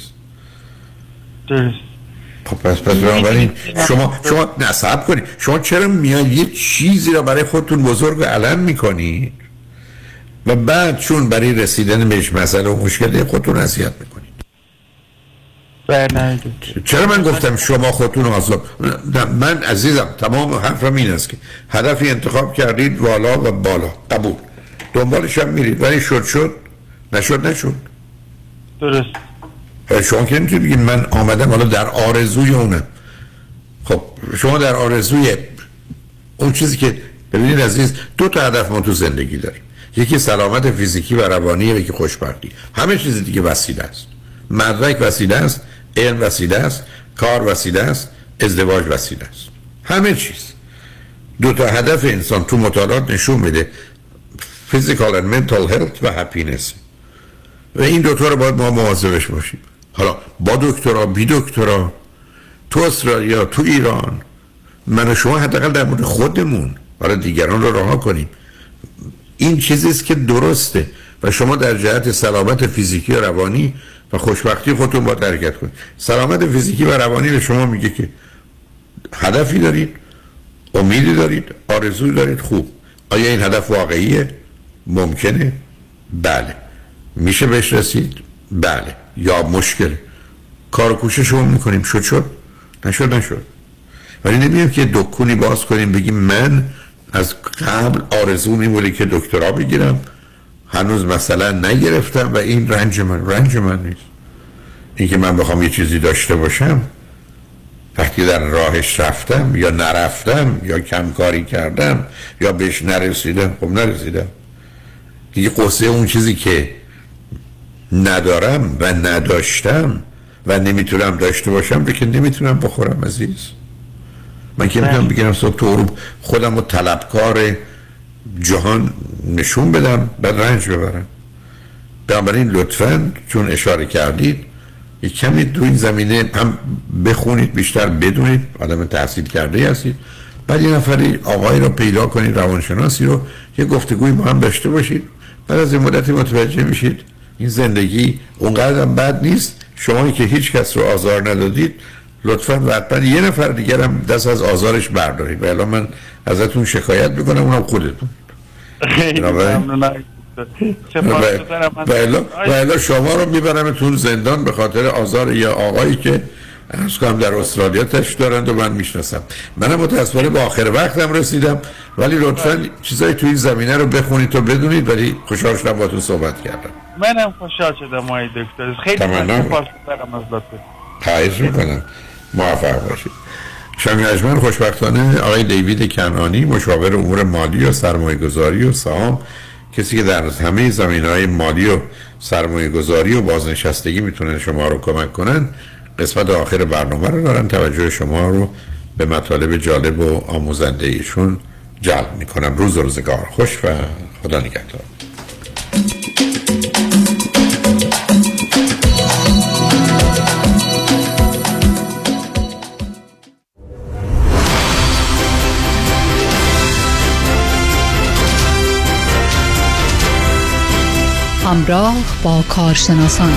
درست. خب پس پس بنابراین شما شما نصب کنید، شما چرا میاد یه چیزی را برای خودتون بزرگ و علم میکنید و بعد چون برای رسیدن بهش مسئله و مشکل خودتون اذیت میکنید؟ بله. چرا من گفتم شما خودتون آزاد؟ من عزیزم تمام حرفم این است که هدفی انتخاب کردید والا و بالا، قبول، دنبالش هم میرید، ولی شد شد نشد نشد. درست. شما که نمیتونید بگید من آمدم حالا در آرزوی اونم. خب شما در آرزوی اون چیزی که ببینید عزیز، دو تا هدف ما تو زندگی داریم، یکی سلامت فیزیکی و روانی و یکی خوشبختی. همه چیز دیگه وسیله است. مدرک وسیله است، علم وسیله است، کار وسیله است، ازدواج وسیله است. همه چیز. دو تا هدف انسان تو مطالعات نشون میده، physical and mental health و happiness، و این دو تا رو باید ما مواظبش باشیم. حالا با دکترا بی دکترا، تو استرالیا تو ایران، من و شما حداقل در مورد خودمون، حالا دیگران رو رها کنیم، این چیزیست که درسته و شما در جهت سلامت فیزیکی و روانی و خوشبختی خودتون باید حرکت کنید. سلامت فیزیکی و روانی به شما میگه که هدفی دارید، امیدی دارید، آرزویی دارید. خوب، آیا این هدف واقعیه؟ ممکنه؟ بله. میشه بهش رسید؟ بله. یا مشکل؟ کار و کوشش رو میکنیم، شد شد نشد نشد. ولی نمیگم که دکونی باز کنیم بگیم من از قبل آرزو میمونه که دکترا بگیرم، هنوز مثلا نگرفتم و این رنج من رنج من نیست. این که من بخوام یه چیزی داشته باشم وقتی در راهش رفتم یا نرفتم یا کم کاری کردم یا بهش نرسیدم، خب نرسیدم دیگه. قصه اون چیزی که ندارم و نداشتم و نمیتونم داشته باشم که نمیتونم بخورم عزیز. من که میتونم بگیرم صبح تو اروپ خودم رو طلبکار جهان نشون بدم بعد رنج ببرم. بنابراین لطفاً چون اشاره کردید یک کمی تو این زمینه هم بخونید، بیشتر بدونید، آدم تحصیل کرده هستید، بعد یه نفری آقایی رو پیدا کنید، روانشناسی رو، یه گفتگوی با هم داشته باشید. بعد از این مدتی متوجه میشید این زندگی اونقدر بد نیست. شمایی که هیچ کس رو آزار ندادید لطفاً و حتما یه نفر دیگر هم دست از آزارش بردارید و الان من ازتون شکایت میکنم، اونم خودتون. خیلی ممنونم. و الا شما رو میبرمتون زندان به خاطر آزار یا آقایی که از کنم در استرالیا تشت دارند و من میشناسم. منم متاسفانه به آخر وقتم رسیدم، ولی لطفاً چیزای توی این زمینه رو بخونید تا بدونید. ولی خوشحال شدم باهاتون صحبت کردم. منم خوشحال شدم آقای دکتر. خیلی سپاسگزارم از لطفتون. خواهش میکنم. موفق باشید. شنوندگان خوشبختانه آقای دیوید کنعانی، مشاور امور مالی و سرمایه‌گذاری و سهام، کسی که در همه زمینه‌های مالی و سرمایه‌گذاری و بازنشستگی میتونه شما رو کمک کنن، قسمت آخر برنامه رو دارن. توجه شما رو به مطالب جالب و آموزنده ایشون جلب میکنم. روز و روزگار خوش و خدا نگهدار. همراه با کارشناسان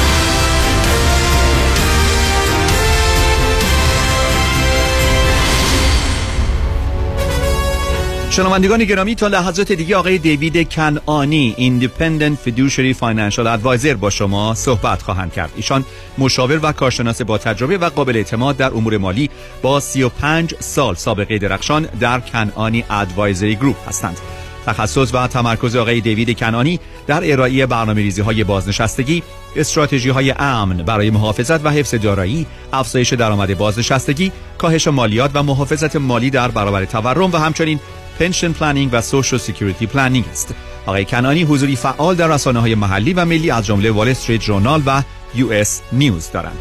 شنوندگان گرامی، تا لحظات دیگه آقای دیوید کنعانی Independent Fiduciary Financial Advisor با شما صحبت خواهند کرد. ایشان مشاور و کارشناس با تجربه و قابل اعتماد در امور مالی با سی و پنج سال سابقه درخشان در کنعانی ادوایزری گروپ هستند. تخصص و تمرکز آقای دیوید کنعانی در ارائه برنامه‌ریزی‌های بازنشستگی، استراتژی‌های امن برای محافظت و حفظ دارایی، افزایش درآمد بازنشستگی، کاهش مالیات و محافظت مالی در برابر تورم و همچنین پنشن پلنینگ و سوشال سکیوریتی پلنینگ است. آقای کنعانی حضوری فعال در رسانه‌های محلی و ملی از جمله وال استریت ژورنال و یو اس نیوز دارند.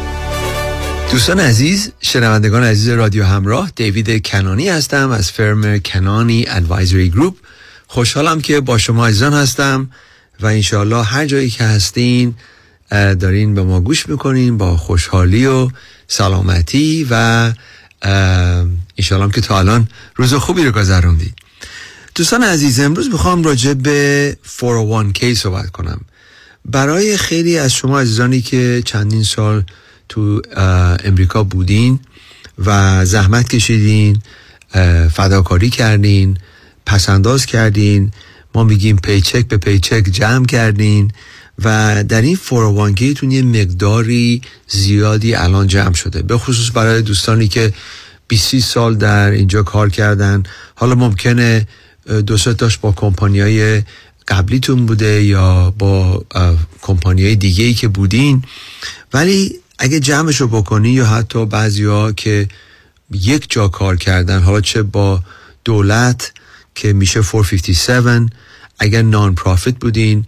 دوستان عزیز، شنوندگان عزیز رادیو همراه، دیوید کنعانی هستم از فرم کنعانی ادوایزری گروپ. خوشحالم که با شما عزیزان هستم و انشاءالله هر جایی که هستین دارین به ما گوش میکنین با خوشحالی و سلامتی و انشاءالله که تا الان روز خوبی رو گذروندید. دوستان عزیز، امروز میخوام راجع به فور او وان کی صحبت کنم. برای خیلی از شما عزیزانی که چندین سال تو امریکا بودین و زحمت کشیدین، فداکاری کردین، پسنداز کردین، ما میگیم پیچک به پیچک جمع کردین و در این فور او وان کی تون یه مقداری زیادی الان جمع شده، به خصوص برای دوستانی که بیست سال در اینجا کار کردن. حالا ممکنه دو سه تاش با کمپانیای قبلیتون بوده یا با کمپانیای دیگه‌ای که بودین، ولی اگه جمعشو بکنی یا حتی بعضیا که یک جا کار کردن، حالا چه با دولت که میشه چهارصد و پنجاه و هفت، اگر نان پرافیت بودین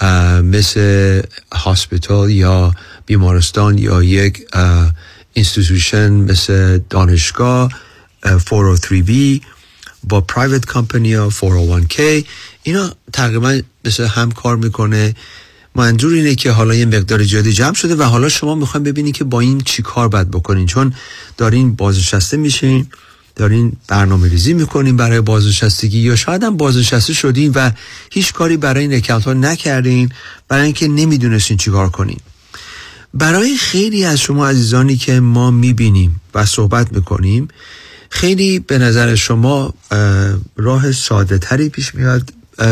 مثل هاسپیتال یا بیمارستان یا یک اینستیتوشن مثل دانشگاه فور او تری بی، با پرایوت کمپانی ها فور او وان کی، اینا تقریبا مثل هم کار میکنه. منظور اینه که حالا یه مقدار زیادی جمع شده و حالا شما میخواین ببینید که با این چی کار باید بکنین، چون دارین بازنشسته میشین، دارین برنامه ریزی میکنین برای بازنشستگی یا شاید هم بازنشسته شدین و هیچ کاری برای این اکانت ها نکردین برای اینکه نمیدونستین چی کار کنین. برای خیلی از شما عزیزانی که ما میبینیم و صحبت میکنیم، خیلی به نظر شما راه ساده تری پیش میاد،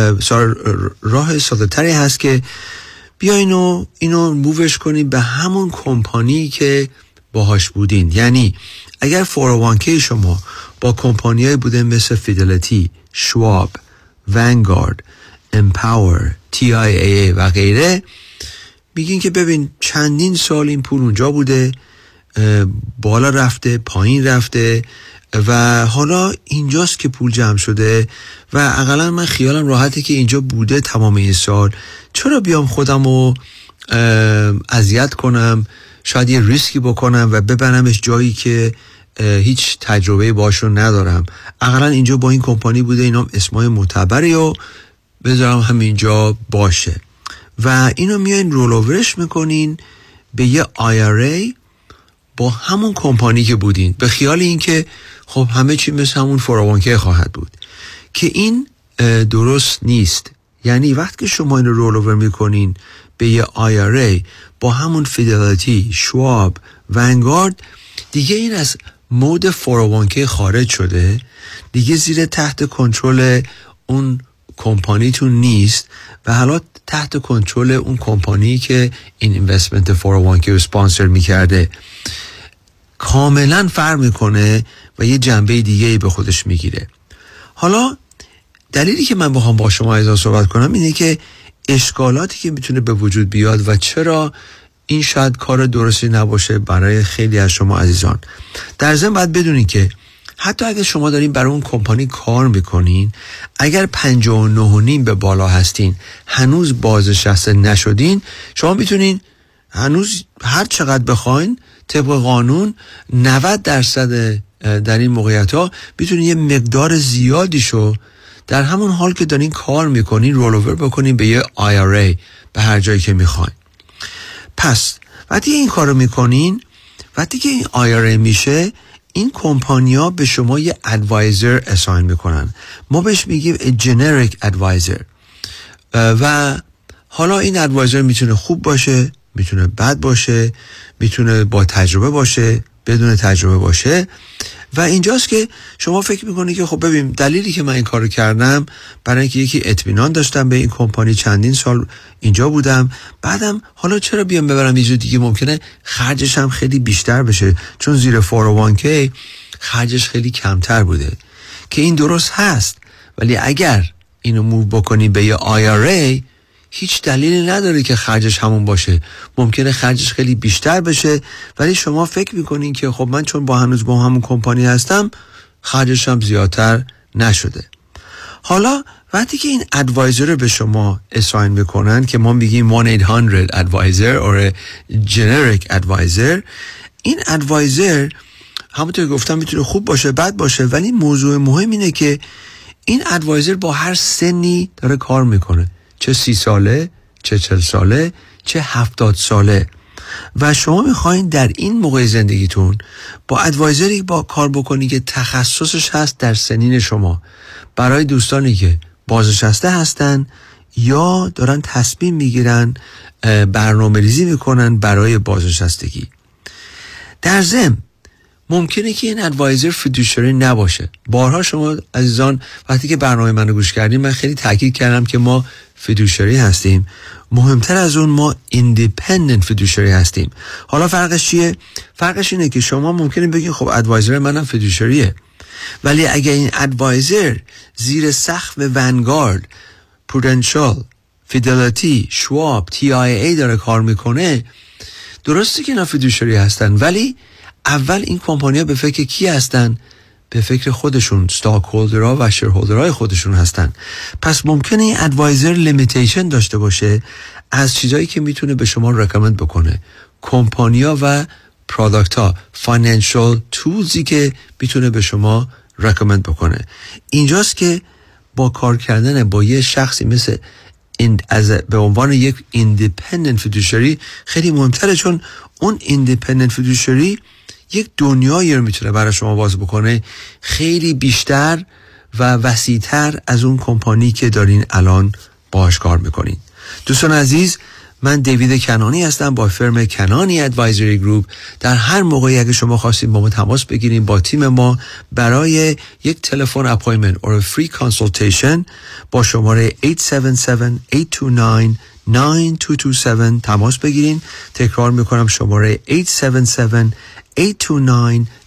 راه ساده تری هست که بیاین و اینو مووش کنین به همون کمپانی که باهاش بودین. یعنی اگر فور او وان کی شما با کمپانیایی بوده مثل فیدلیتی، شواب، ونگارد، امپاور، تی آی ای ای و غیره. میگین که ببین چندین سال این پول اونجا بوده، بالا رفته، پایین رفته و حالا اینجاست که پول جمع شده و اقلا من خیالم راحته که اینجا بوده تمام این سال. چرا بیام خودم رو اذیت کنم، شاید یه ریسکی بکنم و ببرمش جایی که هیچ تجربه باشون ندارم. اقلا اینجا با این کمپانی بوده، اینا اسمای معتبری و بذارم همینجا باشه و اینو میاین رولوورش میکنین به یه آی آر ای با همون کمپانی که بودین، به خیال این که خب همه چی مثل همون فور او وان کی خواهد بود، که این درست نیست. یعنی وقتی که شما اینو رولوور میکنین به یه آی آر ای با همون فیدلیتی، شواب، ونگارد، دیگه این از مود فور او وان کی خارج شده، دیگه زیر تحت کنترل اون کمپانیتون نیست و حالا تحت کنترل اون کمپانی که این اینوستمنت فور او وان کی رو اسپانسر میکرده. کاملا فرق میکنه و یه جنبه دیگه به خودش میگیره. حالا دلیلی که من بخوام با شما عزیزان صحبت کنم اینه که اشکالاتی که میتونه به وجود بیاد و چرا این شاید کار درستی نباشه برای خیلی از شما عزیزان. در ضمن باید بدونین که حتی اگر شما دارین برای اون کمپانی کار میکنین، اگر پنجاه و نه و نیم به بالا هستین، هنوز بازنشسته نشدین، شما میتونین هنوز هر چقدر بخواین طبق قانون نود درصد در این موقعیت ها میتونین یه مقدار زیادیشو در همون حال که دارین کار میکنین رولوور بکنین به یه آی آر ای به هر جایی که میخواین. پس وقتی این کار رو میکنین، وقتی که این آی آر ای میشه، این کمپانیا به شما یه ادوایزر اساین میکنن. ما بهش میگیم جنریک ادوایزر و حالا این ادوایزر میتونه خوب باشه، میتونه بد باشه، میتونه با تجربه باشه، بدون تجربه باشه و اینجاست که شما فکر میکنی که خب ببین دلیلی که من این کارو کردم برای اینکه یکی اطمینان داشتم به این کمپانی، چندین سال اینجا بودم، بعدم حالا چرا بیام ببرم یه جای دیگه ممکنه خرجش هم خیلی بیشتر بشه، چون زیر فور او وان کی خرجش خیلی کمتر بوده. که این درست هست، ولی اگر اینو موو بکنی به یه آی آر ای هیچ دلیلی نداره که خرجش همون باشه. ممکنه خرجش خیلی بیشتر بشه ولی شما فکر میکنین که خب من چون با هنوز با همون کمپانی هستم خرجش هم زیادتر نشده. حالا وقتی که این ادوایزر رو به شما اساین میکنن که ما میگیم one eight hundred ادوایزر or generic ادوایزر، این ادوایزر همونطور که گفتم میتونه خوب باشه بد باشه، ولی موضوع مهم اینه که این ادوایزر با هر سنی داره کار میکنه، چه سی ساله، چه چل ساله، چه هفتاد ساله و شما میخواین در این موقع زندگیتون با ادوایزری با کار بکنی که تخصصش هست در سنین شما، برای دوستانی که بازنشسته هستن یا دارن تصمیم میگیرن برنامه ریزی میکنن برای بازنشستگی. در ضمن ممکنه که این ادوایزر فیدوشری نباشه. بارها شما عزیزان وقتی که برنامه منو گوش کردین من خیلی تاکید کردم که ما فیدوشری هستیم، مهمتر از اون ما ایندیپندنت فیدوشری هستیم. حالا فرقش چیه؟ فرقش اینه که شما ممکنه بگین خب ادوایزر منم فیدوشریه، ولی اگه این ادوایزر زیر سقف ونگارد، پرودنشال، فیدلیتی، شواب، تی آی ای داره کار میکنه، درسته که اینا فیدوشری هستن، ولی اول این کمپانی‌ها به فکر کی هستن؟ به فکر خودشون، استاک هولدرها و شیر هولدرهای خودشون هستن. پس ممکنه این ادوایزر لیمیتیشن داشته باشه از چیزایی که میتونه به شما رکامند بکنه، کمپانی‌ها و پروداکت‌ها، فاینانشال تولزی که میتونه به شما رکامند بکنه. اینجاست که با کار کردن با یه شخصی مثل این از به عنوان یک ایندیپندنت فیدوشری خیلی مهمتره، چون اون ایندیپندنت فیدوشری یک دنیایی رو میتونه برای شما باز بکنه خیلی بیشتر و وسیع‌تر از اون کمپانی که دارین الان باهاش کار میکنین. دوستان عزیز، من دیوید کنانی هستم با فرم کنانی ادوایزری گروپ. در هر موقعی اگه شما خواستید با ما تماس بگیرید با تیم ما برای یک تلفن اپایمنت or a free consultation با شماره هشت هفت هفت، هشت دو نه، نه دو دو هفت تماس بگیرین. تکرار میکنم شماره هشت هفت هفت، هشت دو نه،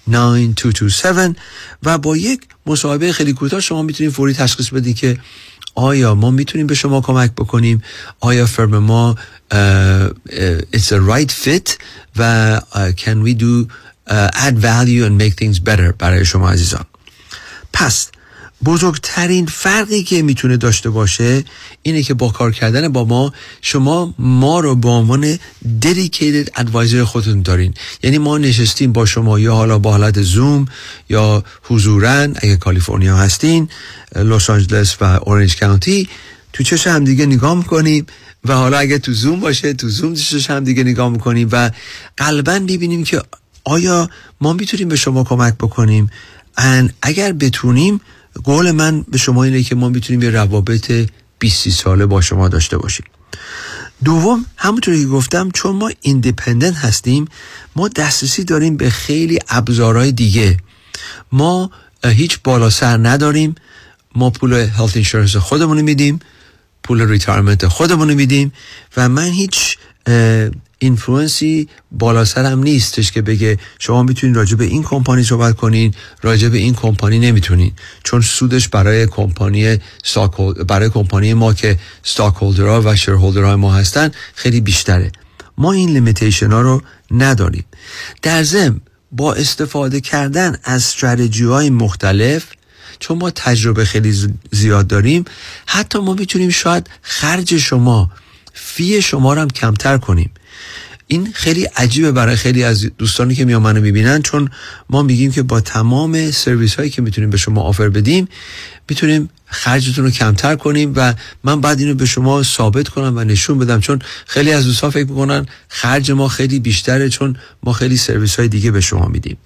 نه دو دو هفت و با یک مصاحبه خیلی کوتاه شما میتونید فوری تشخیص بدید که آیا ما میتونیم به شما کمک بکنیم، آیا فرم ما uh, uh, it's a right fit و uh, can we do uh, add value and make things better برای شما عزیزان. پس بزرگترین فرقی که میتونه داشته باشه اینه که با کار کردن با ما شما ما رو به عنوان dedicated advisor خودتون دارین. یعنی ما نشستیم با شما یا حالا با حالت زوم یا حضوراً اگه کالیفرنیا هستین، لس آنجلس و اورنج کانتی، تو چش هم دیگه نگاه میکنیم و حالا اگه تو زوم باشه تو زوم چش هم دیگه نگاه میکنیم و قلباً ببینیم که آیا ما میتونیم به شما کمک بکنیم. و اگر بتونیم قول من به شما اینه که ما میتونیم یه روابط بیست ساله با شما داشته باشیم. دوم، همونطوری که گفتم چون ما ایندیپندنت هستیم ما دسترسی داریم به خیلی ابزارهای دیگه. ما هیچ بالا سر نداریم، ما پول هلت اینشورنس خودمون میدیم، پول ریتایرمنت خودمون میدیم و من هیچ اینفلوئنسی بالا سرم نیستش که بگه شما میتونین راجع به این کمپانی صحبت کنین، راجع به این کمپانی نمیتونین، چون سودش برای کمپانی استاک برای کمپانی ما که استاک هولدرها و شیر هولدرهای ما هستن خیلی بیشتره. ما این لیمیتیشن ها رو نداریم. در ضمن با استفاده کردن از استراتژی های مختلف، چون ما تجربه خیلی زیاد داریم، حتی ما میتونیم شاید خرج شما فی شما رو هم کمتر کنیم. این خیلی عجیبه برای خیلی از دوستانی که میان منو میبینن، چون ما میگیم که با تمام سرویس هایی که میتونیم به شما آفر بدیم میتونیم خرجتون رو کمتر کنیم و من بعد اینو به شما ثابت کنم و نشون بدم، چون خیلی از دوستان فکر میکنن خرج ما خیلی بیشتره چون ما خیلی سرویس های دیگه به شما میدیم.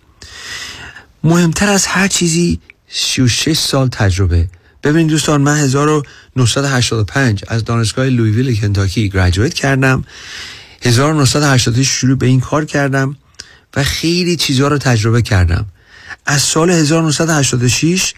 مهمتر از هر چیزی سی و شش سال تجربه. ببینید دوستان، من هزار و نهصد و هشتاد و پنج از دانشگاه لویویل کنتاکی گریجویت کردم. هزار و نهصد و هشتاد و شش شروع به این کار کردم و خیلی چیزها رو تجربه کردم. از سال هزار و نهصد و هشتاد و شش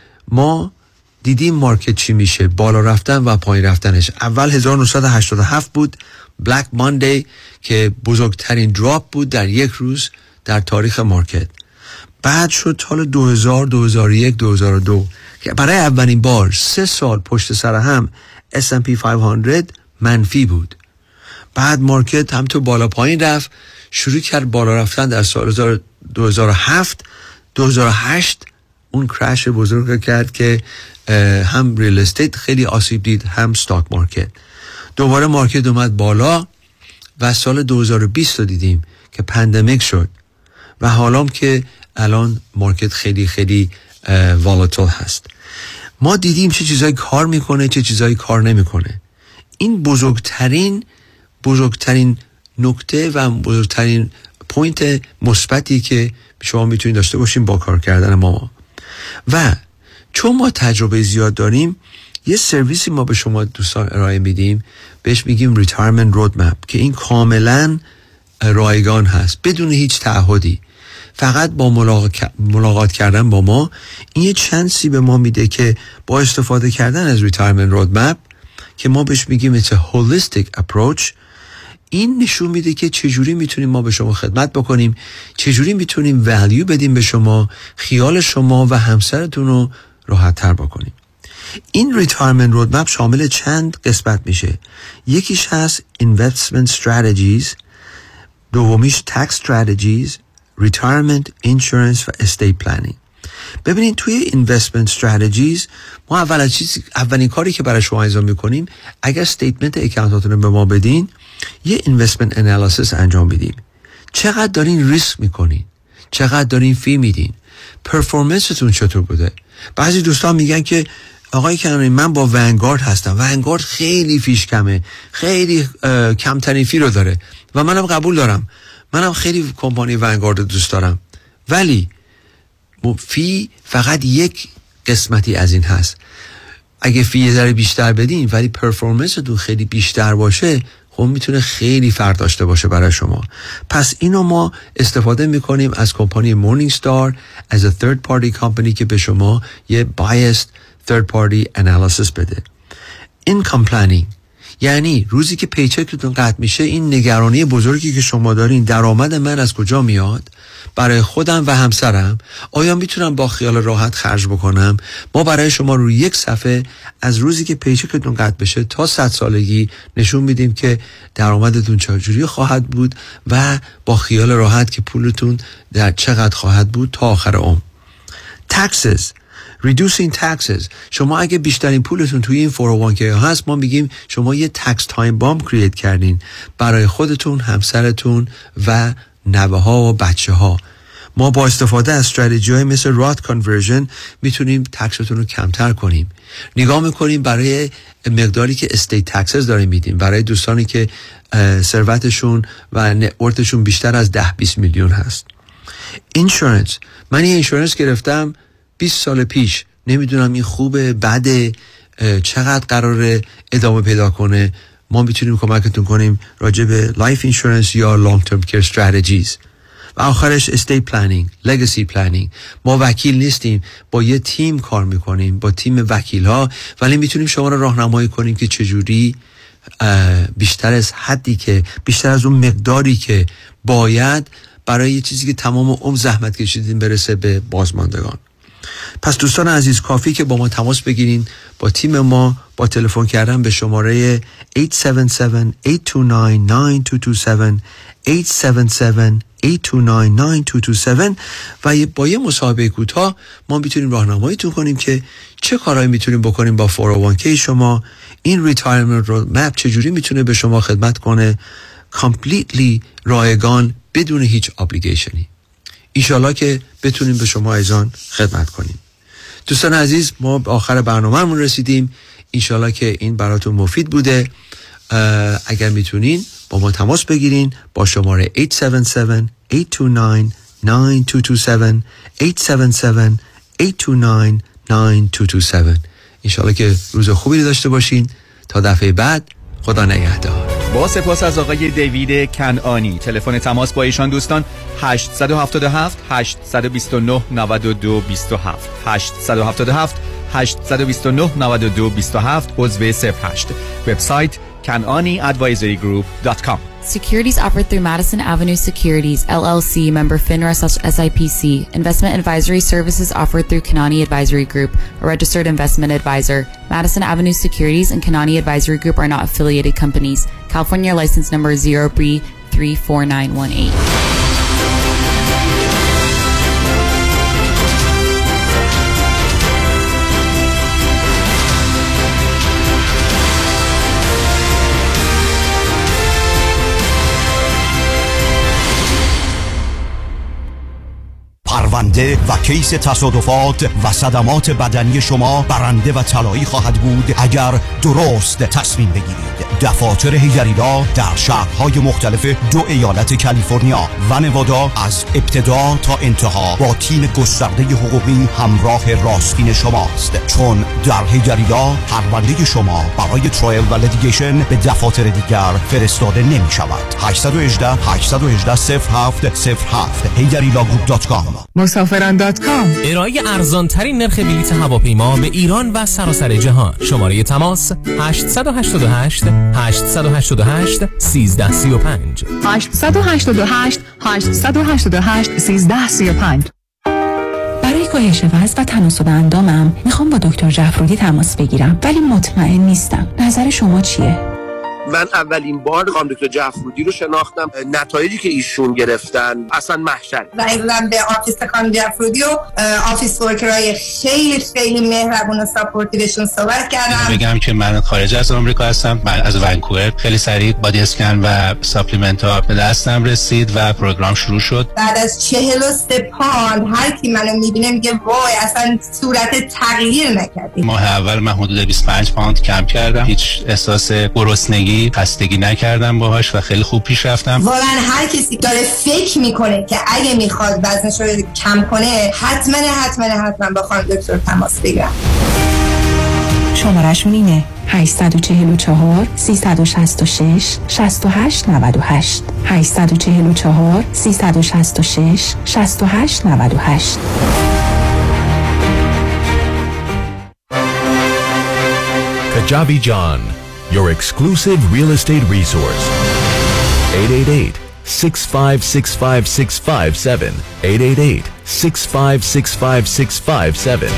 ما دیدیم مارکت چی میشه، بالا رفتن و پایین رفتنش. اول هزار و نهصد و هشتاد و هفت بود، بلک ماندی، که بزرگترین دراپ بود در یک روز در تاریخ مارکت. بعد شد سال دو هزار، دو هزار و یک، دو هزار و دو که برای اولین بار سه سال پشت سر هم اس اند پی پانصد منفی بود. بعد مارکت هم تو بالا پایین رفت، شروع کرد بالا رفتن در سال دو هزار و هفت. دو هزار و هشت اون کرش بزرگ کرد که هم ریل استیت خیلی آسیب دید، هم ستاک مارکت. دوباره مارکت اومد بالا و سال دو هزار و بیست رو دیدیم که پندمیک شد و حالا که الان مارکت خیلی خیلی والاتیل هست. ما دیدیم چه چیزایی کار میکنه چه چیزایی کار نمیکنه. این بزرگترین بزرگترین نکته و بزرگترین پوینت مثبتی که شما میتونید داشته باشیم با کار کردن ما. و چون ما تجربه زیاد داریم، یه سرویسی ما به شما دوستان ارائه میدیم، بهش میگیم ریتایرمنت رودمپ، که این کاملا رایگان هست بدون هیچ تعهدی. فقط با ملاقات, ملاقات کردن با ما این یه چانسی به ما میده که با استفاده کردن از ریتایرمنت رودمپ که ما بهش میگیم it's a holistic approach، این نشون میده که چجوری میتونیم ما به شما خدمت بکنیم، چجوری میتونیم value بدیم به شما، خیال شما و همسرتون رو راحت تر بکنیم. این ریتایرمنت رودمپ شامل چند قسمت میشه. یکیش هست investment strategies، دومیش tax strategies، retirement insurance و estate planning. ببینید توی investment strategies ما اول چیز اولین کاری که برای شما انجام میکنیم، اگر استیتمنت اکانتاتون رو به ما بدین، یه investment analysis انجام میدیم. چقدر دارین ریسک میکنین، چقدر دارین فی میدین، پرفورمنستون چطور بوده. بعضی دوستان میگن که آقای کنانی من با ونگارد هستم، ونگارد خیلی فیش کمه، خیلی کمترین فی رو داره و منم قبول دارم، منم خیلی کمپانی ونگارد دوست دارم، ولی فی فقط یک قسمتی از این هست. اگه فی یه ذره بیشتر بدین ولی پرفورمنستون خیلی بیشتر باشه، خب میتونه خیلی فرق داشته باشه برای شما. پس اینو ما استفاده میکنیم از کمپانی مورنینگستار as a third party company که به شما یه biased third party analysis بده. income planning یعنی روزی که پیچکتون قطع میشه، این نگرانی بزرگی که شما دارین درآمد من از کجا میاد برای خودم و همسرم، آیا میتونم با خیال راحت خرج بکنم؟ ما برای شما روی یک صفحه از روزی که پیچکتون قطع بشه تا صد سالگی نشون میدیم که درآمدتون چجوری خواهد بود و با خیال راحت که پولتون در چقدر خواهد بود تا آخر عمر. taxes reducing taxes. شما اگه بیشترین پولتون توی این فور او وان کی هست، ما میگیم شما یه tax time bomb کرییت کردین برای خودتون، همسرتون و نوه ها و بچه ها. ما با استفاده از استراتژی های مثل رات کانورژن میتونیم تکستون رو کمتر کنیم. نگاه میکنیم برای مقداری که استیت تکسز داریم میدیم برای دوستانی که ثروتشون و نتورتشون بیشتر از ده بیست میلیون هست. اینشورنس، من یه اینشورنس گرفتم بیست سال پیش، نمیدونم این خوبه بده، چقدر قراره ادامه پیدا کنه. ما میتونیم کمکتون کنیم راجع به لایف اینشورنس یا لانگ ترم کیر استراتژیز. و آخرش استیت پلنینگ، لگاسی پلنینگ. ما وکیل نیستیم، با یه تیم کار میکنیم، با تیم وکیل ها، ولی میتونیم شما رو راهنمایی کنیم که چجوری بیشتر از حدی که بیشتر از اون مقداری که باید برای یه چیزی که تمام عمر زحمت کشیدین برسه به بازماندگان. پس دوستان عزیز، کافی که با ما تماس بگیرین، با تیم ما با تلفن کردن به شماره هشت هفت هفت، هشت دو نه، نه دو دو هفت هشت هفت هفت، هشت دو نه، نه دو دو هفت و با یه مصاحبه کوتاه ما میتونیم راهنماییتون کنیم که چه کارهایی میتونیم بکنیم با فور او وان کی شما. این ریتایرمنت رود مپ چجوری میتونه به شما خدمت کنه کامپلیتلی رایگان بدون هیچ ابلیگیشنی. انشالله که بتونیم به شما ایزان خدمت کنیم. دوستان عزیز، ما به آخر برنامه‌مون رسیدیم. انشالله که این براتون مفید بوده. اگر میتونین با ما تماس بگیرین با شماره هشت هفت هفت، هشت دو نه، نه دو دو هفت هشت هفت هفت، هشت دو نه، نه دو دو هفت. انشالله که روز خوبی داشته باشین. تا دفعه بعد، خدا نگهدار. با سپاس از آقای دیوید کنعانی. تلفن تماس با ایشان دوستان هشت هفت هفت، هشت دو نه، نه دو دو هفت هشت هفت هفت، هشت دو نه، نه دو دو هفت عضو صفر هشت. وبسایت kanani advisory group dot com. Securities offered through Madison Avenue Securities, L L C, member FINRA slash S I P C. Investment advisory services offered through Kanani Advisory Group, a registered investment advisor. Madison Avenue Securities and Kanani Advisory Group are not affiliated companies. California license number zero B three four nine one eight. پرونده و کیس تصادفات و صدمات بدنی شما برنده و طلایی خواهد بود اگر درست تصمیم بگیرید. دفاتر هیگریلا در شهرهای مختلف دو ایالت کالیفرنیا و نوادا از ابتدا تا انتها با تیم گسترده حقوقی همراه راستین شماست، چون در هیگریلا پرونده شما برای ترایل و لیتیگیشن به دفاتر دیگر فرستاده نمی شود. هشت یک هشت، هشت یک هشت، صفر هفت صفر هفت هیگریلا گروپ دات کام. مسافران دات کام. ارائه ارزان ترین نرخ بلیط هواپیما به ایران و سراسر جهان. شماره تماس هشت هشت هشت، هشت هشت هشت، سیزده سی و پنج هشت هشت هشت، هشت هشت هشت، سیزده سی و پنج. برای کاهش وزن و تناسب اندامم میخوام با دکتر جعفرودی تماس بگیرم، ولی مطمئن نیستم. نظر شما چیه؟ من اولین بار خانم دکتر جعفرودی رو شناختم. نتایجی که ایشون گرفتن اصلا محشر. زنگ زدم به آفیس خانم جعفرودی و آفیس ورکرای خیلی خیلی مهربون و ساپورتیوشون صحبت کردم. بگم که من خارج از آمریکا هستم، من از ونکوور. خیلی سریع بادی اسکن و ساپلیمنت ها به دستم رسید و پروگرام شروع شد. بعد از چهل و سه پاند هر کی منو میبینه میگه وای اصلا صورت تغییر نکردی. ماه اول من حدود بیست و پنج پوند کم کردم. هیچ احساس گرسنگی، خستگی نکردم باهاش و خیلی خوب پیش رفتم. واقعا هر کسی داره فکر میکنه که اگه میخواد وزنش رو کم کنه حتما حتما حتما با خانم دکتر تماس بگیرم. شماره‌شون اینه هشت چهار چهار، سه شش شش، شش هشت نه هشت هشت چهار چهار، سه شش شش، شش هشت نه هشت. کجابی جان، your exclusive real estate resource. eight eight eight, six five six five, six five seven. eight eight eight, six five six five, six five seven.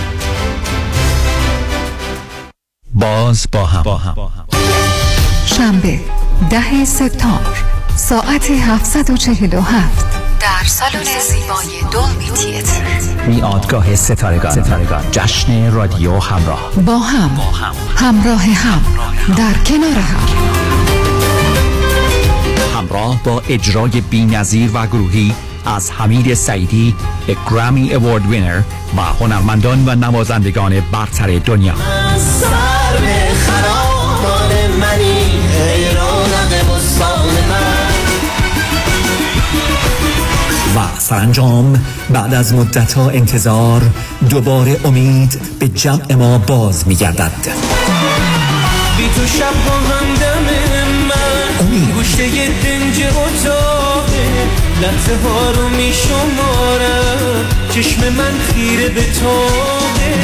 باز با هم, با هم. شنبه ده سپتامبر ساعت هفتصد و چهل و هفت در سالن زیبای دولبی تیاتر، میادگاه ستارگان. ستارگان جشن رادیو همراه. با هم, با هم. همراه هم در کنار هم، همراه با اجرای بی‌نظیر و گروهی از حمید سعیدی، گرامی اوارد وینر و هنرمندان و نوازندگان برتر دنیا. سر به خرابان منی ای رونق بستان من. و سرانجام بعد از مدت‌ها انتظار دوباره امید به جمع ما باز می‌گردد. بی تو شب با همدم من گوشه دنج اتاقه، لحظه ها رو می شمارم، چشم من خیره به تاقه.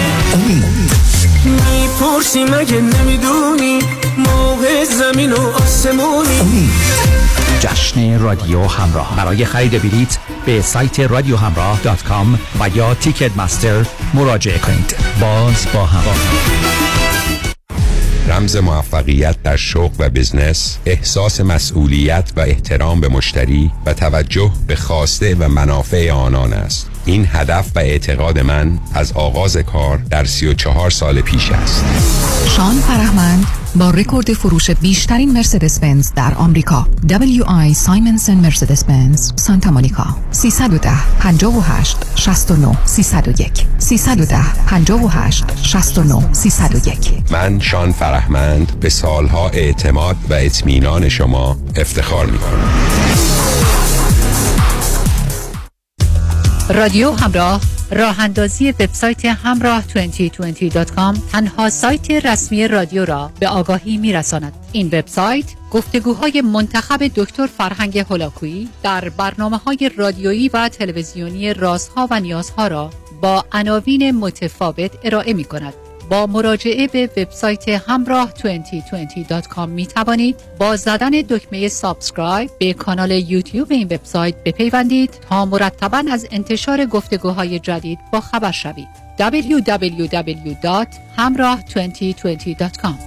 میپرسی مگه نمیدونی موه زمین و آسمونی. جشن رادیو همراه. برای خرید بلیت به سایت رادیو همراه دات کام و یا تیکت مستر مراجعه کنید. باز با هم. رمز موفقیت در شغل و بزنس، احساس مسئولیت و احترام به مشتری و توجه به خواسته و منافع آنان است. این هدف و اعتقاد من از آغاز کار در سی و چهار سال پیش است. شان فرهمند با رکورد فروش بیشترین مرسدس بنز در آمریکا، دبلیو آی سایمنسن مرسدس بنز سانتا مونیکا، سیصد و ده پنجاه و هشت شصت و نه سیصد و یک سیصد و ده پنجاه و هشت شصت و نه سیصد و یک. من شان فرهمند به سالها اعتماد و اطمینان شما افتخار می‌کنم. رادیو همراه، راه اندازی وبسایت همراه بیست و بیست دات کام تنها سایت رسمی رادیو را به آگاهی می‌رساند. این وبسایت گفتگوهای منتخب دکتر فرهنگ هولاکویی در برنامه‌های رادیویی و تلویزیونی رازها و نیازها را با عناوین متفاوت ارائه می‌کند. با مراجعه به وبسایت همراه بیست و بیست دات کام می توانید با زدن دکمه سابسکرایب به کانال یوتیوب این وبسایت بپیوندید تا مرتباً از انتشار گفتگوهای جدید با خبر شوید. دبلیو دبلیو دبلیو دات همراه بیست و بیست دات کام.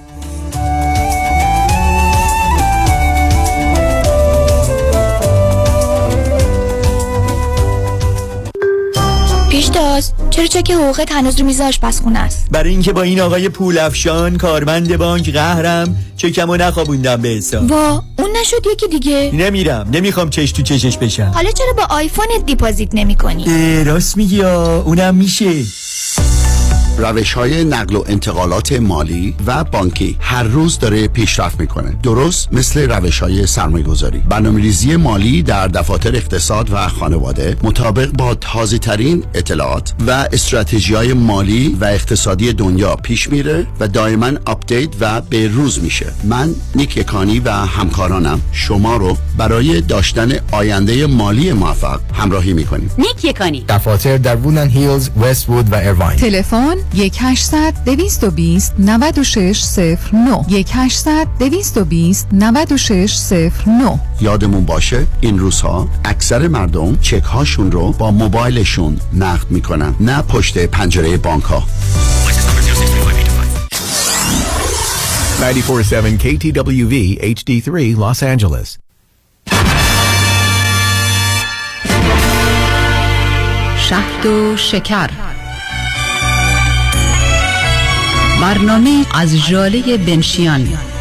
پیشتاز، چرا چک حقوقت هنوز رو میز آشپزخونه است؟ برای اینکه با این آقای پولافشان کارمند بانک قهرم چکمو نخوابوندم به حساب. وا، اون نشد یکی دیگه. نمیرم، نمیخوام چش تو چشش بشم. حالا چرا با آیفونت دیپوزیت نمی‌کنی؟ راست میگی، اونم میشه. روش‌های نقل و انتقالات مالی و بانکی هر روز داره پیشرفت میکنه، درست مثل روش‌های سرمایه‌گذاری. برنامه‌ریزی مالی در دفاتر اقتصاد و خانواده مطابق با تازه‌ترین اطلاعات و استراتژی‌های مالی و اقتصادی دنیا پیش میره و دائما آپدیت و به روز میشه. من نیک یکانی و همکارانم شما رو برای داشتن آینده مالی موفق همراهی میکنیم. نیک یکانی، دفاتر در وودلند هیلز، وست وود و ایرواین. تلفن یک هشتصد دویست و بیست نود و شش صفر نه یک هشتصد دویست و بیست نود و شش صفر نه. یادمون باشه این روزها اکثر مردم چک هاشون رو با موبایلشون نقد میکنن، نه پشت پنجره بانک ها. نود و چهار ممیز هفت کی تی دبلیو وی اچ دی سه Los Angeles. شهد و شکر، برنامه از ژاله بنشیان